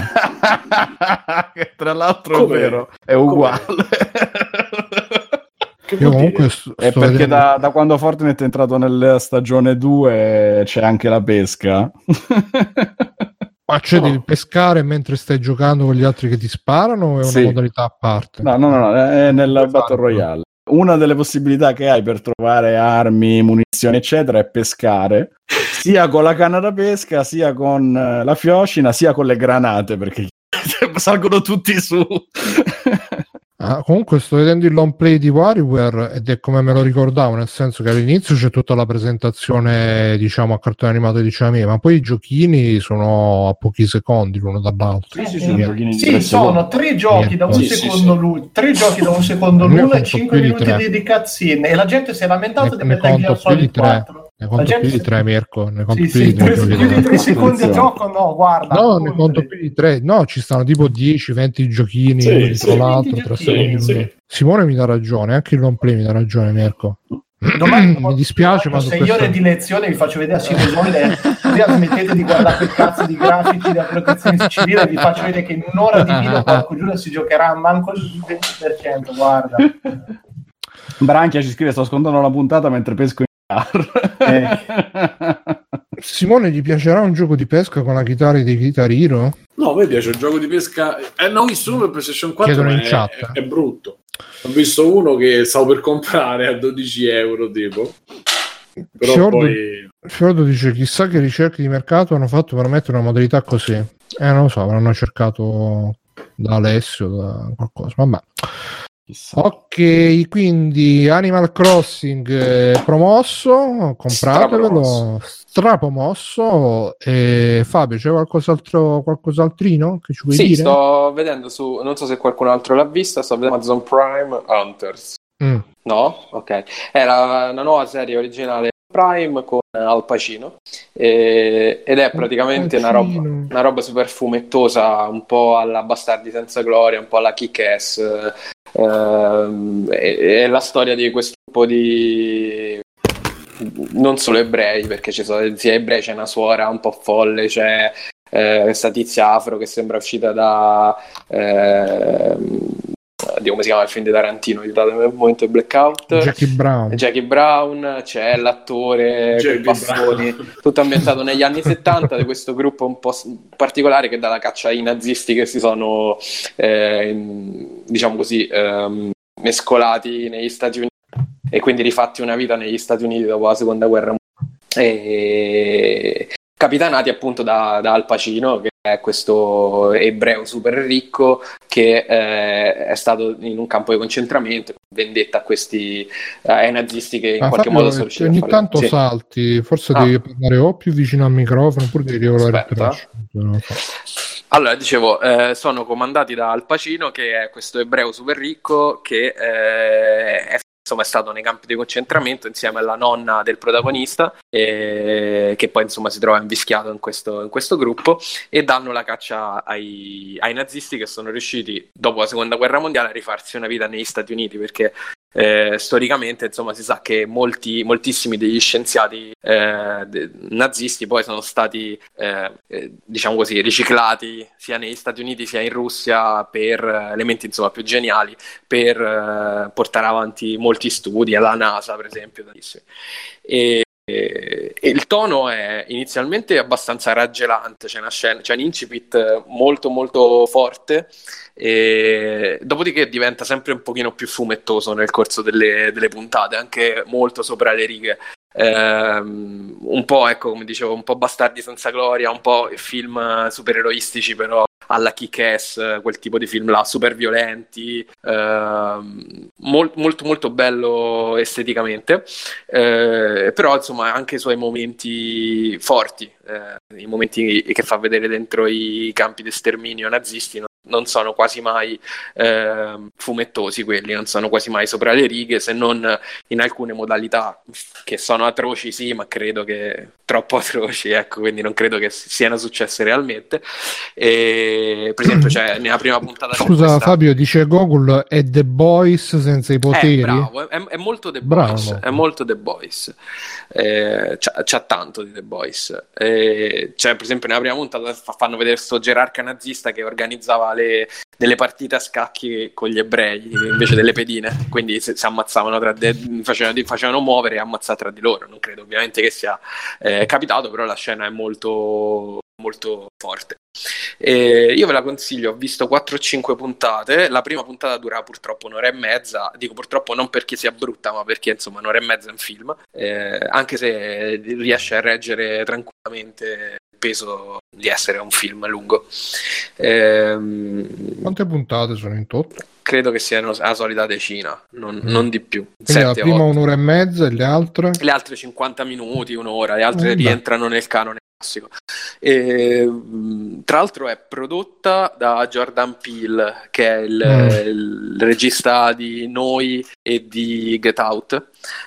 Che tra l'altro Come? è vero, è uguale. Che Io vuol comunque dire? sto, È sto perché vedendo- da, da quando Fortnite è entrato nella stagione due c'è anche la pesca. Ma cioè No. devi pescare mentre stai giocando con gli altri che ti sparano o è una Sì. modalità a parte? No, no, no, no, è nel Esatto. Battle Royale. Una delle possibilità che hai per trovare armi, munizioni, eccetera, è pescare, sia con la canna da pesca, sia con eh, la fiocina, sia con le granate, perché salgono tutti su. Ah, comunque sto vedendo il long play di WarioWare ed è come me lo ricordavo, nel senso che all'inizio c'è tutta la presentazione, diciamo, a cartone animato di Ciamè, ma poi i giochini sono a pochi secondi l'uno dall'altro. Sì, sì, sono, giochini sì, di sono tre giochi da un Sì, secondo sì, sì. l'uno, tre giochi da un secondo Ne l'uno e conto cinque più di minuti tre. di, di cutscene e la gente si è lamentata Ne, di ne Metal Gear conto più di Solid tre. quattro. Ne conto gente più di si- tre, Mirko. Ne conto Sì, più sì, di tre. tre- giochi più di da- tre secondi a gioco, no, guarda. No, ne oltre. conto più di tre. No, ci stanno tipo dieci venti giochini Sì, uno dietro sì, l'altro, venti tre giochini, secondi. sì. l'uno. Simone mi dà ragione, anche il long play mi dà ragione, Mirko. Domani mi dispiace, ma su sei questo... ore di lezione vi faccio vedere a Simone, così smettete di guardare quel cazzo di grafici della protezione civile, vi faccio vedere che in un'ora di video Porco Giuda si giocherà manco il venti per cento, guarda. Branchia ci scrive: sto ascoltando la puntata mentre pesco in car. Eh. Simone, gli piacerà un gioco di pesca con la chitarra di Guitar Hero? No, a me piace il gioco di pesca. Eh, non ho visto uno per PlayStation quattro, Chiedono ma in è, chat. è, è brutto. Ho visto uno che stavo per comprare a dodici euro, tipo. Però Fiordo, poi... Fiordo dice: chissà che ricerche di mercato hanno fatto per mettere una modalità così. Eh, non lo so, avranno cercato da Alessio, da qualcosa. Vabbè. Ok, quindi Animal Crossing eh, promosso, compratevelo, strapromosso. E Fabio, c'è qualcos'altro, qualcos'altrino che ci vuoi Sì, dire? sto vedendo su, non so se qualcun altro l'ha vista, sto vedendo Amazon Prime Hunters. Mm. No? Ok. Era una nuova serie originale Prime con Al Pacino eh, ed è praticamente una roba, una roba super fumettosa, un po' alla Bastardi senza gloria, un po' alla Kick-Ass. Eh, è, è la storia di questo tipo di... non solo ebrei, perché ci sono sia ebrei, c'è una suora un po' folle, c'è eh, questa tizia afro che sembra uscita da... Eh, Dio, come si chiama il film di Tarantino? Aiutatemi un momento il blackout. Jackie Brown. Jackie Brown, c'è l'attore con i bastoni, tutto ambientato negli anni settanta di questo gruppo un po' particolare che dà la caccia ai nazisti che si sono eh, diciamo così eh, mescolati negli Stati Uniti e quindi rifatti una vita negli Stati Uniti dopo la seconda guerra mondiale. E capitanati appunto da, da Al Pacino, che è questo ebreo super ricco che eh, è stato in un campo di concentramento, vendetta a questi eh, ai nazisti che in ah, qualche Fabio, modo sono riusciti ogni a fare. tanto Sì. salti, forse Ah. devi parlare o più vicino al microfono oppure devi regolare il Aspetta. traccio. Non lo so. Allora, dicevo, eh, sono comandati da Al Pacino, che è questo ebreo super ricco che eh, è insomma è stato nei campi di concentramento insieme alla nonna del protagonista eh, che poi insomma si trova invischiato in questo, in questo gruppo e danno la caccia ai, ai nazisti che sono riusciti dopo la seconda guerra mondiale a rifarsi una vita negli Stati Uniti, perché eh, storicamente insomma si sa che molti, moltissimi degli scienziati eh, de- nazisti poi sono stati eh, eh, diciamo così riciclati sia negli Stati Uniti sia in Russia per eh, elementi insomma più geniali per eh, portare avanti molti studi alla NASA per esempio. E, e, e il tono è inizialmente abbastanza raggelante, c'è una scena, c'è un incipit molto molto forte e dopodiché diventa sempre un pochino più fumettoso nel corso delle, delle puntate, anche molto sopra le righe. Um, un po' ecco come dicevo, un po' Bastardi senza gloria, un po' film supereroistici però alla Kick-Ass, quel tipo di film là, super violenti, uh, mol- molto molto bello esteticamente, uh, però insomma anche i suoi momenti forti, uh, i momenti che fa vedere dentro i campi di sterminio nazisti no? Non sono quasi mai eh, fumettosi quelli, non sono quasi mai sopra le righe, se non in alcune modalità che sono atroci sì, ma credo che troppo atroci, ecco, quindi non credo che siano successe realmente. E, per esempio c'è nella prima puntata scusa questa... Fabio, dice Google è The Boys senza i poteri. Eh, bravo, è, è molto The Bravo. Boys, è molto The Boys, eh, c'ha, c'ha tanto di The Boys, eh, cioè per esempio nella prima puntata fanno vedere sto gerarca nazista che organizzava le, delle partite a scacchi con gli ebrei invece delle pedine, quindi si, si ammazzavano tra de, facevano, facevano muovere e ammazzare tra di loro. Non credo ovviamente che sia eh, capitato, però la scena è molto molto forte. E io ve la consiglio, ho visto quattro o cinque puntate, la prima puntata dura purtroppo un'ora e mezza, dico purtroppo non perché sia brutta ma perché insomma un'ora e mezza è un film, eh, anche se riesce a reggere tranquillamente il peso di essere un film lungo. Ehm... Quante puntate sono in tutto? credo che siano la solita decina, non, Mm. non di più. Quindi la Sette, prima otto. un'ora e mezza e le altre? Le altre cinquanta minuti, un'ora, le altre Eh, beh. rientrano nel canone classico. E, mh, tra l'altro è prodotta da Jordan Peele, che è il, Mm. il regista di Noi e di Get Out.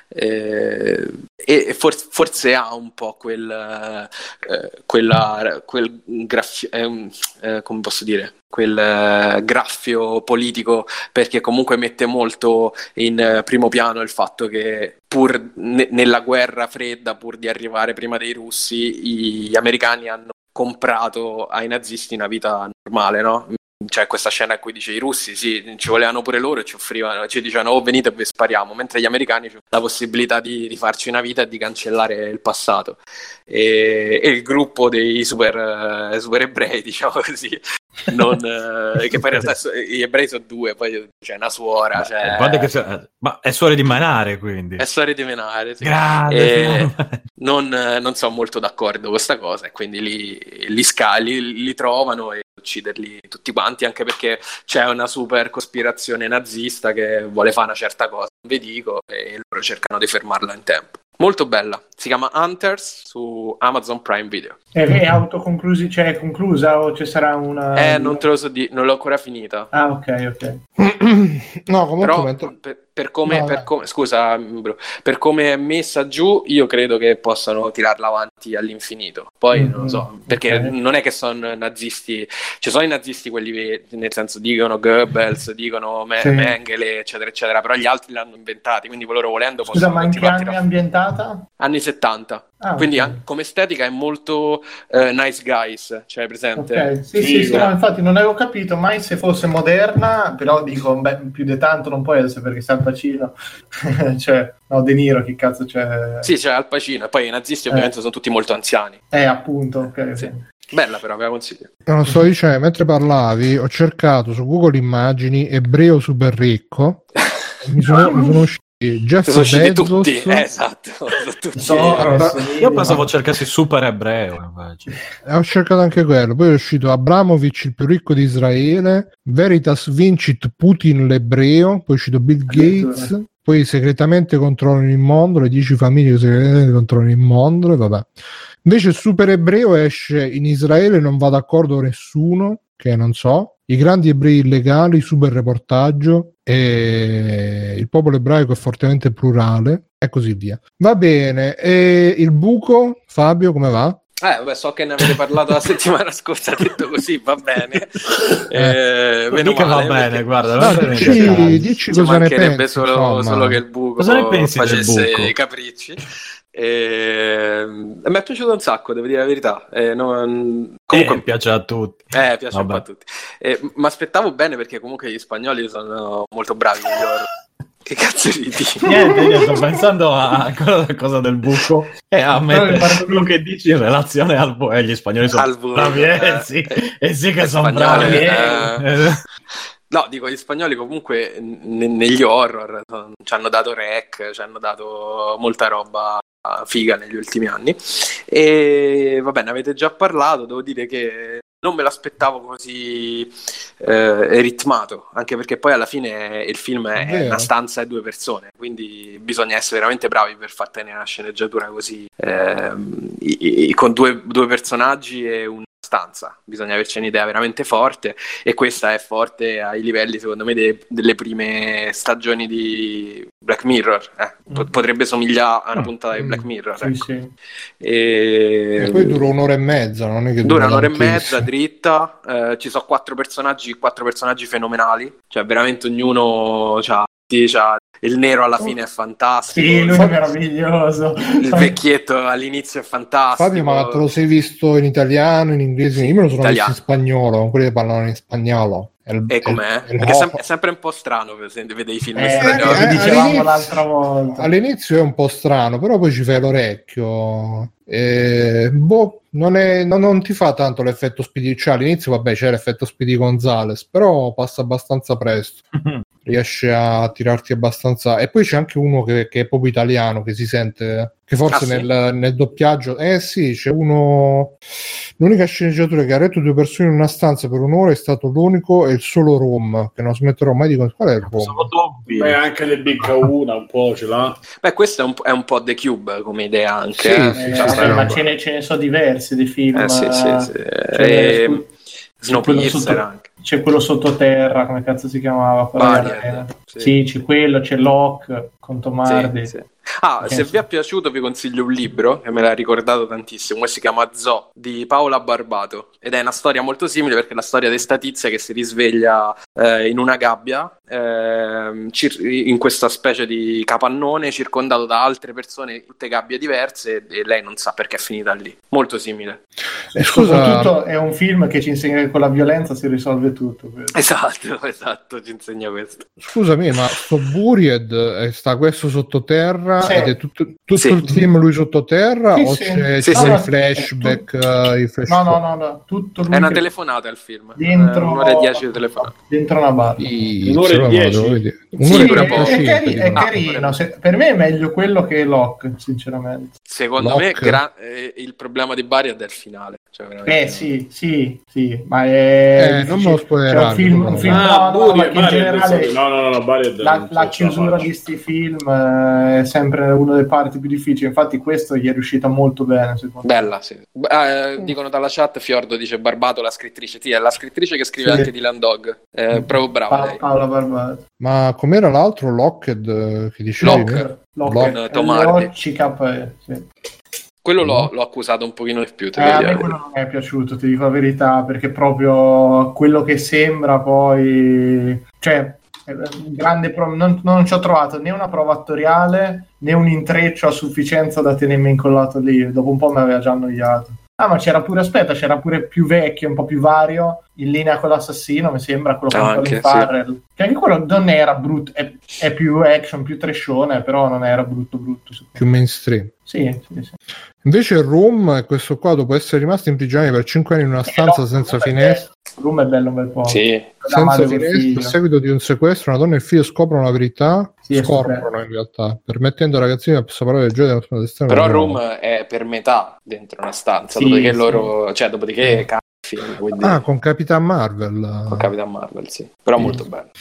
Eh, e forse, forse ha un po' quel, eh, quella, quel graffio, eh, eh, come posso dire, quel eh, graffio politico, perché comunque mette molto in eh, primo piano il fatto che pur ne- nella guerra fredda, pur di arrivare prima dei russi, gli americani hanno comprato ai nazisti una vita normale, no? C'è questa scena in cui dice i russi sì, ci volevano pure loro e ci offrivano, ci dicevano oh venite e vi spariamo, mentre gli americani c'è la possibilità di rifarci una vita e di cancellare il passato. E, e il gruppo dei super, eh, super ebrei, diciamo così, non, eh, che poi in realtà so- gli ebrei sono due, poi c'è una suora, Ma, c'è... guarda che se- ma è suore di Manare, quindi. È storia di menare, sì. Grande, E finalmente. non, eh, non sono molto d'accordo con questa cosa e quindi li, li, sca- li, li trovano e ucciderli tutti quanti, anche perché c'è una super cospirazione nazista che vuole fare una certa cosa, vi dico, e loro cercano di fermarla in tempo. Molto bella, si chiama Hunters su Amazon Prime Video. È, è autoconclusi, cioè è conclusa o ci sarà una... Eh, non te lo so dire, non l'ho ancora finita. Ah, ok, ok. No, comunque Però mentre- per, per come, No, per dai. come- scusa, bro, per come è messa giù, io credo che possano tirarla avanti all'infinito. Poi non lo so, perché ok. non è che sono nazisti, ci sono i nazisti quelli ve- nel senso dicono Goebbels, dicono Me- Sì. Mengele, eccetera, eccetera, però gli altri l'hanno inventati, quindi loro volendo Scusa, possono ma in che continuare a anno è tirare. ambientata? Anni settanta. Ah, Quindi ok. an- come estetica è molto eh, Nice Guys, cioè presente? Ok, sì, sì, Figo. sì, no, infatti non avevo capito mai se fosse moderna, però dico, beh, più di tanto non può essere perché sta al Pacino. Cioè, no, De Niro, che cazzo c'è? Sì, c'è Al Pacino, e poi i nazisti Eh. ovviamente sono tutti molto anziani. Eh, appunto, ok. Sì. ok. Bella però, ve la consiglio. non sto dicendo, mentre parlavi ho cercato su Google Immagini ebreo super ricco, mi sono, mi sono usciti Jeff Sono usciti Bezos, tutti, eh, esatto. Sono tutti- Soros, Io pensavo cercassi super ebreo invece. e ho cercato anche quello, poi è uscito Abramovich il più ricco di Israele, Veritas Vincit Putin l'ebreo, poi è uscito Bill Gates, Addirittura. poi segretamente controllano il mondo, le dieci famiglie che segretamente controllano il mondo, e vabbè. Invece il super ebreo esce in Israele, non va d'accordo con nessuno, che non so, i grandi ebrei illegali, super reportaggio, e il popolo ebraico è fortemente plurale, e così via. Va bene, e il buco, Fabio, come va? Eh, vabbè, so che ne avete parlato la settimana scorsa, detto così, va bene. Eh, meno Mica va male, bene, perché guarda. No, non te ne dici, intendi. dici ci cosa ne mancherebbe pensi, solo, insomma. solo che il buco Cosa ne pensi del facesse buco? i capricci. E... Mi è piaciuto un sacco, devo dire la verità. Eh, non... Comunque, Eh, piace a tutti. Eh, piace un po' Vabbè. a tutti. Eh, mi aspettavo bene perché comunque gli spagnoli sono molto bravi con loro. Che cazzo di dici? Niente, io sto pensando a quella cosa del buco e a mettere quello che dici in relazione al buco. E gli spagnoli sono Al buco, bravi, eh, eh. sì, e sì che sono Spagnoli, bravi. eh. Eh. No, dico, gli spagnoli comunque ne- negli horror son- ci hanno dato rec, ci hanno dato molta roba figa negli ultimi anni. E va bene, avete già parlato, devo dire che non me l'aspettavo così eh, ritmato, anche perché poi alla fine il film è, È vero. una stanza e due persone, quindi bisogna essere veramente bravi per far tenere una sceneggiatura così, ehm, i- i- con due, due personaggi e un stanza, bisogna averci un'idea veramente forte e questa è forte ai livelli secondo me de- delle prime stagioni di Black Mirror, eh. P- potrebbe somigliare a una puntata di Black Mirror, Sì, ecco. sì. E E... poi dura un'ora e mezza, non è che Dura dura un'ora e tantissimo. mezza dritta, eh, ci sono quattro personaggi, quattro personaggi fenomenali, cioè veramente ognuno c'ha, c'ha il nero alla fine è fantastico, Sì, lui è il, meraviglioso. il vecchietto all'inizio è fantastico. Fabio, ma te lo sei visto in italiano, in inglese? Io me lo sono Italiano. visto in spagnolo, quelli che parlano in spagnolo. È il- E com'è? è il- Perché è, sem- è sempre un po' strano per esempio, vedere i film Eh, spagnoli. che eh, dicevamo all'inizio- l'altra volta. All'inizio è un po' strano, però poi ci fai l'orecchio. E, boh, non, è, non, non ti fa tanto l'effetto Speedy. Cioè, all'inizio, vabbè, c'è l'effetto Speedy Gonzales, però passa abbastanza presto. riesce a tirarti abbastanza. E poi c'è anche uno che, che è proprio italiano, che si sente, che forse Ah, sì? nel, nel doppiaggio, eh sì, c'è uno, l'unica sceneggiatura che ha retto due persone in una stanza per un'ora è stato l'unico e il solo Rom, che non smetterò mai di con- qual è il Rom? Beh, anche le Big una un po' ce l'ha. Beh, questo è un, po'- è un po' The Cube come idea anche. Sì, eh. sì, Eh, sì, vabbè, sta ma roba. ce ne, ce ne so diversi di film. Eh, sì, sì, sì. C'è, E- quello Snowpiercer sotto- anche. c'è quello sottoterra, come cazzo si chiamava? Quello Buried, della- sì. Sì, c'è quello, c'è Locke con Tomardi. Sì, sì. Ah, se vi è piaciuto vi consiglio un libro che me l'ha ricordato tantissimo, che si chiama Zoo di Paola Barbato, ed è una storia molto simile perché è la storia di sta tizia che si risveglia eh, in una gabbia ehm, cir- in questa specie di capannone circondato da altre persone, tutte gabbie diverse, e lei non sa perché è finita lì. Molto simile. Eh, scusa, Soprattutto è un film che ci insegna che con la violenza si risolve tutto. questo. Esatto, esatto, ci insegna questo. scusami, ma sto Buried eh, sta questo sottoterra Sì. ed è tutto, tutto Sì. il film lui sottoterra Sì, o sì. c'è, Sì, ci sì. sono i No, flashback, no, eh, i flash No, no, no, no, tutto lui È una che- telefonata il film. Dentro- Eh, un'ora e dieci di telefonata. dentro una barra. I- Un'ora e se no, dieci? devo vedere. Sì, Un'ora e pure è, poco. è, quarantacinque, cari- è dico. Ah, carino. Se- per me è meglio quello che Locke, sinceramente. Secondo me Locke. gra- eh, il problema di Buried è il finale. Cioè, veramente. Eh sì, sì, sì, ma è Eh, non me lo spoilerare, C'è un film, non me un lo- film Ah, no, no, Buried, ma che in Buried, generale sì. No, no, no, no, Buried la, non la c'è chiusura la di faccia. sti film eh, è sempre una delle parti più difficili. Infatti questo gli è riuscita molto bene, secondo me. Bella, sì. B- eh, dicono dalla chat, Fiordo dice Barbato, la scrittrice. Sì, è la scrittrice che scrive Sì. anche Dylan Dog. È proprio brava Pa- lei. Paola Barbato. Ma com'era l'altro Locked eh, che dicevi? Lock. Locke, Con Tomardi. L O C K E, sì. Quello l'ho, l'ho accusato un pochino di più. te Eh, lo a dico. me quello non mi è piaciuto, ti dico la verità, perché proprio quello che sembra poi, cioè, è un grande pro- non, non ci ho trovato né una prova attoriale né un intreccio a sufficienza da tenermi incollato lì. Dopo un po' mi aveva già annoiato. Ah, ma c'era pure, aspetta, c'era pure più vecchio, un po' più vario, in linea con l'assassino, mi sembra, quello con Ah, Colin anche, Farrell. Che anche quello non era brutto, è, è più action, più trashone, però non era brutto brutto. secondo Più mainstream. me. Sì, sì, sì. Invece il Room è questo qua, dopo essere rimasto imprigionato per cinque anni in una stanza no, senza Room è finestre, Room è bello un bel po'. Sì. La senza madre col finestre, figlio. a seguito di un sequestro, una donna e il figlio scoprono la verità, Sì, è scoprono in realtà, permettendo ai ragazzini a sapere del gioco della esterna. Però Room è per metà dentro una stanza, Sì, dopodiché sì. loro, cioè, dopodiché cambia il film, quindi Ah, con Capitan Marvel. con Capitan Marvel, sì. Però Sì. molto bello.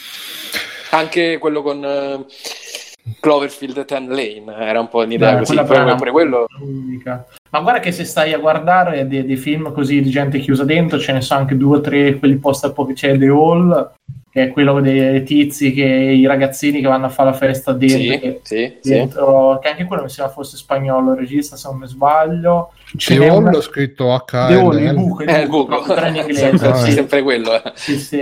Anche quello con eh, Cloverfield Ten Lane era un po' un'idea Beh, così, quella poi però è pure una- quello. unica. Ma guarda che se stai a guardare dei, dei film così di gente chiusa dentro, ce ne sono anche due o tre, quelli post apo c'è The Hall, che è quello dei tizi, che i ragazzini che vanno a fare la festa dentro, Sì, che, sì, sì. dentro che anche quello mi sembra fosse spagnolo il regista, se non mi sbaglio. Ce The n'è Hall una- ho scritto H The Hall, il L buco, il Eh, il buco, buco. però in inglese. sempre, Ah, sì. sempre quello. eh. Sì, sì.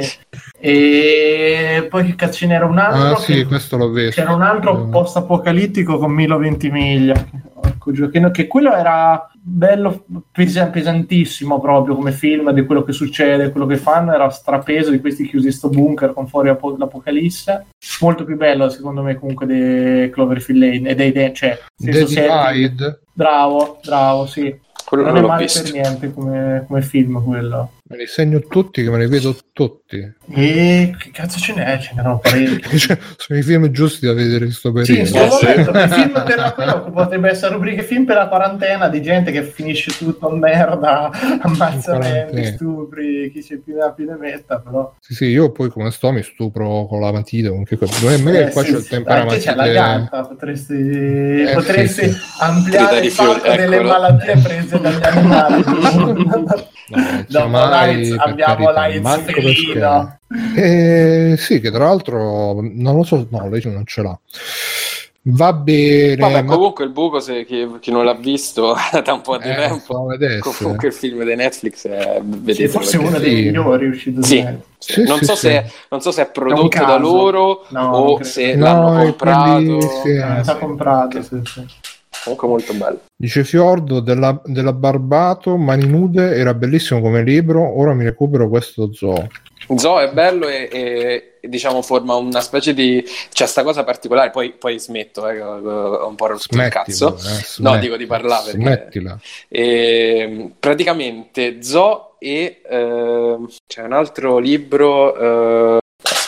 E poi che cazzo ce n'era un altro? Ah sì, che- questo l'ho visto. C'era un altro Eh, post-apocalittico con Milo Ventimiglia. Porco Dio, che, che quello era bello, pes- pesantissimo proprio come film di quello che succede, quello che fanno era strapeso di questi chiusi in sto bunker con fuori apo- l'apocalisse. Molto più bello secondo me comunque di Cloverfield Lane e dei, dei cioè, The senso setting. Divide. Bravo, bravo, sì. Quello Non non è l'ho male visto. per niente come, come film quello. Me li segno tutti, che me li vedo tutti. E che cazzo ce n'è? Ce n'erano parecchi. Cioè, sono i film giusti da vedere in sto Sì, periodo. in sto momento, il film per la, quello che potrebbe essere rubriche film per la quarantena di gente che finisce tutto a merda, ammazzamenti, quarantena. stupri, chi c'è più ne ha più ne metta, però. Sì, sì, io poi come sto mi stupro con la matita, comunque non è meglio Eh, qua sì, c'è il sì, tempo alla anche c'è la matita. gatta, potresti, Eh, potresti sì, sì. ampliare Grida di il fatto fiori, delle eccolo. malattie prese dagli animali. No, non c'è Dopo mai, l'AIDS per abbiamo carità, l'AIDS manco per felino. scherzo. Eh, sì, che tra l'altro non lo so, no, lei non ce l'ha. Va bene, Vabbè, ma comunque il buco, se chi, chi non l'ha visto da un po' di eh, tempo, stavo a vedere, comunque il film di Netflix è Sì, vedete forse perché- uno dei sì. migliori uscito Sì, da me. sì. Sì, non, sì, so sì. Se, non so se è È un prodotto caso. da loro No, non o credo. se No, l'hanno è comprato. quelli- sì. Eh, sta sì. comprato, sì, sì. Comunque molto bello. dice Fiordo della, della Barbato, Mani nude, era bellissimo come libro, ora mi recupero questo zoo. Zoo è bello e, e, e, diciamo forma una specie di c'è sta cosa particolare, poi, poi smetto, eh, ho un po' rotto il cazzo. Smettila, eh, No, smetti- dico di parlare perché Smettila. e, praticamente Zoo e eh, c'è un altro libro, eh,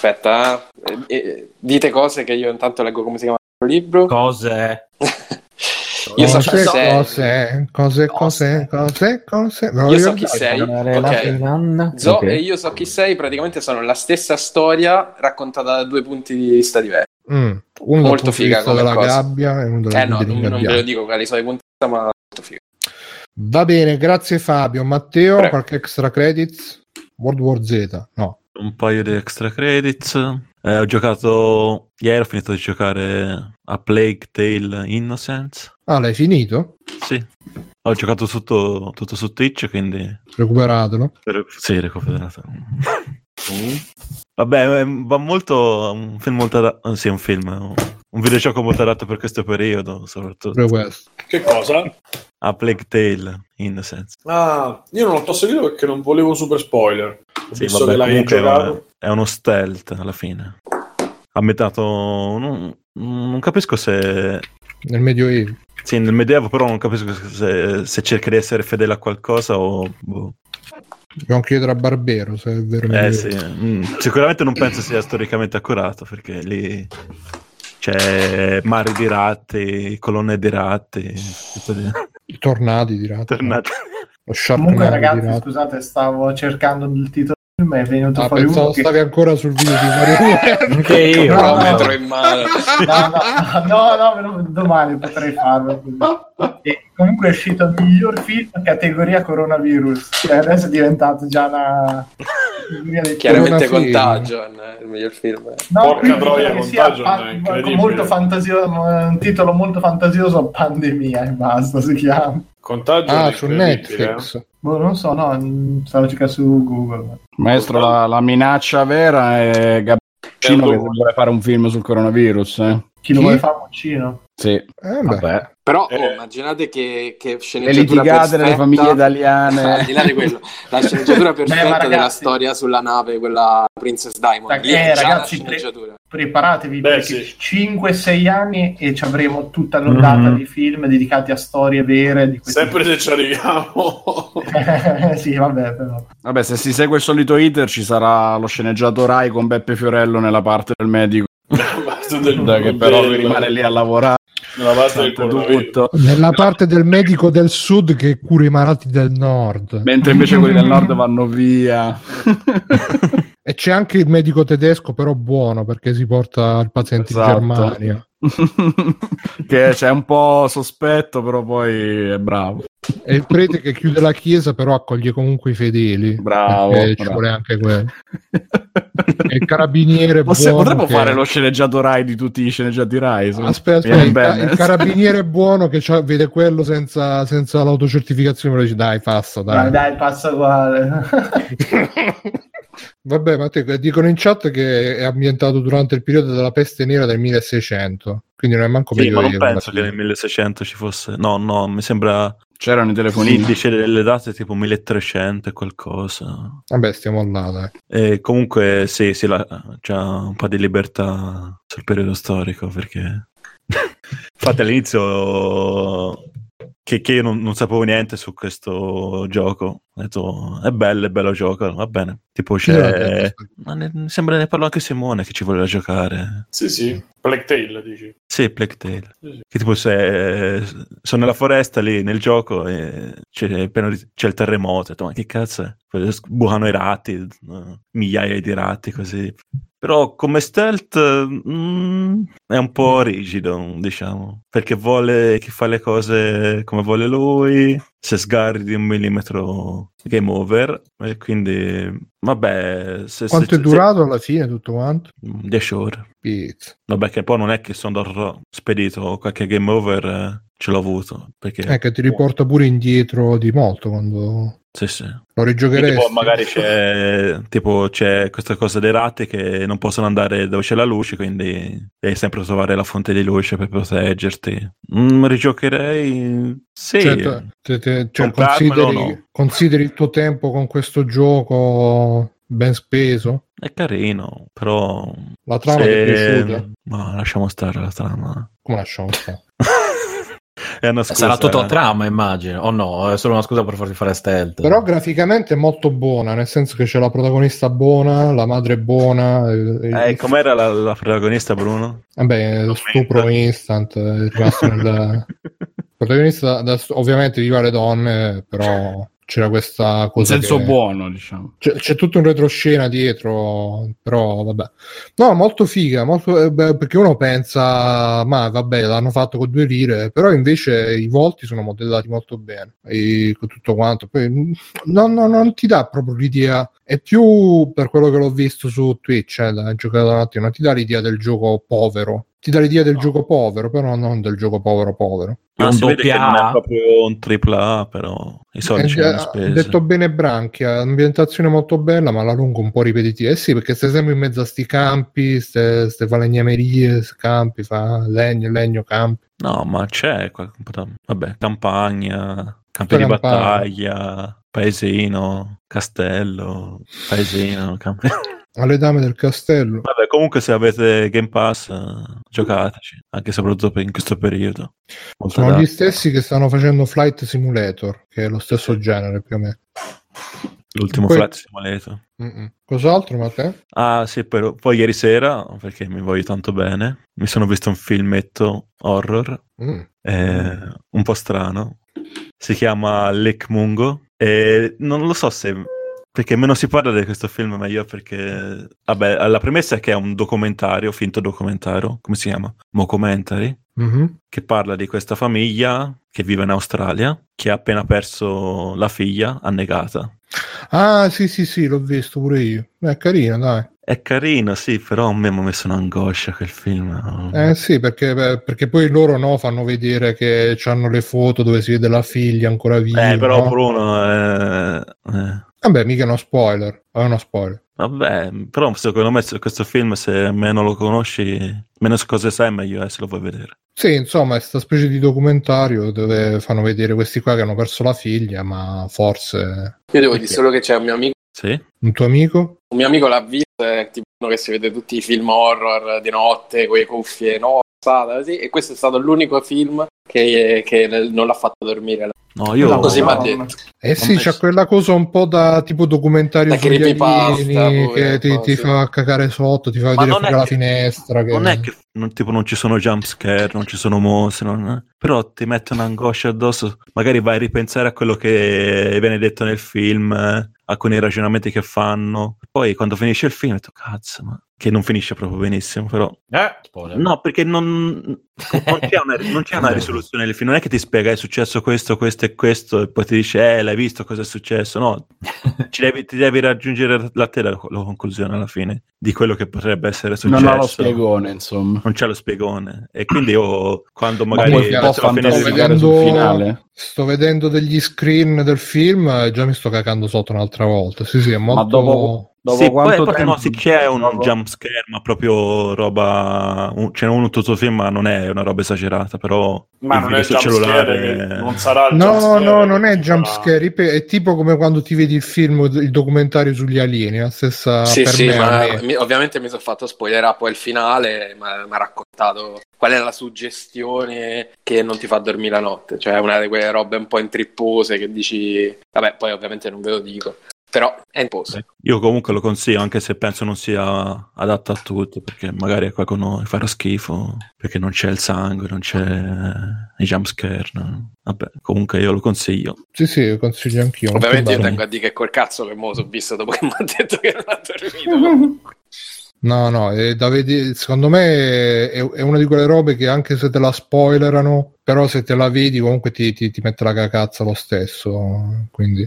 Aspetta, eh. Eh, dite cose che io intanto leggo come si chiama il libro. Cose. Io so chi cose, sei. cose, cose, cose, cose, cose. Me lo Io so ricordo. chi sei. La Ok. Finlandia. Zo Ok. e io so chi sei, praticamente sono la stessa storia raccontata da due punti di vista diversi. Mm. Uno dal Molto punto di figa vista come della cosa. gabbia e uno dal Eh no, punto non, di non ve lo dico quali sono i punti di vista, ma molto figo. Va bene, grazie Fabio. Matteo, Prego. qualche extra credits? World War Z? No. Un paio di extra credits. Eh, ho giocato ieri, ho finito di giocare a Plague Tale Innocence. Ah, l'hai finito? Sì, ho giocato tutto, tutto su Twitch, quindi Recuperatelo. per- sì, recuperato. Vabbè, eh, va molto un film molto adatto, sì, un film, un, un videogioco molto adatto per questo periodo, soprattutto. Pure questo. Che cosa? A Plague Tale Innocence. Ah, io non l'ho seguito perché non volevo super spoiler. Ho Sì, visto vabbè, che l'hai comunque giocato. è uno stealth alla fine. Ambientato, non, non capisco se Nel Medioevo. sì, nel Medioevo, però non capisco se, se cerca di essere fedele a qualcosa o boh. Dobbiamo chiedere a Barbero se è vero. Eh Medioevo. sì, mm, sicuramente non penso sia storicamente accurato, perché lì c'è mari di ratti, colonne di ratti, tutto di... I tornadi di Ratti. tornate. Lo Comunque, Sharknado di ragazzi, Ratti. scusate, stavo cercando il titolo del film e è venuto Ah, fuori pensavo uno che... stavi ancora sul video di Mario. Anche io. No, no, Metro in mano. No, no, no, no, no, domani potrei farlo. E comunque è uscito il miglior film categoria coronavirus, che adesso è diventato già una categoria dei Chiaramente Film. Contagion, eh, il miglior film. No, Porca quindi troia, credo che sia Contagion fa- è incredibile. molto fantasioso, un titolo molto fantasioso, Pandemia e basta si chiama. Contagio Ah, è su incredibile, Netflix. Boh, non so, no, mm, stavo cercando su Google. Maestro, la, la minaccia vera è Gabbicino che vuole fare un film sul coronavirus. Eh? Chi lo Chi? vuole fare Moccino? Sì. Eh, beh. Vabbè. Però oh, Eh. immaginate che, che Le sceneggiatura litigate perfetta, delle famiglie italiane. al di là di quello, la sceneggiatura perfetta ragazzi- della storia sulla nave, quella Princess Diamond. Lì Eh, è già ragazzi, la sceneggiatura. Preparatevi Beh, perché sì. cinque sei anni e ci avremo tutta l'ondata Mhm. di film dedicati a storie vere di questi... Sempre se ci arriviamo. sì, vabbè, però. Vabbè, se si segue il solito iter ci sarà lo sceneggiato Rai con Beppe Fiorello nella parte del medico, Basta del che però bello. rimane lì a lavorare. Nella parte del coronavirus. Tutto. Nella parte del medico del sud che cura i malati del nord. Mentre invece quelli del nord vanno via. E c'è anche il medico tedesco, però buono, perché si porta il paziente Esatto. in Germania. Che c'è un po' sospetto, però poi è bravo. E il prete che chiude la chiesa, però accoglie comunque i fedeli. Bravo, perché ci bravo. vuole anche quello. E il carabiniere Posse- buono potremmo che- fare lo sceneggiato Rai di tutti i sceneggiati Rai. insomma. Aspetta, aspetta, Viene il, ca- bene. il carabiniere buono che c'ha- vede quello senza, senza l'autocertificazione, lo dice dai, passa, Dai, dai. dai, passa uguale. Vabbè, ma te, dicono in chat che è ambientato durante il periodo della peste nera del milleseicento, quindi non è manco Sì, ma non medioevo, penso alla che fine. nel milleseicento ci fosse. No, no, mi sembra C'erano i telefonini. l'indice delle date tipo milletrecento e qualcosa. Vabbè, stiamo là, dai. E comunque sì, sì, la- c'è un po' di libertà sul periodo storico, perché infatti all'inizio che, che io non, non sapevo niente su questo gioco, ho detto è bello, è bello gioco, va bene. Tipo Chi te l'ha c'è... detto? Ma ne, mi sembra ne parlò anche Simone che ci voleva giocare. Sì, sì. Plague Tale, dici. Sì, Plague Tale. Sì, sì. Che tipo se sono nella foresta lì nel gioco e c'è, appena c'è il terremoto, ho detto, ma che cazzo è? Poi bucano i ratti, no? Migliaia di ratti così. Però come stealth mm, è un po' rigido, diciamo, perché vuole che fa le cose come vuole lui, se sgarri di un millimetro game over, e quindi vabbè... Se, Quanto se, è durato alla fine tutto quanto? dieci ore. Pizza. Vabbè, che poi non è che sono andato spedito qualche game over, eh, ce l'ho avuto, perché... Eh, che ti riporta pure indietro di molto quando Sì, sì. lo rigiocheresti. Tipo, magari c'è, tipo, c'è questa cosa dei ratti che non possono andare dove c'è la luce, quindi devi sempre trovare la fonte di luce per proteggerti. Mm, rigiocherei? Sì. Cioè, te- te- te- cioè, Comprarmelo, consideri, no. consideri il tuo tempo con questo gioco ben speso? È carino, però... La trama se- ti è piaciuta? No, lasciamo stare la trama. Come lasciamo stare? È una scusa. Sarà tutto trama, immagino. O no, è solo una scusa per farti fare stealth. Però graficamente è molto buona, nel senso che c'è la protagonista buona, la madre buona. Eh, il... com'era la, la protagonista, Bruno? Vabbè, stupro instant, è rimasto nel... protagonista adesso, ovviamente viva le donne, però c'era questa cosa in senso che... buono, diciamo. C'è, c'è tutto un retroscena dietro, però vabbè. No, molto figa, molto, eh, beh, perché uno pensa, ma vabbè, l'hanno fatto con due lire, però invece i volti sono modellati molto bene, e con tutto quanto. Poi no, no, non ti dà proprio l'idea, è più per quello che l'ho visto su Twitch, eh, da giocare da un attimo, non ti dà l'idea del gioco povero. Ti dà l'idea del no. gioco povero, però non del gioco povero povero. Ah, un si vede che non è A. proprio un tripla A, però i soldi ci hanno spesi. Detto bene Branchia, ambientazione molto bella, ma alla lunga un po' ripetitiva. Eh sì, perché stai sempre in mezzo a sti campi, ste, ste falegnamerie, campi, fa legno, legno, campi. No, ma c'è, vabbè, campagna, campi di campagna. battaglia, paesino, castello, paesino, campi... Alle dame del castello. Vabbè, comunque se avete Game Pass, uh, giocateci, anche soprattutto in questo periodo. Molto Sono da... gli stessi che stanno facendo Flight Simulator, che è lo stesso genere più o meno. L'ultimo poi... Flight Simulator. Mm-mm. Cos'altro, Matteo? Ah sì, poi, poi ieri sera, perché mi voglio tanto bene, mi sono visto un filmetto horror, mm. eh, un po' strano. Si chiama Lake Mungo e non lo so se... Perché meno si parla di questo film meglio, perché vabbè, la premessa è che è un documentario, finto documentario, come si chiama? Mockumentary, mm-hmm. che parla di questa famiglia che vive in Australia, che ha appena perso la figlia annegata. Ah sì sì sì, l'ho visto pure io, è carino, dai. È carino, sì, però a me mi ha messo un'angoscia quel film. Eh sì, perché, perché poi loro no fanno vedere che hanno le foto dove si vede la figlia ancora viva. Eh, però no? Bruno è... Eh. Vabbè, mica è uno spoiler, è uno spoiler. Vabbè, però secondo me questo film, se meno lo conosci, meno cose sai, meglio è se lo vuoi vedere. Sì, insomma, è questa specie di documentario dove fanno vedere questi qua che hanno perso la figlia, ma forse... Io devo dire solo che c'è un mio amico. Sì? Un tuo amico? Un mio amico l'ha visto, è tipo uno che si vede tutti i film horror di notte, con le cuffie, no? Così, e questo è stato l'unico film che, che non l'ha fatto dormire. No, io così no, mi ha no, detto. Eh sì, c'è quella cosa un po' da tipo documentario da sugli alieni poi, che ti, ti fa cacare sotto, ti fa Ma vedere fuori la che, finestra. Che... Non è che non, tipo, non ci sono jump scare, non ci sono mostri, non... però ti mette un'angoscia addosso. Magari vai a ripensare a quello che viene detto nel film, eh, alcuni ragionamenti che fanno. Poi quando finisce il film, detto cazzo, ma che non finisce proprio benissimo, però. Eh, spoiler. No, perché non, non c'è una, non c'è una risoluzione del film, non è che ti spiega è successo questo, questo e questo, e poi ti dice eh, l'hai visto cosa è successo, no, ci devi, ti devi raggiungere la te la, la conclusione alla fine di quello che potrebbe essere successo. Non ha lo spiegone, insomma. Non c'è lo spiegone, e quindi io quando magari Ma poi un po' fantasticare sul finale. Sto vedendo degli screen del film e già mi sto cacando sotto un'altra volta. Sì, sì, è molto... Ma dopo... Dopo sì, quanto poi, tempo... no, sì, c'è un dopo... jump scare, ma proprio roba, un, c'è uno tutto il film, ma non è una roba esagerata, però ma il non video è sul cellulare è... non sarà il no scare, no non è jump scare, è tipo come quando ti vedi il film, il documentario sugli alieni, la stessa sì, per sì, me, ma me. Mi, ovviamente mi sono fatto spoilerare poi il finale, ma mi ha raccontato qual è la suggestione che non ti fa dormire la notte, cioè una di quelle robe un po' intrippose che dici, vabbè, poi ovviamente non ve lo dico, però è in posto. Io comunque lo consiglio, anche se penso non sia adatto a tutti, perché magari a qualcuno farà schifo, perché non c'è il sangue, non c'è i jump scare, no? Vabbè, comunque io lo consiglio. Sì, sì, lo consiglio anch'io. Ovviamente io tengo a dire che col cazzo che mo' so visto dopo che mi ha detto che non ha dormito. No, no, è da vedere, secondo me è, è una di quelle robe che anche se te la spoilerano, però se te la vedi comunque ti, ti, ti mette la cacazza lo stesso, quindi...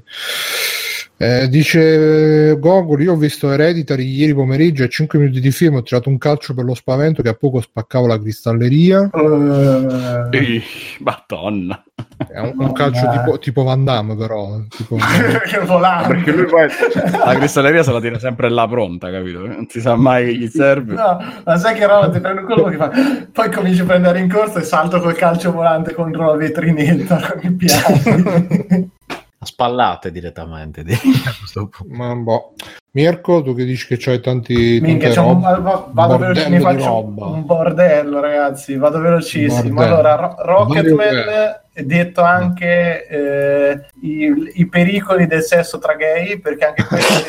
Eh, dice Gogol, io ho visto Hereditary ieri pomeriggio e cinque minuti di film ho tirato un calcio per lo spavento che a poco spaccavo la cristalleria. uh, Ehi, madonna, è un, un calcio tipo, tipo Van Damme, però tipo... perché lui poi la cristalleria se la tiene sempre là pronta, capito? Non si sa mai che gli serve. No, ma sai che roba, ti prendo quello che fa, poi cominci a prendere in corsa e salto col calcio volante contro la vetrinetta con i piedi. Spallate direttamente. Ma boh. Mirko, tu che dici che c'hai tanti Minchia, c'è un, vado veloci, mi faccio un bordello, ragazzi, vado velocissimo. Bordello. Allora, Ro- Rocketman è detto anche eh, i, i pericoli del sesso tra gay, perché anche questo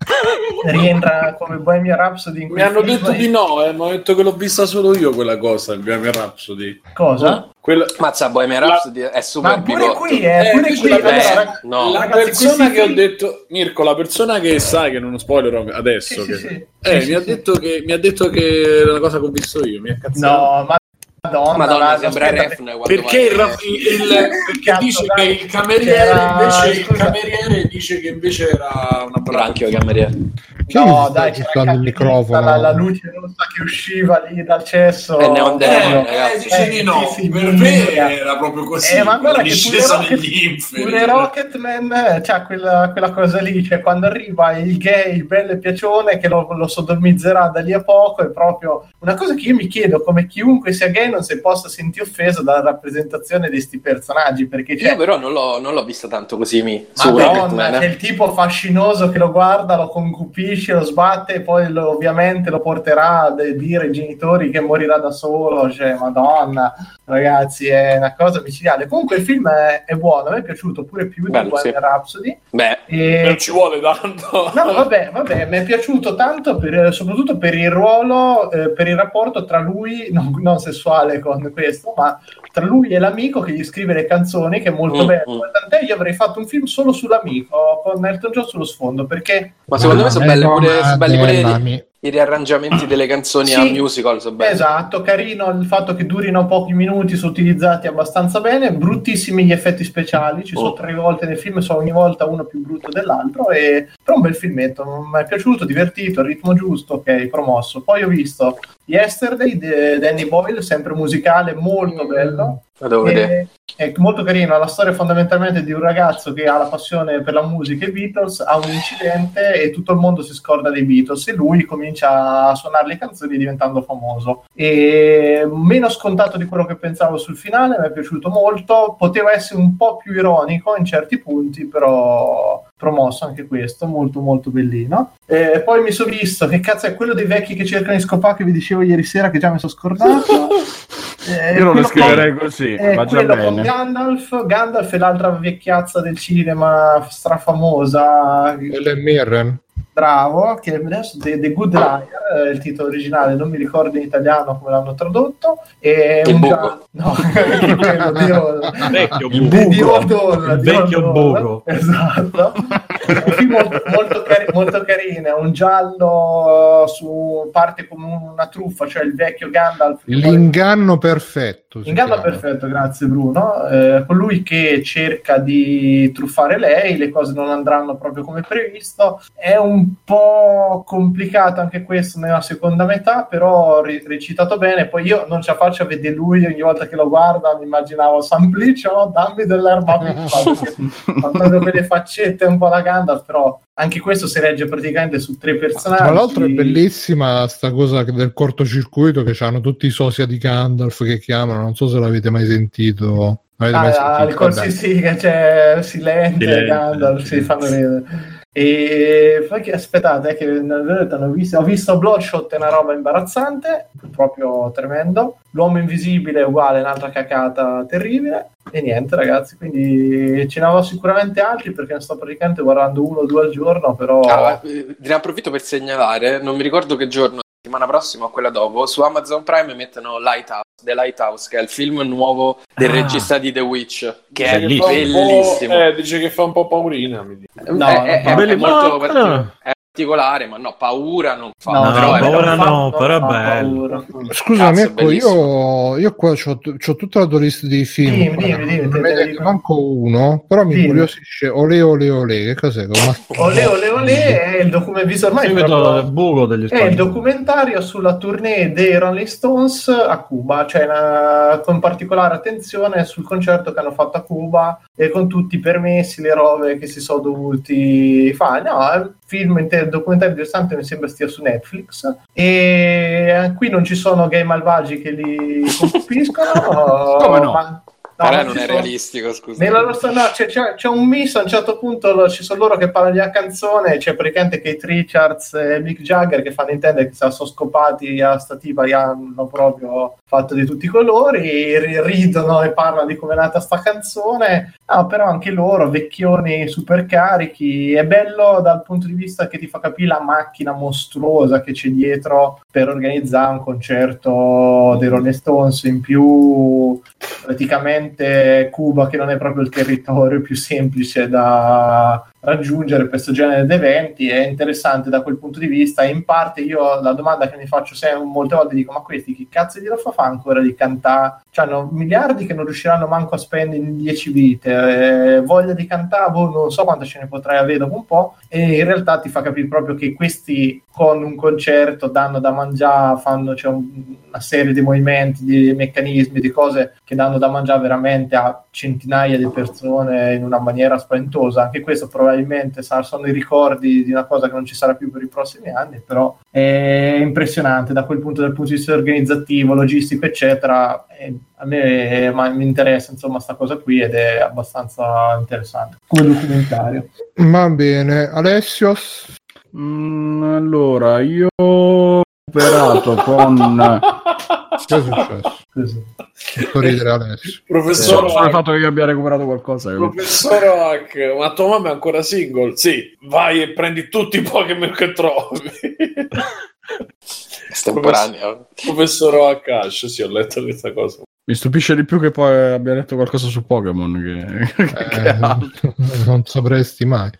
rientra come Bohemian Rhapsody. In mi hanno film. detto di no, eh, mi hanno detto che l'ho vista solo io quella cosa, il Bohemian Rhapsody. Cosa? Eh? Quella... Mazza, Bohemian Rhapsody la... è super ma pure bigotto. qui, eh, eh, pure qui la, eh, persona, no. la Ragazzi, persona che film... ho detto, Mirko, la persona che sai che non spoilerò adesso, sì, che... sì, sì. Eh, sì, mi, sì, ha detto sì. che, mi ha detto che era una cosa che ho visto io, mi ha cazzato. No, ma Madonna, Madonna, la, sembra Refn perché, il, il, il, perché dice che il cameriere invece il cameriere dice che invece era una branchio cameriere. Che no, dai, c'era il microfono, la, la luce rossa che usciva lì dal cesso. E Neon Demon, eh, eh, dice di no, sì, sì, per sì, me sì. era proprio così. Eh, ma guarda che discesa pure, negli Rocket, inferi. pure Rocketman c'ha quella, quella cosa lì, cioè quando arriva il gay, il bello e piacione che lo, lo sodomizzerà da lì a poco, è proprio una cosa che io mi chiedo, come chiunque sia gay non si possa sentire offeso dalla rappresentazione di sti personaggi, perché io però non l'ho, non l'ho vista tanto così mi su Rocketman, c'è il tipo fascinoso che lo guarda, lo concupisce, lo sbatte e poi lo, ovviamente lo porterà a dire ai genitori che morirà da solo, cioè madonna ragazzi, è una cosa micidiale. Comunque il film è, è buono, a me è piaciuto pure più Bello, di Bohemian sì. Rhapsody. Beh, e... non ci vuole tanto. No, vabbè, vabbè, mi è piaciuto tanto per, soprattutto per il ruolo, eh, per il rapporto tra lui, non, non sessuale con questo, ma tra lui e l'amico che gli scrive le canzoni, che è molto mm, bello. Mm. Tant'è io avrei fatto un film solo sull'amico, con Elton John sullo sfondo, perché... Ma secondo me sono belle pure, sono belli pure i, i riarrangiamenti delle canzoni sì, a musical, sono belli. Esatto, carino il fatto che durino pochi minuti, sono utilizzati abbastanza bene, bruttissimi gli effetti speciali, ci sono oh. tre volte nel film, sono ogni volta uno più brutto dell'altro, e però un bel filmetto, mi è piaciuto, divertito, il ritmo giusto, ok, promosso. Poi ho visto Yesterday di Danny Boyle, sempre musicale, molto bello. E, è molto carino, la storia fondamentalmente di un ragazzo che ha la passione per la musica e i Beatles, ha un incidente e tutto il mondo si scorda dei Beatles e lui comincia a suonare le canzoni diventando famoso. E meno scontato di quello che pensavo sul finale, mi è piaciuto molto, poteva essere un po' più ironico in certi punti, però promosso anche questo, molto molto bellino. E poi mi sono visto, che cazzo è quello dei vecchi che cercano di scopare, che vi dicevo ieri sera, che già mi sono scordato. Eh, Io non lo scriverei con, così, eh, va già bene. Con Gandalf, Gandalf è l'altra vecchiazza del cinema strafamosa. Helen Mirren. Bravo, che adesso The, The Good Liar è il titolo originale, non mi ricordo in italiano come l'hanno tradotto. È il un buco. Gia... no, quello, Dio... vecchio il buco. Dio Doll, il vecchio buco. Esatto. È un film molto, molto, cari- molto carino, è un giallo su parte come una truffa, cioè il vecchio Gandalf. L'inganno perfetto. L'inganno perfetto, grazie Bruno. Eh, colui che cerca di truffare lei, le cose non andranno proprio come previsto. È un po' complicato anche questo nella seconda metà, però re- recitato bene. Poi io non ce la faccio a vedere lui ogni volta che lo guarda, mi immaginavo Samplicio, dammi dell'erba piccola, ha proprio quelle faccette un po' la Gandalf, però anche questo si regge praticamente su tre personaggi. Tra l'altro è bellissima sta cosa del cortocircuito, che hanno tutti i sosia di Gandalf che chiamano, non so se l'avete mai sentito. Avete ah, mai sentito? il corso sì, che c'è Silente, Silente. Gandalf, si fanno vedere. E poi che aspettate, eh, che hanno visto, ho visto Bloodshot, è una roba imbarazzante, proprio tremendo. L'uomo invisibile è uguale, un'altra cacata terribile. E niente ragazzi, quindi ce ne avevo sicuramente altri, perché ne sto praticamente guardando uno o due al giorno, però ah, ne approfitto per segnalare, non mi ricordo che giorno, settimana prossima o quella dopo, su Amazon Prime mettono Lighthouse, The Lighthouse, che è il film nuovo del ah. regista di The Witch, che dice è che bellissimo. Eh, dice che fa un po' paurina, mi dice. No, è, è, è, è molto particolare. È particolare, ma no, paura non fa. No, però no, paura no, no, però è bello. Scusa Mirko, io, io qua c'ho, c'ho tutta la tua lista di film, dimmi, dimmi, dimmi, non ne vedo manco uno, però mi incuriosisce Olé Olé Olé, che cos'è? Olé Olé Olé è il documentario, ormai proprio, buco degli è il documentario sulla tournée dei Rolling Stones a Cuba, cioè una, con particolare attenzione sul concerto che hanno fatto a Cuba e con tutti i permessi, le robe che si sono dovuti fare. No, è un film intero, documentario interessante, mi sembra stia su Netflix, e qui non ci sono gay malvagi che li colpiscono. Come no? Ma... Però ma non ci è sono- realistico, scusa. Nella loro storia, no, c'è, c'è- c'è un miss a un certo punto, lo- ci sono loro che parlano di una canzone, c'è praticamente Kate Richards e Mick Jagger che fanno intendere che se sono scopati a sta tipa gli hanno proprio fatto di tutti i colori, ri- ridono e parlano di come è nata sta canzone. Ah, però anche loro, vecchioni super carichi, è bello dal punto di vista che ti fa capire la macchina mostruosa che c'è dietro per organizzare un concerto dei Rolling Stones. In più praticamente Cuba, che non è proprio il territorio più semplice da raggiungere per questo genere di eventi, è interessante da quel punto di vista. E in parte io la domanda che mi faccio sempre molte volte dico: ma questi che cazzo di roba fa ancora di cantare? C'hanno miliardi che non riusciranno manco a spendere in dieci vite, eh, voglia di cantare, boh, non so quanto ce ne potrai avere dopo un po'. E in realtà ti fa capire proprio che questi con un concerto danno da mangiare, fanno, c'è un, una serie di movimenti, di meccanismi, di cose che danno da mangiare veramente a centinaia di persone in una maniera spaventosa. Anche questo probabilmente sarà, sono i ricordi di una cosa che non ci sarà più per i prossimi anni, però è impressionante da quel punto, dal punto di vista organizzativo, logistico, eccetera. E a me ma, mi interessa insomma sta cosa qui ed è abbastanza interessante come documentario. Va bene, Alessio. Mm, allora, io ho operato con... Che è successo? Così. Fatto ridere Alessio. Professor Solo il Hack, fatto che io abbia recuperato qualcosa. professor Hack, ma tua mamma è ancora single? Sì, vai e prendi tutti i Pokémon che trovi. Estemporaneo. Professor Akash, sì, ho letto questa cosa. Mi stupisce di più che poi abbia detto qualcosa su Pokémon. Che... che Eh, altro. non sapresti mai.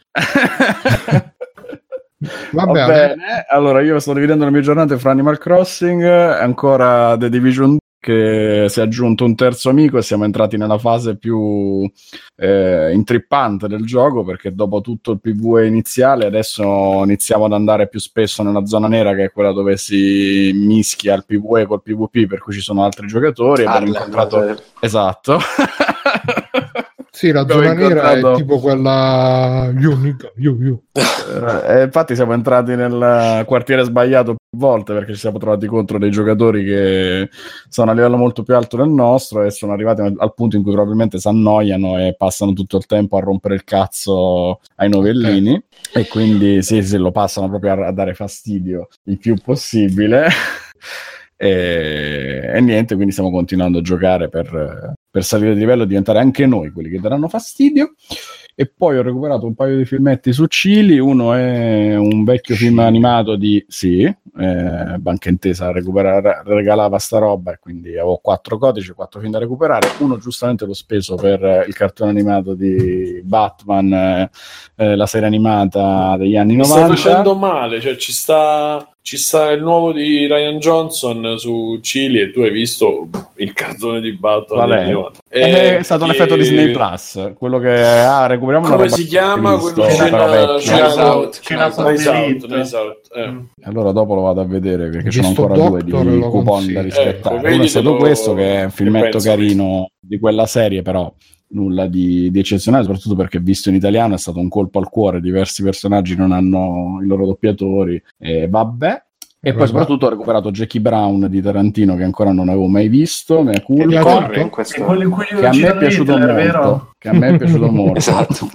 Va Vabbè, bene, allora io sto dividendo le mie giornate fra Animal Crossing e ancora The Division, che si è aggiunto un terzo amico e siamo entrati nella fase più eh, intrippante del gioco, perché dopo tutto il P V E iniziale adesso iniziamo ad andare più spesso nella zona nera, che è quella dove si mischia il P V E col P V P, per cui ci sono altri giocatori. Abbiamo incontrato... Esatto. sì, la Abbiamo zona nera incontrato- è tipo quella unica, you, you. Eh, infatti siamo entrati nel quartiere sbagliato più volte, perché ci siamo trovati contro dei giocatori che sono a livello molto più alto del nostro e sono arrivati al punto in cui probabilmente si annoiano e passano tutto il tempo a rompere il cazzo ai novellini. Okay. E quindi sì, sì, lo passano proprio a, a dare fastidio il più possibile. E, e niente, quindi stiamo continuando a giocare per, per salire di livello e diventare anche noi quelli che daranno fastidio. E poi ho recuperato un paio di filmetti su Cili. Uno è un vecchio film animato di sì, eh, Banca Intesa recupera, regalava sta roba, e quindi avevo quattro codici, quattro film da recuperare. Uno giustamente l'ho speso per il cartone animato di Batman, eh, eh, la serie animata degli anni Mi novanta. sta facendo male, cioè ci sta ci sta il nuovo di Ryan Johnson su Cili e tu hai visto il cartone di Batman. È, è stato l'effetto Disney Plus, quello che ah, recuperiamo una come roba si chiama quello visto, che eh. Allora dopo lo vado a vedere, perché Visto ci sono ancora due di coupon da rispettare. Ecco, uno è stato questo, che è un filmetto penso, carino di quella serie, però nulla di, di eccezionale, soprattutto perché visto in italiano è stato un colpo al cuore. Diversi personaggi non hanno i loro doppiatori e vabbè. E poi soprattutto ho recuperato Jackie Brown di Tarantino, che ancora non avevo mai visto, mea culpa, corre in questo... quello in cui che a me è piaciuto Hitler, molto, vero? che a me è piaciuto molto. Esatto.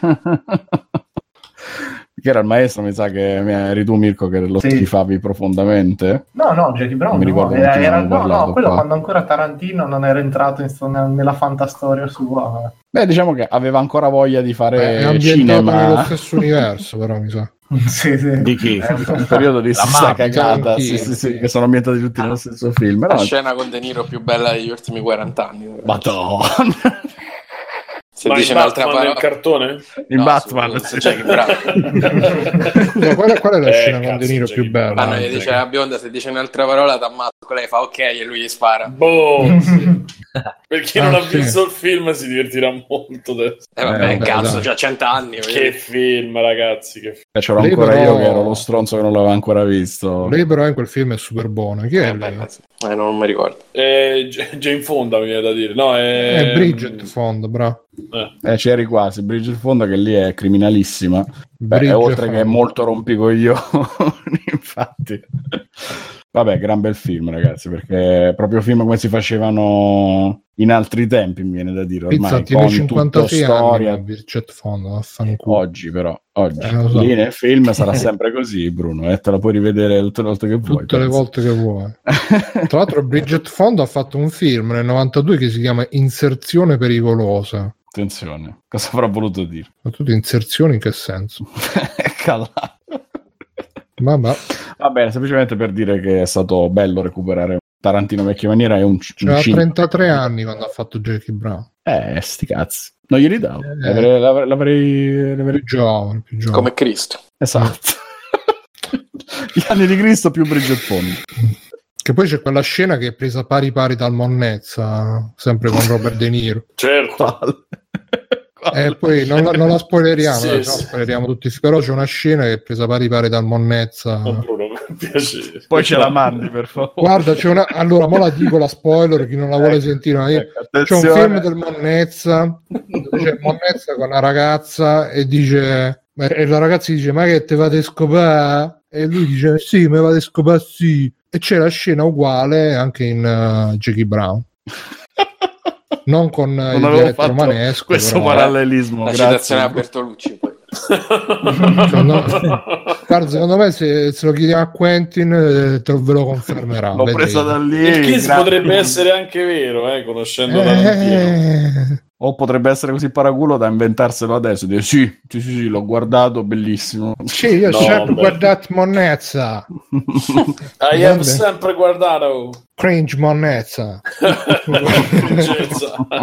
Che era il maestro, mi sa che eri tu, Mirko, che lo Sì. schifavi profondamente. No, no, Jackie Brown Non mi no, ricordo era, con chi era- avevamo no, no, parlato quello qua. quando ancora Tarantino non era entrato in sto- nella fantastoria sua. Beh, diciamo che aveva ancora voglia di Beh, fare è ambientato cinema. nello stesso universo, però mi sa. Sì, sì. Di chi? Eh, Un periodo di La stessa mafia, cagata, anch'io, sì, sì, sì, sì. che sono ambientati tutti nello stesso film. La No, scena con De Niro più bella degli ultimi quaranta anni. Madonna. Se Ma dice in un'altra Batman parola... nel cartone? Il No, Batman, su- sì. su Jackie Brown. Scusa, qual è, qual è la Eh, scena con cazzo, De Niro Jackie più bella? Ah, no, gli dice la bionda, se dice un'altra parola t'ammazzo, lei fa ok e lui gli spara. Boh, sì. Per chi non Ah, ha sì. visto il film si divertirà molto adesso. Eh vabbè, Eh, cazzo, dai. già cento anni. Che film, ragazzi, che film. E c'ero Lei ancora però- io che ero lo stronzo che non l'aveva ancora visto. Lei però in quel film è super buona. Chi è Eh, lei? beh, eh, non mi ricordo. Eh, J- Jane Fonda mi viene da dire. No, è, È Bridget Fonda, bravo. Eh. Eh, c'eri quasi, Bridget Fonda, che lì è criminalissima. Beh, Bridget oltre che Fonda. è molto rompicoglioni, infatti. Vabbè, gran bel film, ragazzi, perché è proprio film come si facevano in altri tempi, mi viene da dire, ormai, Pizza, con cinquantasei tutta storia. anni, Birgit Fondo, vaffanculo. Oggi però, oggi. Eh, lo so. Lì nel film sarà sempre così, Bruno, e te la puoi rivedere tutte le volte che vuoi. Tutte le volte che vuoi. Tra l'altro Bridget Fonda ha fatto un film nel novantadue che si chiama Inserzione pericolosa. Attenzione, cosa avrà voluto dire? Ma tutte inserzioni in che senso? Calato. Vabbè. Va bene, semplicemente per dire che è stato bello recuperare Tarantino vecchia maniera. È un, Cioè, un ha cinema. trentatré anni quando ha fatto Jackie Brown. Eh, sti cazzi. Non glieli davo. Eh. L'avrei, l'avrei, l'avrei, l'avrei... Più giovane, più giovane. Come Cristo. Esatto. Gli anni di Cristo più Bridget Fonda. Che poi c'è quella scena che è presa pari pari dal Monnezza, sempre con Robert De Niro. Certo. E eh, poi non la, non la spoileriamo, Sì, eh, sì. no, spoileriamo tutti, però c'è una scena che è presa pari pari dal Monnezza. Oh, Bruno, mi piace. Poi ce la mandi, per favore. Guarda, c'è una... allora, mo la dico la spoiler, chi non la vuole Ecco, sentire, ma io... ecco, c'è un attenzione. film del Monnezza, dove c'è Monnezza con una ragazza e dice, e la ragazza dice, ma che te vate a scopare? E lui dice, sì, me vate a scopare, sì. E c'è la scena uguale anche in uh, Jackie Brown. Non con uh, Non il avevo dialetto fatto romanesco, questo però. parallelismo. La grazie. citazione a Bertolucci poi. Secondo, guarda, secondo me se, se lo chiediamo a Quentin eh, te lo, ve lo confermerà. L'ho vedrete. presa da lì. Il kiss gra- potrebbe essere anche vero, eh, conoscendo Tarantino. Eh, O potrebbe essere così paraculo da inventarselo adesso. Dire sì, sì, sì, sì, l'ho guardato, bellissimo. sì, io ho No, sempre beh. guardato Monnezza. I have sempre guardato. Cringe Monnezza. Princesa.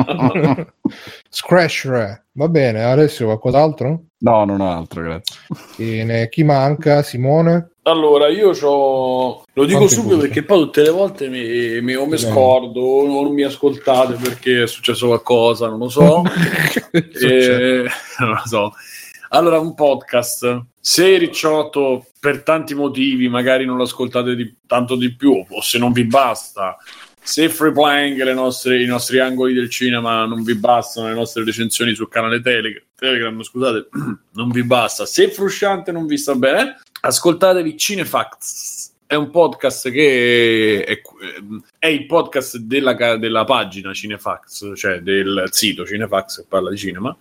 Scratcher. Va bene, adesso qualcos'altro? No, non ho altro, grazie. Bene, chi manca? Simone? Allora, io c'ho... lo dico Quanti subito punti? perché poi tutte le volte mi, mi, o mi Bene. scordo o non mi ascoltate perché è successo qualcosa, non lo so. E... non lo so. Allora, un podcast. Se Ricciotto per tanti motivi magari non lo ascoltate di, tanto di più, o se non vi basta, se Free Playing, le nostre, i nostri angoli del cinema non vi bastano, le nostre recensioni sul canale Telegram, Telegram scusate, non vi basta, se Frusciante non vi sta bene, ascoltatevi Cinefacts. È un podcast che è, è il podcast della, della pagina Cinefacts, cioè del sito Cinefacts che parla di cinema.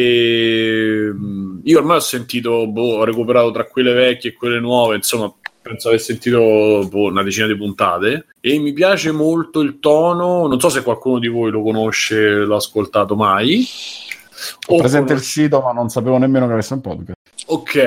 E io ormai ho sentito, boh, ho recuperato tra quelle vecchie e quelle nuove, insomma, penso aver sentito boh, una decina di puntate. E mi piace molto il tono. Non so se qualcuno di voi lo conosce, l'ha ascoltato mai. Ho O presente conos- il sito, ma non sapevo nemmeno che avesse un podcast. Ok,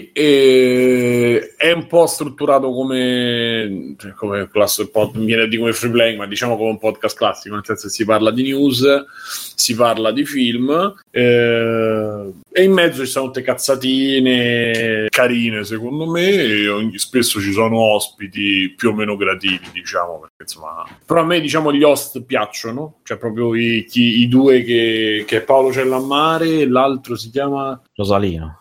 e è un po' strutturato come, cioè, come classico pod, viene di come Free Playing, ma diciamo come un podcast classico, nel senso che si parla di news, si parla di film, eh, e in mezzo ci sono tutte cazzatine carine secondo me, e ogni, spesso ci sono ospiti più o meno graditi, diciamo, perché insomma, però a me diciamo gli host piacciono, cioè proprio i, chi, i due che, che è Paolo Cellammare e l'altro si chiama Rosalino.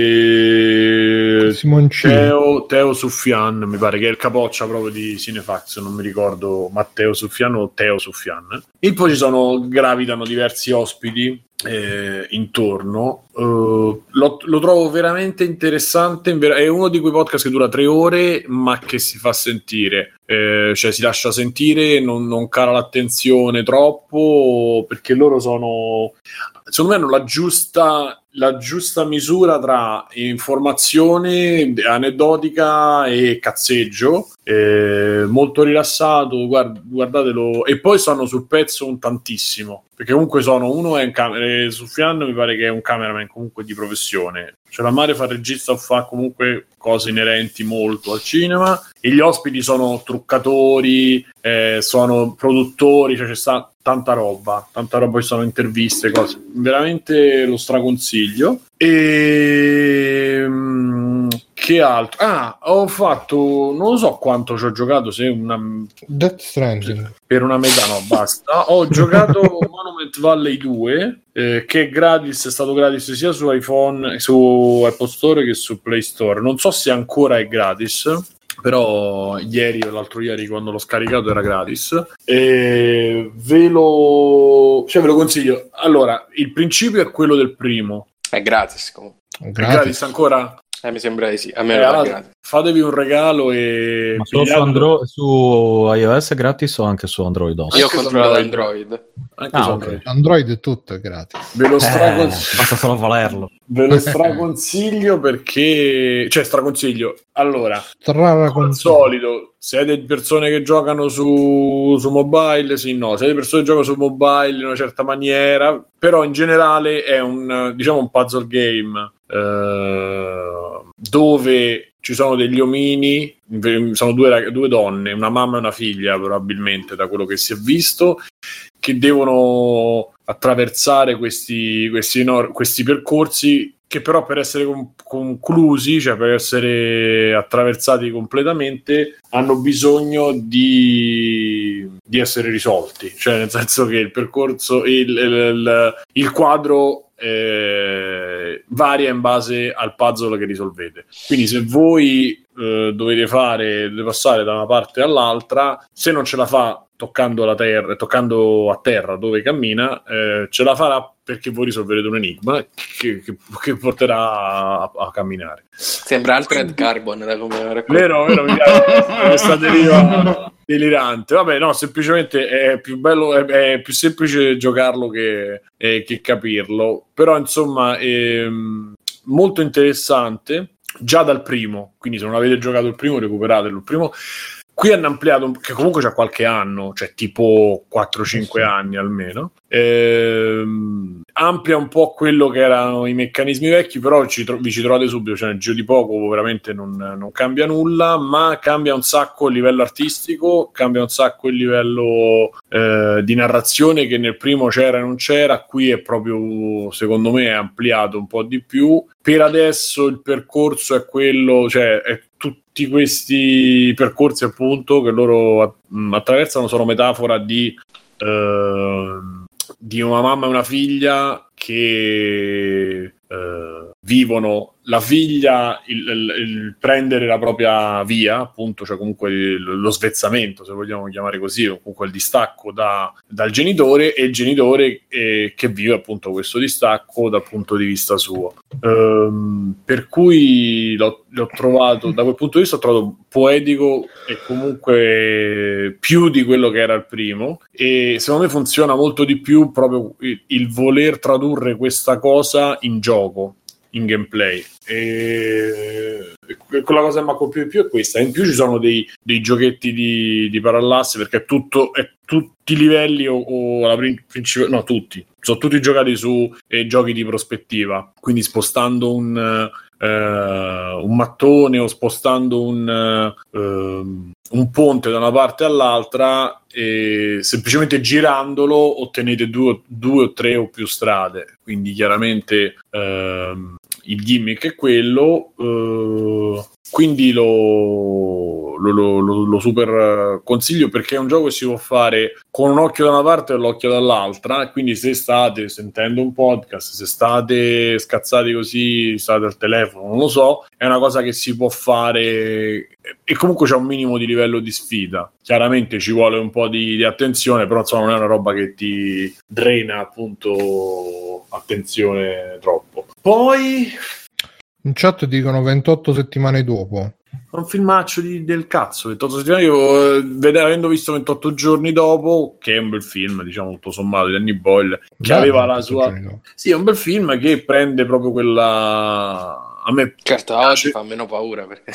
e Simoncino. Teo, Teo Suffian, mi pare che è il capoccia proprio di Cinefax, non mi ricordo Matteo Suffian o Teo Suffian. E poi ci sono, gravitano diversi ospiti eh, intorno. Uh, lo, lo trovo veramente interessante, è uno di quei podcast che dura tre ore ma che si fa sentire, eh, cioè si lascia sentire, non, non cala l'attenzione troppo, perché loro sono, secondo me hanno la giusta la giusta misura tra informazione aneddotica e cazzeggio, eh, molto rilassato, guard- guardatelo, e poi stanno sul pezzo un tantissimo, perché comunque sono, uno è un camera, Sufjan mi pare che è un cameraman comunque di professione, cioè la Mare fa il regista o fa comunque cose inerenti molto al cinema, e gli ospiti sono truccatori, eh, sono produttori, cioè c'è sta tanta roba, tanta roba, ci sono interviste, cose, veramente lo straconsiglio. E che altro? Ah, ho fatto, non lo so quanto ci ho giocato, se una Death Stranding. per una metà, no, basta. Ho giocato Monument Valley due, eh, che è gratis, è stato gratis sia su iPhone, su Apple Store che su Play Store. Non so se ancora è gratis, però ieri o l'altro ieri quando l'ho scaricato era gratis, e ve lo, cioè ve lo consiglio. Allora, il principio è quello del primo. È gratis comunque. È gratis ancora? Eh, mi sembra di sì. A me Eh, lo dà allora, gratis. fatevi un regalo e Ma solo su, pigliatelo. Andro- su iOS è gratis o anche su Android? Io ho Anche su controllato Android. Android. Anche Ah, su ok. Android. Android è tutto è gratis. Ve lo Eh, straconsiglio. basta solo volerlo. Ve lo straconsiglio perché, cioè, straconsiglio. Allora, Strara come al con solito, siete persone che giocano su, su mobile? Sì, no. Siete persone che giocano su mobile in una certa maniera, però in generale è un, diciamo, un puzzle game eh, dove ci sono degli omini, sono due, rag- due donne, una mamma e una figlia, probabilmente, da quello che si è visto, che devono attraversare questi, questi, enor- questi percorsi che però per essere con- conclusi, cioè per essere attraversati completamente, hanno bisogno di, di essere risolti, cioè nel senso che il percorso, il, il, il, il quadro eh, varia in base al puzzle che risolvete. Quindi se voi eh, dovete fare, dovete passare da una parte all'altra, se non ce la fa toccando la terra, toccando a terra dove cammina, eh, ce la farà perché voi risolverete un enigma che, che, che porterà a, a camminare. Sembra Altered Carbon da come lo racconto. Vero, vero, mi piace questa deriva delirante. Vabbè, no, semplicemente è più bello, è, è più semplice giocarlo che, eh, che capirlo. Però, insomma, è molto interessante già dal primo. Quindi, se non avete giocato il primo, recuperatelo il primo. Qui hanno ampliato, che comunque c'ha qualche anno, cioè tipo quattro cinque anni almeno. Ehm, amplia un po' quello che erano i meccanismi vecchi, però ci tro- vi ci trovate subito, cioè nel giro di poco veramente non, non cambia nulla, ma cambia un sacco il livello artistico, cambia un sacco il livello eh, di narrazione che nel primo c'era e non c'era, qui è proprio, secondo me, è ampliato un po' di più. Per adesso il percorso è quello, cioè è tutti questi percorsi appunto che loro mh, attraversano sono metafora di eh, di una mamma e una figlia che eh, vivono la figlia il, il, il prendere la propria via, appunto, cioè comunque il, lo svezzamento, se vogliamo chiamare così, o comunque il distacco da, dal genitore, e il genitore eh, che vive appunto questo distacco dal punto di vista suo. Ehm, per cui l'ho, l'ho trovato, da quel punto di vista ho trovato poetico e comunque più di quello che era il primo, e secondo me funziona molto di più proprio il, il voler tradurre questa cosa in gioco, in gameplay. E quella cosa che mi ha colpito di più è questa. In più ci sono dei, dei giochetti di, di parallasse, perché è tutto, è tutti i livelli o, o la principale, no, tutti sono tutti giocati su eh, giochi di prospettiva, quindi spostando un Uh, un mattone o spostando un, uh, un ponte da una parte all'altra, e semplicemente girandolo ottenete due, due o tre o più strade. Quindi chiaramente uh, il gimmick è quello, uh, quindi lo, lo, lo, lo, lo super consiglio, perché è un gioco che si può fare con un occhio da una parte e l'occhio dall'altra. Quindi se state sentendo un podcast, se state scazzati così, state al telefono, non lo so, è una cosa che si può fare, e comunque c'è un minimo di livello di sfida. Chiaramente ci vuole un po' di, di attenzione, però insomma non è una roba che ti drena appunto attenzione troppo. Poi in chat dicono ventotto settimane dopo. Un filmaccio di, del cazzo, ventotto settimane. Io, eh, avendo visto ventotto giorni dopo, che è un bel film, diciamo tutto sommato, di Danny Boyle, che Beh, aveva la sua... Sì, è un bel film che prende proprio quella... A me certo, piace. Oggi fa meno paura, perché...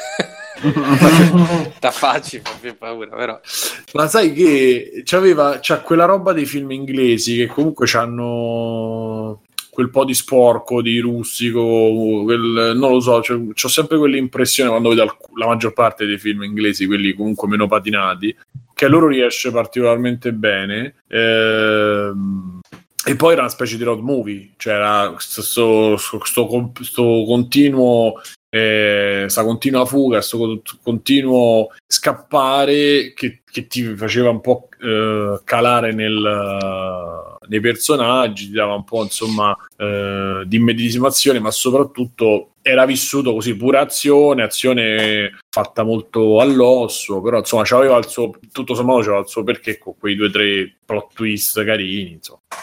da facile fa più paura, però. Ma sai che c'aveva, c'ha quella roba dei film inglesi che comunque c'hanno quel po' di sporco, di rustico, quel, non lo so, cioè, c'ho sempre quell'impressione quando vedo alc- la maggior parte dei film inglesi, quelli comunque meno patinati, che a loro riesce particolarmente bene. Ehm, e poi era una specie di road movie, cioè era sto, sto, sto, sto continuo eh, sta continua fuga, sto continuo scappare che, che ti faceva un po' eh, calare nel, nei personaggi, ti dava un po' insomma eh, di immedesimazione, ma soprattutto era vissuto così, pura azione, azione fatta molto all'osso, però insomma c'aveva il suo, tutto sommato c'aveva il suo perché con quei due o tre plot twist carini, insomma.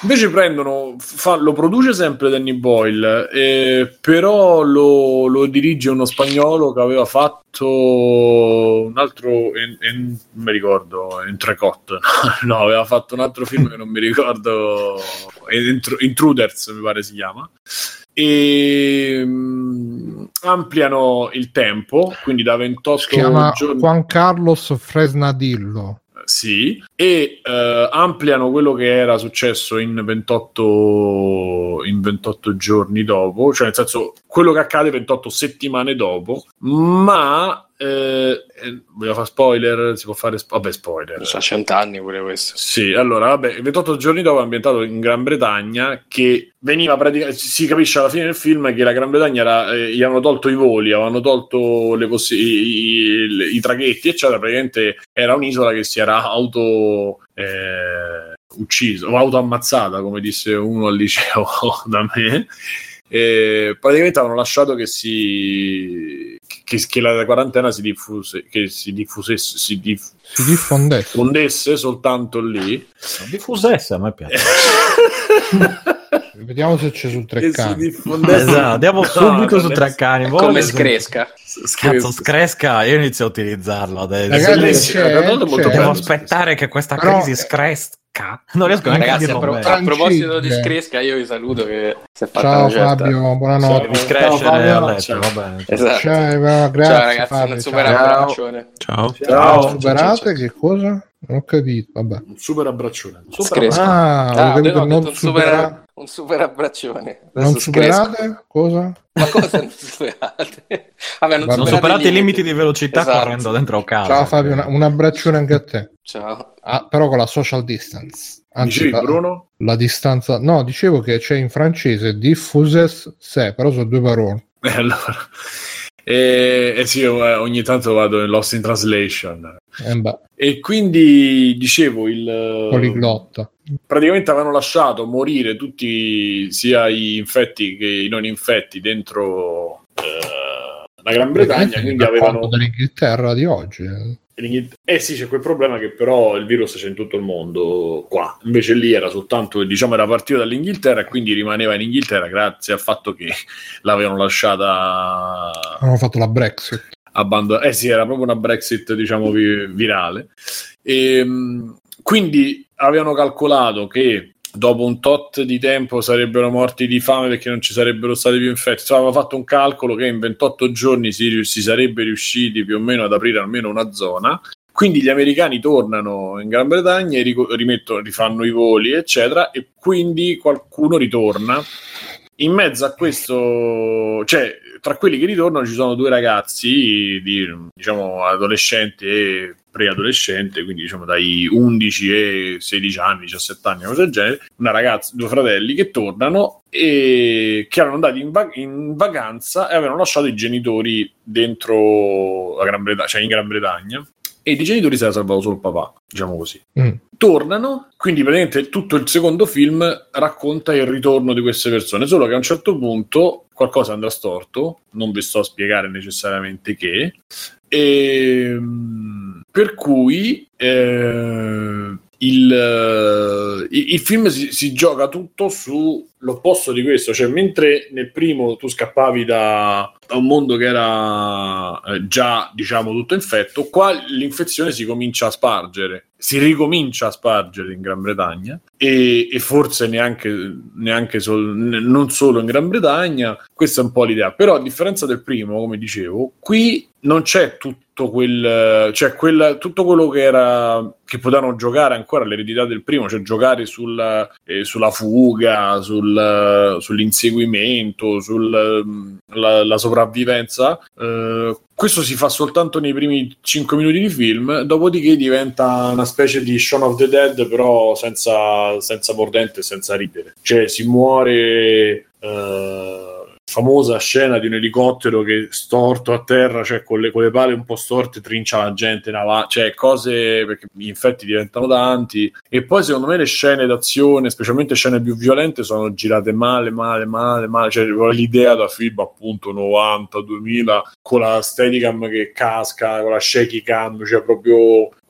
Invece prendono, fa, lo produce sempre Danny Boyle, eh, però lo, lo dirige uno spagnolo che aveva fatto un altro, en, en, non mi ricordo, Entrecot, no, aveva fatto un altro film che non mi ricordo, Intruders mi pare si chiama, e um, ampliano il tempo, quindi da ventotto si chiama giorni... Juan Carlos Fresnadillo. Sì, e eh, ampliano quello che era successo in ventotto, in ventotto giorni dopo, cioè nel senso quello che accade ventotto settimane dopo, ma eh, voglio fare spoiler, si può fare spo- vabbè spoiler. C'ha cent'anni pure questo. Sì, allora vabbè, ventotto giorni dopo è ambientato in Gran Bretagna, che veniva praticamente, si capisce alla fine del film che la Gran Bretagna era, eh, gli hanno tolto i voli, avevano tolto le possi- i, i, i traghetti eccetera, praticamente era un'isola che si era auto eh, ucciso o auto ammazzata, come disse uno al liceo da me. E praticamente avevano lasciato che si che, che la quarantena si diffuse che si diffusesse si, diff- si diffondesse diffondesse soltanto lì. Non diffusesse, a me piace. Vediamo se c'è sul Treccani. Esatto, andiamo no, subito su Treccani. Come scresca. Cazzo, scresca, io inizio a utilizzarlo adesso. Ragazzi, c'è, c'è, c'è. Devo aspettare che questa Però, crisi scresca. Non riesco neanche Ragazzi, a dirlo a, pro- a proposito di scresca, io vi saluto che si è fatta ciao una certa. Fabio, buonanotte. Devi screscere a letto, va bene. Esatto. Ciao, grazie, ciao ragazzi, Fabio, un super ciao. abbraccione. Ciao. Ciao. Ciao. Superate che cosa? Non ho capito, vabbè. Un super abbraccione. Super scresca. Ah, ah, ho capito, no, non un, supera... super, un super abbraccione. Adesso non superate? scresco. Cosa? Ma cosa non superate? Vabbè, non, non superate i limiti di velocità esatto. correndo dentro casa. Ciao Fabio, una, un abbraccione anche a te. Ciao. Ah, però con la social distance. Anzi, Dicevi, la, Bruno? La distanza... No, dicevo che c'è in francese diffuses se, però sono due parole. Eh, allora... E eh, eh sì, ogni tanto vado in Lost in Translation. Eh beh. E quindi dicevo il poliglotta. Praticamente avevano lasciato morire tutti sia gli infetti che i non infetti dentro eh, la Gran Bretagna, quindi avevano dall'Inghilterra di oggi. Eh sì, c'è quel problema che però il virus c'è in tutto il mondo qua, invece lì era soltanto, diciamo, era partito dall'Inghilterra e quindi rimaneva in Inghilterra grazie al fatto che l'avevano lasciata, hanno fatto la Brexit, abbandonata. Eh sì, era proprio una Brexit, diciamo, vi- virale e quindi avevano calcolato che dopo un tot di tempo sarebbero morti di fame perché non ci sarebbero stati più infetti. Cioè, aveva fatto un calcolo che in ventotto giorni si, si sarebbe riusciti più o meno ad aprire almeno una zona. Quindi gli americani tornano in Gran Bretagna e rimettono, rifanno i voli, eccetera, e quindi qualcuno ritorna. In mezzo a questo, cioè, tra quelli che ritornano ci sono due ragazzi di, diciamo, adolescenti e preadolescente, quindi diciamo dai undici e sedici anni, diciassette anni, cose del genere, una ragazza, due fratelli che tornano e che erano andati in, va- in vacanza e avevano lasciato i genitori dentro la Gran Bretagna, cioè in Gran Bretagna, e i genitori si era salvato solo il papà, diciamo così. Mm. Tornano, quindi praticamente tutto il secondo film racconta il ritorno di queste persone, solo che a un certo punto qualcosa andrà storto, non vi sto a spiegare necessariamente che, e per cui eh, il, il film si, si gioca tutto sull'opposto di questo, cioè mentre nel primo tu scappavi da, da un mondo che era eh, già, diciamo, tutto infetto, qua l'infezione si comincia a spargere, si ricomincia a spargere in Gran Bretagna e, e forse neanche, neanche sol, non solo in Gran Bretagna. Questa è un po' l'idea, però a differenza del primo, come dicevo, qui non c'è tutto quel, cioè quel, tutto quello che era, che potevano giocare ancora l'eredità del primo, cioè giocare sul, eh, sulla fuga, sul, sull'inseguimento, sulla la sopravvivenza. Eh, questo si fa soltanto nei primi cinque minuti di film, dopodiché diventa una specie di Shaun of the Dead, però senza, senza mordente e senza ridere. Cioè si muore... Eh, famosa scena di un elicottero che storto a terra, cioè con le, con le pale un po' storte, trincia la gente in avanti, cioè cose, perché gli infetti diventano tanti. E poi secondo me le scene d'azione, specialmente scene più violente, sono girate male, male, male, male. Cioè l'idea da film appunto novanta, duemila, con la Steadicam che casca, con la shaky cam, cioè proprio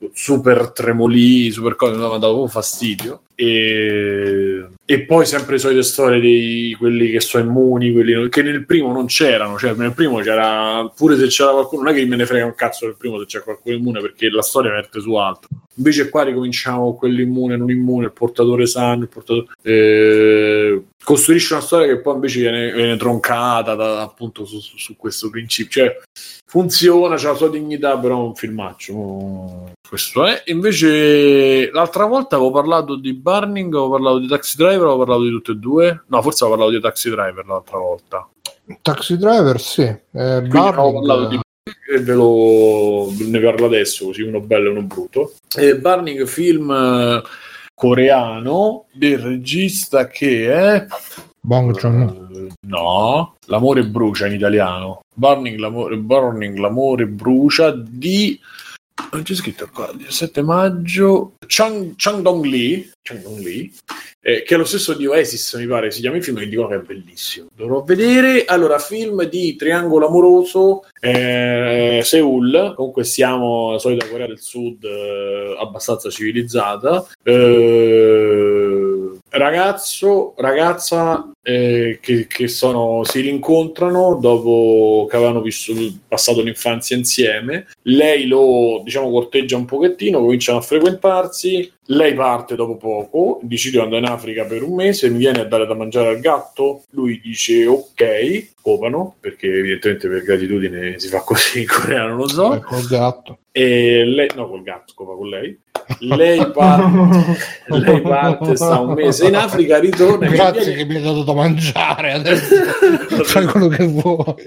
super tremolì, super cose, mi ha dato proprio fastidio. E, e poi sempre le solite storie di quelli che sono immuni, quelli che nel primo non c'erano, cioè nel primo c'era, pure se c'era qualcuno, non è che me ne frega un cazzo del primo se c'è qualcuno immune, perché la storia verte su altro. Invece qua ricominciamo con quello immune, non immune, il portatore sano, il portatore eh, costruisce una storia che poi invece viene, viene troncata da, appunto su, su, su questo principio, cioè funziona, c'ha la sua dignità, però è un filmaccio. Questo è. Invece l'altra volta avevo parlato di Burning, avevo parlato di Taxi Driver, avevo parlato di tutte e due. No, forse avevo parlato di Taxi Driver l'altra volta. Taxi Driver, sì. Eh, Quindi avevo parlato di e ve lo ne parlo adesso, così uno bello e uno brutto. E Burning, film coreano del regista che è Bong Joon-ho. Uh, no, L'amore brucia in italiano. Burning, l'amore, Burning, l'amore brucia di, non c'è scritto qua, diciassette maggio, Chang, Chang Dong Lee, Chang Dong Lee eh, che è lo stesso di Oasis, mi pare si chiama il film, e dicono che è bellissimo, dovrò vedere. Allora, film di triangolo amoroso, eh, Seoul, comunque siamo la solita Corea del Sud, eh, abbastanza civilizzata, eh, ragazzo, ragazza eh, che, che sono, si rincontrano dopo che avevano vissuto, passato l'infanzia insieme. Lei lo, diciamo, corteggia un pochettino, cominciano a frequentarsi. Lei parte dopo poco, decide di andare in Africa per un mese, mi viene a dare da mangiare al gatto. Lui dice ok, copano, perché evidentemente per gratitudine si fa così in Corea, non lo so. Eh, col gatto. E lei, no, col gatto, scopa con lei. Lei parte, lei parte, sta un mese in Africa, ritorna. Grazie viene... che mi hai dato da mangiare, adesso fai quello che vuoi.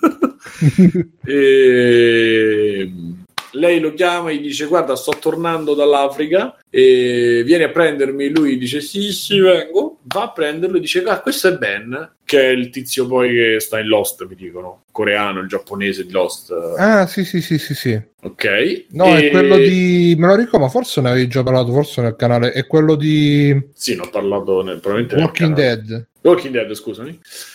E... lei lo chiama e gli dice guarda, sto tornando dall'Africa e vieni a prendermi. Lui dice sì sì vengo, va a prenderlo e dice ah, questo è Ben, che è il tizio poi che sta in Lost, mi dicono, coreano, il giapponese di Lost. Ah sì sì sì sì sì, ok, no e... è quello di, me lo ricordo, ma forse ne avevi già parlato, forse nel canale, è quello di sì, ne ho parlato nel, probabilmente Walking nel Dead. Walking Dead, scusami.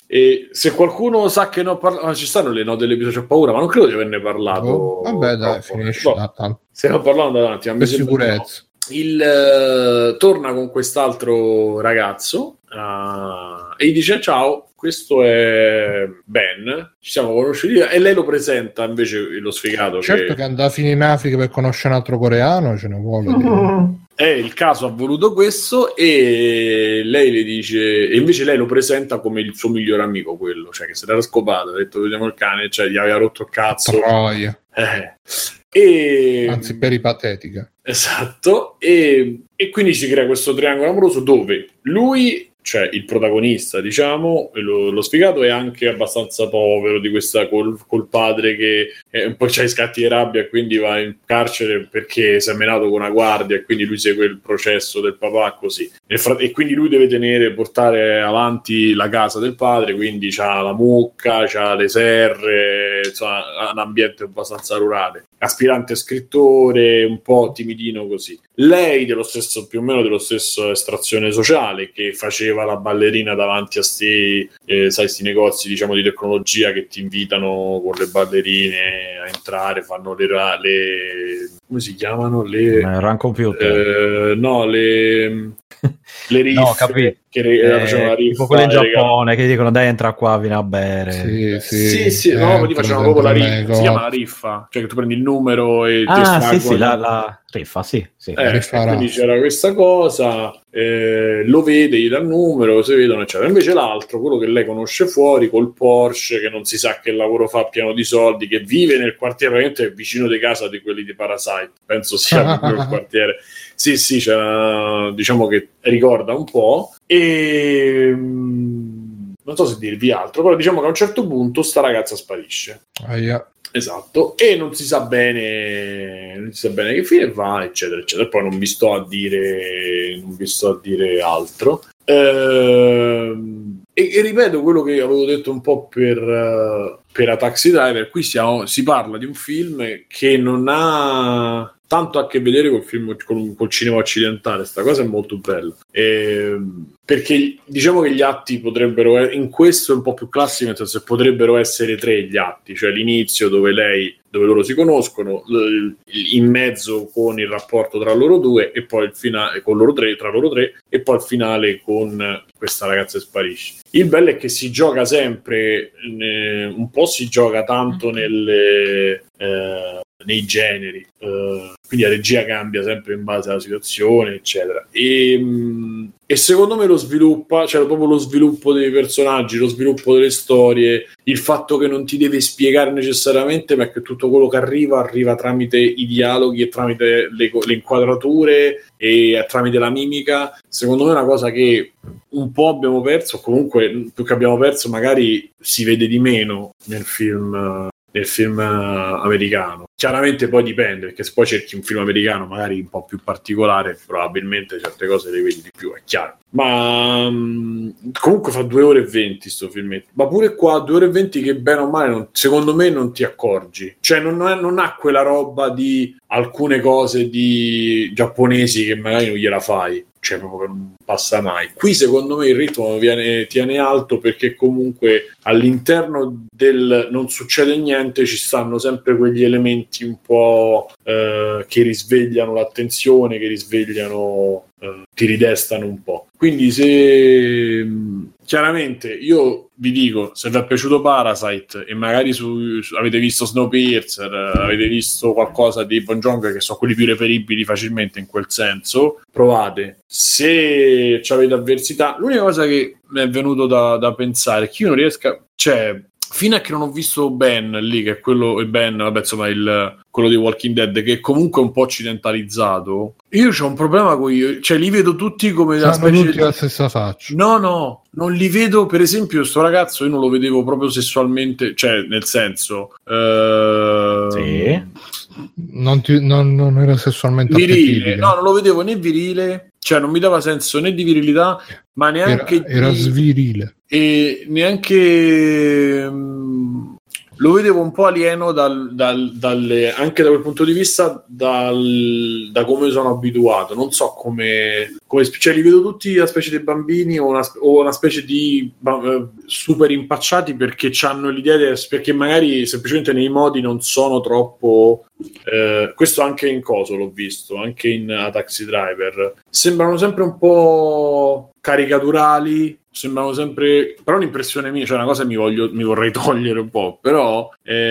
E se qualcuno sa che ne ho parlato, ah, ci stanno le note dell'episodio, c'ho paura, ma non credo di averne parlato. Oh, vabbè, dai, troppo. finisce. No, da, se ne ho parlato davanti, per sicurezza. No. Il uh, torna con quest'altro ragazzo uh, e gli dice ciao, questo è Ben, ci siamo conosciuti, e lei lo presenta invece lo sfigato. Certo che, che andava fino in Africa per conoscere un altro coreano, ce ne vuole. Mm. E il caso ha voluto questo, e lei le dice, e invece lei lo presenta come il suo migliore amico, quello, cioè che se l'era scopato, ha detto vediamo il cane, cioè gli aveva rotto il cazzo. Troia. Eh. E... anzi peripatetica. Esatto, e, e quindi si crea questo triangolo amoroso dove lui, cioè il protagonista, diciamo, lo, lo sfigato, è anche abbastanza povero di questa col, col padre che è un po' c'ha i scatti di rabbia e quindi va in carcere perché si è menato con una guardia, e quindi lui segue il processo del papà così, e, fra, e quindi lui deve tenere, portare avanti la casa del padre, quindi c'ha la mucca, c'ha le serre, insomma ha un ambiente abbastanza rurale, aspirante scrittore, un po' timidino così. Lei dello stesso, più o meno dello stesso estrazione sociale, che faceva la ballerina davanti a sti, eh, sai, sti negozi, diciamo, di tecnologia che ti invitano con le ballerine a entrare, fanno le, le come si chiamano? Le run computer. Eh, no, le le riff, no, capito. Che eh, facevano la riff, tipo quelle in Giappone che dicono dai entra qua, vieni a bere. Sì, sì, sì, sì eh, no, ti facevano proprio la riffa, si chiama la cosa. riffa, cioè che tu prendi il numero e ah, ti sì, sì, la, la riffa, sì, sì. Eh, quindi c'era questa cosa, eh, lo vede, gli dà il numero, si vedono, eccetera. Invece l'altro, quello che lei conosce fuori, col Porsche, che non si sa che lavoro fa, pieno di soldi, che vive nel quartiere praticamente vicino di casa di quelli di Parasite, penso sia proprio il quartiere. Sì, sì, c'era, diciamo che ricorda un po', e non so se dirvi altro, però diciamo che a un certo punto sta ragazza sparisce. Ah, yeah. Esatto, e non si sa bene, non si sa bene che fine va, eccetera, eccetera. Poi non vi sto a dire, non vi sto a dire altro. Ehm, e, e ripeto quello che avevo detto un po' per, uh, per A Taxi Driver. Qui siamo, si parla di un film che non ha tanto a che vedere col film, col, col cinema occidentale. Sta cosa è molto bella. E, perché diciamo che gli atti potrebbero, in questo è un po' più classico, nel senso che potrebbero essere tre gli atti, cioè l'inizio dove lei, dove loro si conoscono, l- in mezzo con il rapporto tra loro due e poi il finale con loro tre, tra loro tre, e poi il finale con questa ragazza che sparisce. Il bello è che si gioca sempre, eh, un po' si gioca tanto nelle, eh, nei generi, eh, quindi la regia cambia sempre in base alla situazione, eccetera. E, mh, e secondo me lo sviluppa, cioè proprio lo sviluppo dei personaggi, lo sviluppo delle storie, il fatto che non ti deve spiegare necessariamente, ma che tutto quello che arriva arriva tramite i dialoghi e tramite le, le inquadrature e tramite la mimica. Secondo me è una cosa che un po' abbiamo perso, o comunque più che abbiamo perso magari si vede di meno nel film nel film americano. Chiaramente poi dipende, perché se poi cerchi un film americano magari un po' più particolare, probabilmente certe cose le vedi di più, è chiaro. Ma mh, comunque fa due ore e venti sto filmetto, ma pure qua due ore e venti che bene o male non, secondo me non ti accorgi, cioè non, è, non ha quella roba di alcune cose di giapponesi che magari non gliela fai, cioè proprio che non passa mai. Qui secondo me il ritmo viene, tiene alto, perché comunque all'interno del non succede niente ci stanno sempre quegli elementi un po' eh, che risvegliano l'attenzione, che risvegliano, eh, ti ridestano un po'. Quindi se chiaramente io vi dico, se vi è piaciuto Parasite e magari su, su, avete visto Snowpiercer, avete visto qualcosa di Bong Joon-ho, che sono quelli più reperibili facilmente in quel senso, provate. Se avete avversità, l'unica cosa che mi è venuto da, da pensare è che io non riesco, cioè fino a che non ho visto Ben lì, che è quello, e Ben, vabbè, insomma, il, quello di Walking Dead, che è comunque un po' occidentalizzato, io c'ho un problema con io, cioè li vedo tutti come la specie tutti di... la stessa faccia. No, no, non li vedo, per esempio, sto ragazzo io non lo vedevo proprio sessualmente, cioè nel senso... Eh... Sì. Non, ti, non, non era sessualmente virile, appetibile. no, non lo vedevo né virile, cioè non mi dava senso né di virilità, ma neanche era, era di... svirile. E neanche mh, lo vedevo un po' alieno dal, dal, dalle, anche da quel punto di vista dal, da come sono abituato. Non so come, come cioè li vedo tutti una specie di bambini o una, o una specie di uh, super impacciati, perché hanno l'idea di, perché magari semplicemente nei modi non sono troppo eh, questo anche in Coso l'ho visto, anche in uh, Taxi Driver, sembrano sempre un po' caricaturali, sembrano sempre, però un'impressione mia, cioè una cosa mi voglio mi vorrei togliere un po', però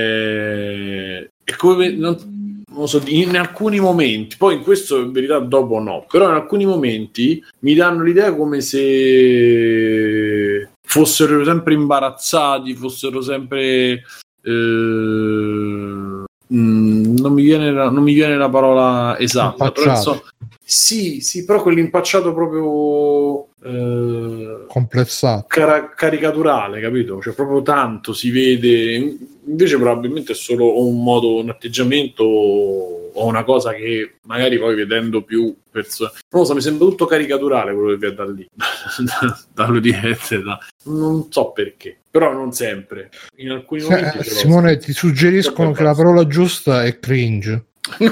eh, è come non, non lo so, in alcuni momenti, poi in questo in verità dopo no, però in alcuni momenti mi danno l'idea come se fossero sempre imbarazzati, fossero sempre eh, Mm, non mi viene la, non mi viene la parola esatta, però so, sì, sì, però quell'impacciato proprio eh, complessato, cara- caricaturale, capito? Cioè proprio tanto si vede, invece probabilmente è solo un modo, un atteggiamento o una cosa che magari poi vedendo più persone, non lo so, mi sembra tutto caricaturale quello che viene da lì dall'udienza, da... non so perché, però non sempre, in alcuni Se, momenti Simone, ti suggeriscono che la parola giusta è cringe.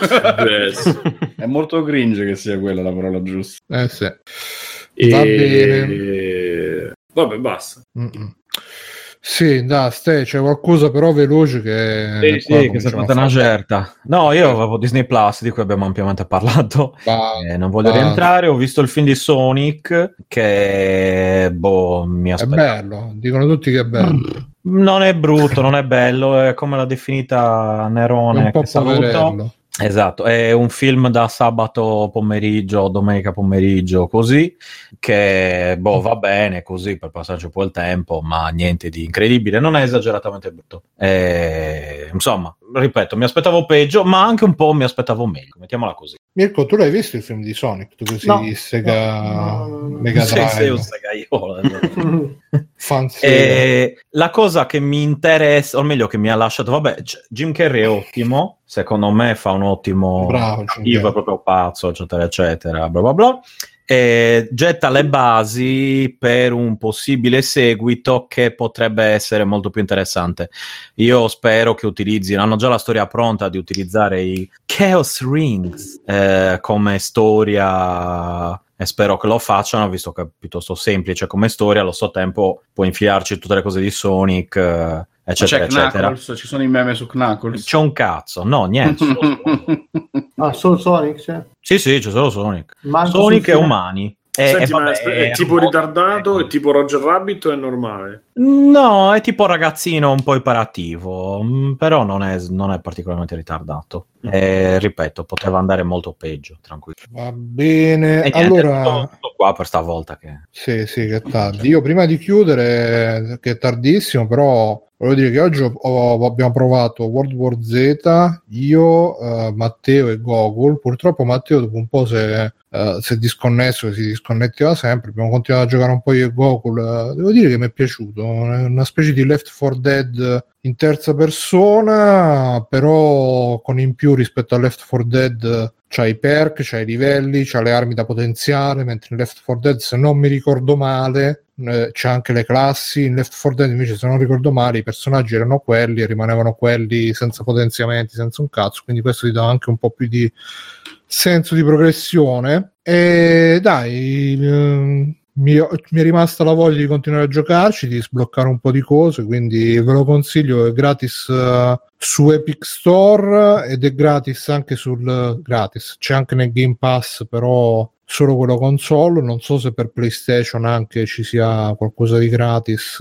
È molto cringe che sia quella la parola giusta. Eh sì. E... Va bene. Vabbè, basta. Mm-mm. Sì, da Ste, c'è qualcosa però veloce che sì, sì, che è stata una certa. No, io avevo Disney Plus, di cui abbiamo ampiamente parlato, eh, non voglio bah. rientrare. Ho visto il film di Sonic che boh, mi aspetta. È bello, dicono tutti che è bello. Non è brutto, non è bello, è come l'ha definita Nerone, è un po' che saluto. Esatto, è un film da sabato pomeriggio, domenica pomeriggio, così, che boh, va bene così per passarci un po' il tempo, ma niente di incredibile, non è esageratamente brutto. E, insomma, ripeto, mi aspettavo peggio, ma anche un po' mi aspettavo meglio, mettiamola così. Mirko, tu l'hai visto il film di Sonic? Tu così no, Sega no, Mega Drive. Sei, sei un segaiolo. E la cosa che mi interessa, o meglio che mi ha lasciato, vabbè, Jim Carrey è ottimo, secondo me fa un ottimo bravo, cattivo, è proprio pazzo, eccetera eccetera, bla bla bla. e getta le basi per un possibile seguito che potrebbe essere molto più interessante. Io spero che utilizzino, hanno già la storia pronta di utilizzare i Chaos Rings eh, come storia, e spero che lo facciano, visto che è piuttosto semplice come storia. Allo stesso tempo puoi infilarci tutte le cose di Sonic, eh, eccetera, c'è eccetera. Knuckles, ci sono i meme su Knuckles. C'è un cazzo, no, niente. Ah, solo Sonic c'è? Sì, sì, c'è solo Sonic. Manco Sonic sul e film. umani. E, Senti, e ma vabbè, è, è è tipo un po'- ritardato, è tipo Roger Rabbit o è normale? No, è tipo ragazzino un po' iperattivo, mm, però non è, non è particolarmente ritardato. E, ripeto, poteva andare molto peggio, tranquillo. Va bene, E niente, allora... tutto, tutto qua per stavolta che... Sì, sì, che è tardi. Io prima di chiudere, che è tardissimo, però volevo dire che oggi ho- ho- abbiamo provato World War Z, io, eh, Matteo e Gogol. Purtroppo Matteo dopo un po' si è, eh, si è disconnesso, si disconnetteva sempre. Abbiamo continuato a giocare un po' io e Gogol. Eh, Devo dire che mi è piaciuto, è una specie di Left four Dead in terza persona, però con in più rispetto a Left four Dead. C'ha i perk, c'ha i livelli, c'ha le armi da potenziare, mentre in Left four Dead, se non mi ricordo male, eh, c'ha anche le classi. In Left four Dead invece, se non ricordo male, i personaggi erano quelli e rimanevano quelli senza potenziamenti, senza un cazzo, quindi questo ti dà anche un po' più di senso di progressione. E dai, eh, mi, mi è rimasta la voglia di continuare a giocarci, di sbloccare un po' di cose, quindi ve lo consiglio, è gratis eh, su Epic Store ed è gratis anche sul gratis, c'è anche nel Game Pass, però solo quello console. Non so se per PlayStation anche ci sia qualcosa di gratis.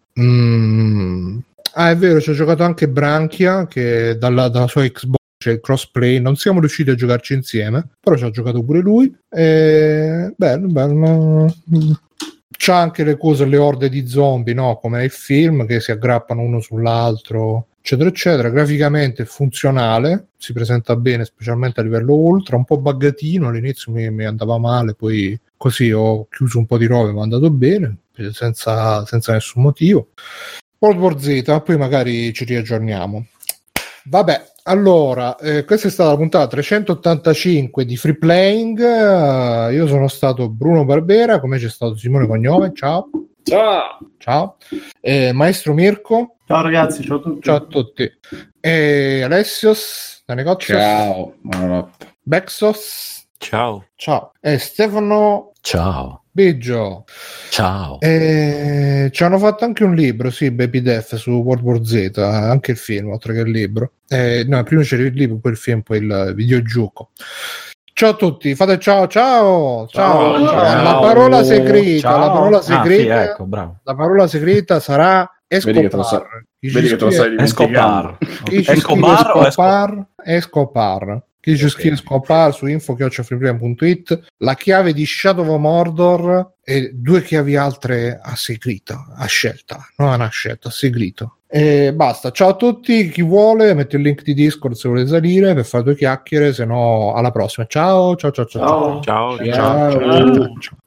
Mm. Ah, è vero, ci ha giocato anche Branchia, che dalla, dalla sua Xbox c'è il crossplay. Non siamo riusciti a giocarci insieme, però ci ha giocato pure lui. E... bello, bello. Ma... c'ha anche le cose, le orde di zombie, no? Come nel film, che si aggrappano uno sull'altro, eccetera eccetera. Graficamente è funzionale, si presenta bene, specialmente a livello ultra. Un po' buggatino, all'inizio mi, mi andava male, poi così ho chiuso un po' di robe, mi è andato bene, senza, senza nessun motivo. World War Z, poi magari ci riaggiorniamo. Vabbè, allora, eh, questa è stata la puntata trecentottantacinque di Free Playing. Uh, io sono stato Bruno Barbera, come c'è stato Simone Cognome, ciao. Ciao. Ciao. Eh, Maestro Mirko. Ciao ragazzi, ciao a tutti. Ciao a tutti. E Alessios, da Negozios. Ciao, buonanotte. Bexos. Ciao. Ciao. E Stefano. Ciao. Biggio. Ciao. E ci hanno fatto anche un libro, sì, Baby Death su World War Z, anche il film, oltre che il libro. E, no, prima c'era il libro, poi il film, poi il videogioco. Ciao a tutti, fate ciao ciao ciao, ciao. Ciao. La parola segreta, Ciao. la parola Ah, segreta, sì, ecco, bravo. la parola segreta sarà Vedi che te lo sai, Escobar. Chi vedi ci che te lo scrive- stai dimenticando. Escobar. chi ci Escobar scrive o Escobar? Escobar. Chi ci scrive Escobar su info chiocciola freeplay punto it, la chiave di Shadow of Mordor e due chiavi altre a segreta, a scelta, non a una scelta, a segrito. E basta, ciao a tutti, chi vuole mette il link di Discord se vuole salire per fare due chiacchiere, se no alla prossima. Ciao, ciao, ciao, ciao. Ciao. Ciao. Ciao. Ciao. Ciao.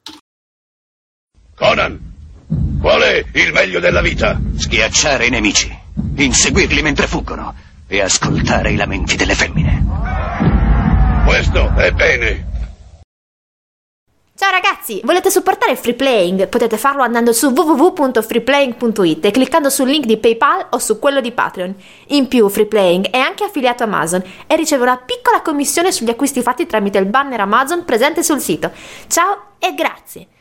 Conan, qual è il meglio della vita? Schiacciare i nemici, inseguirli mentre fuggono e ascoltare i lamenti delle femmine. Questo è bene. Ciao ragazzi, volete supportare Free Playing? Potete farlo andando su w w w punto freeplaying punto it e cliccando sul link di PayPal o su quello di Patreon. In più, Free Playing è anche affiliato a Amazon e riceve una piccola commissione sugli acquisti fatti tramite il banner Amazon presente sul sito. Ciao e grazie!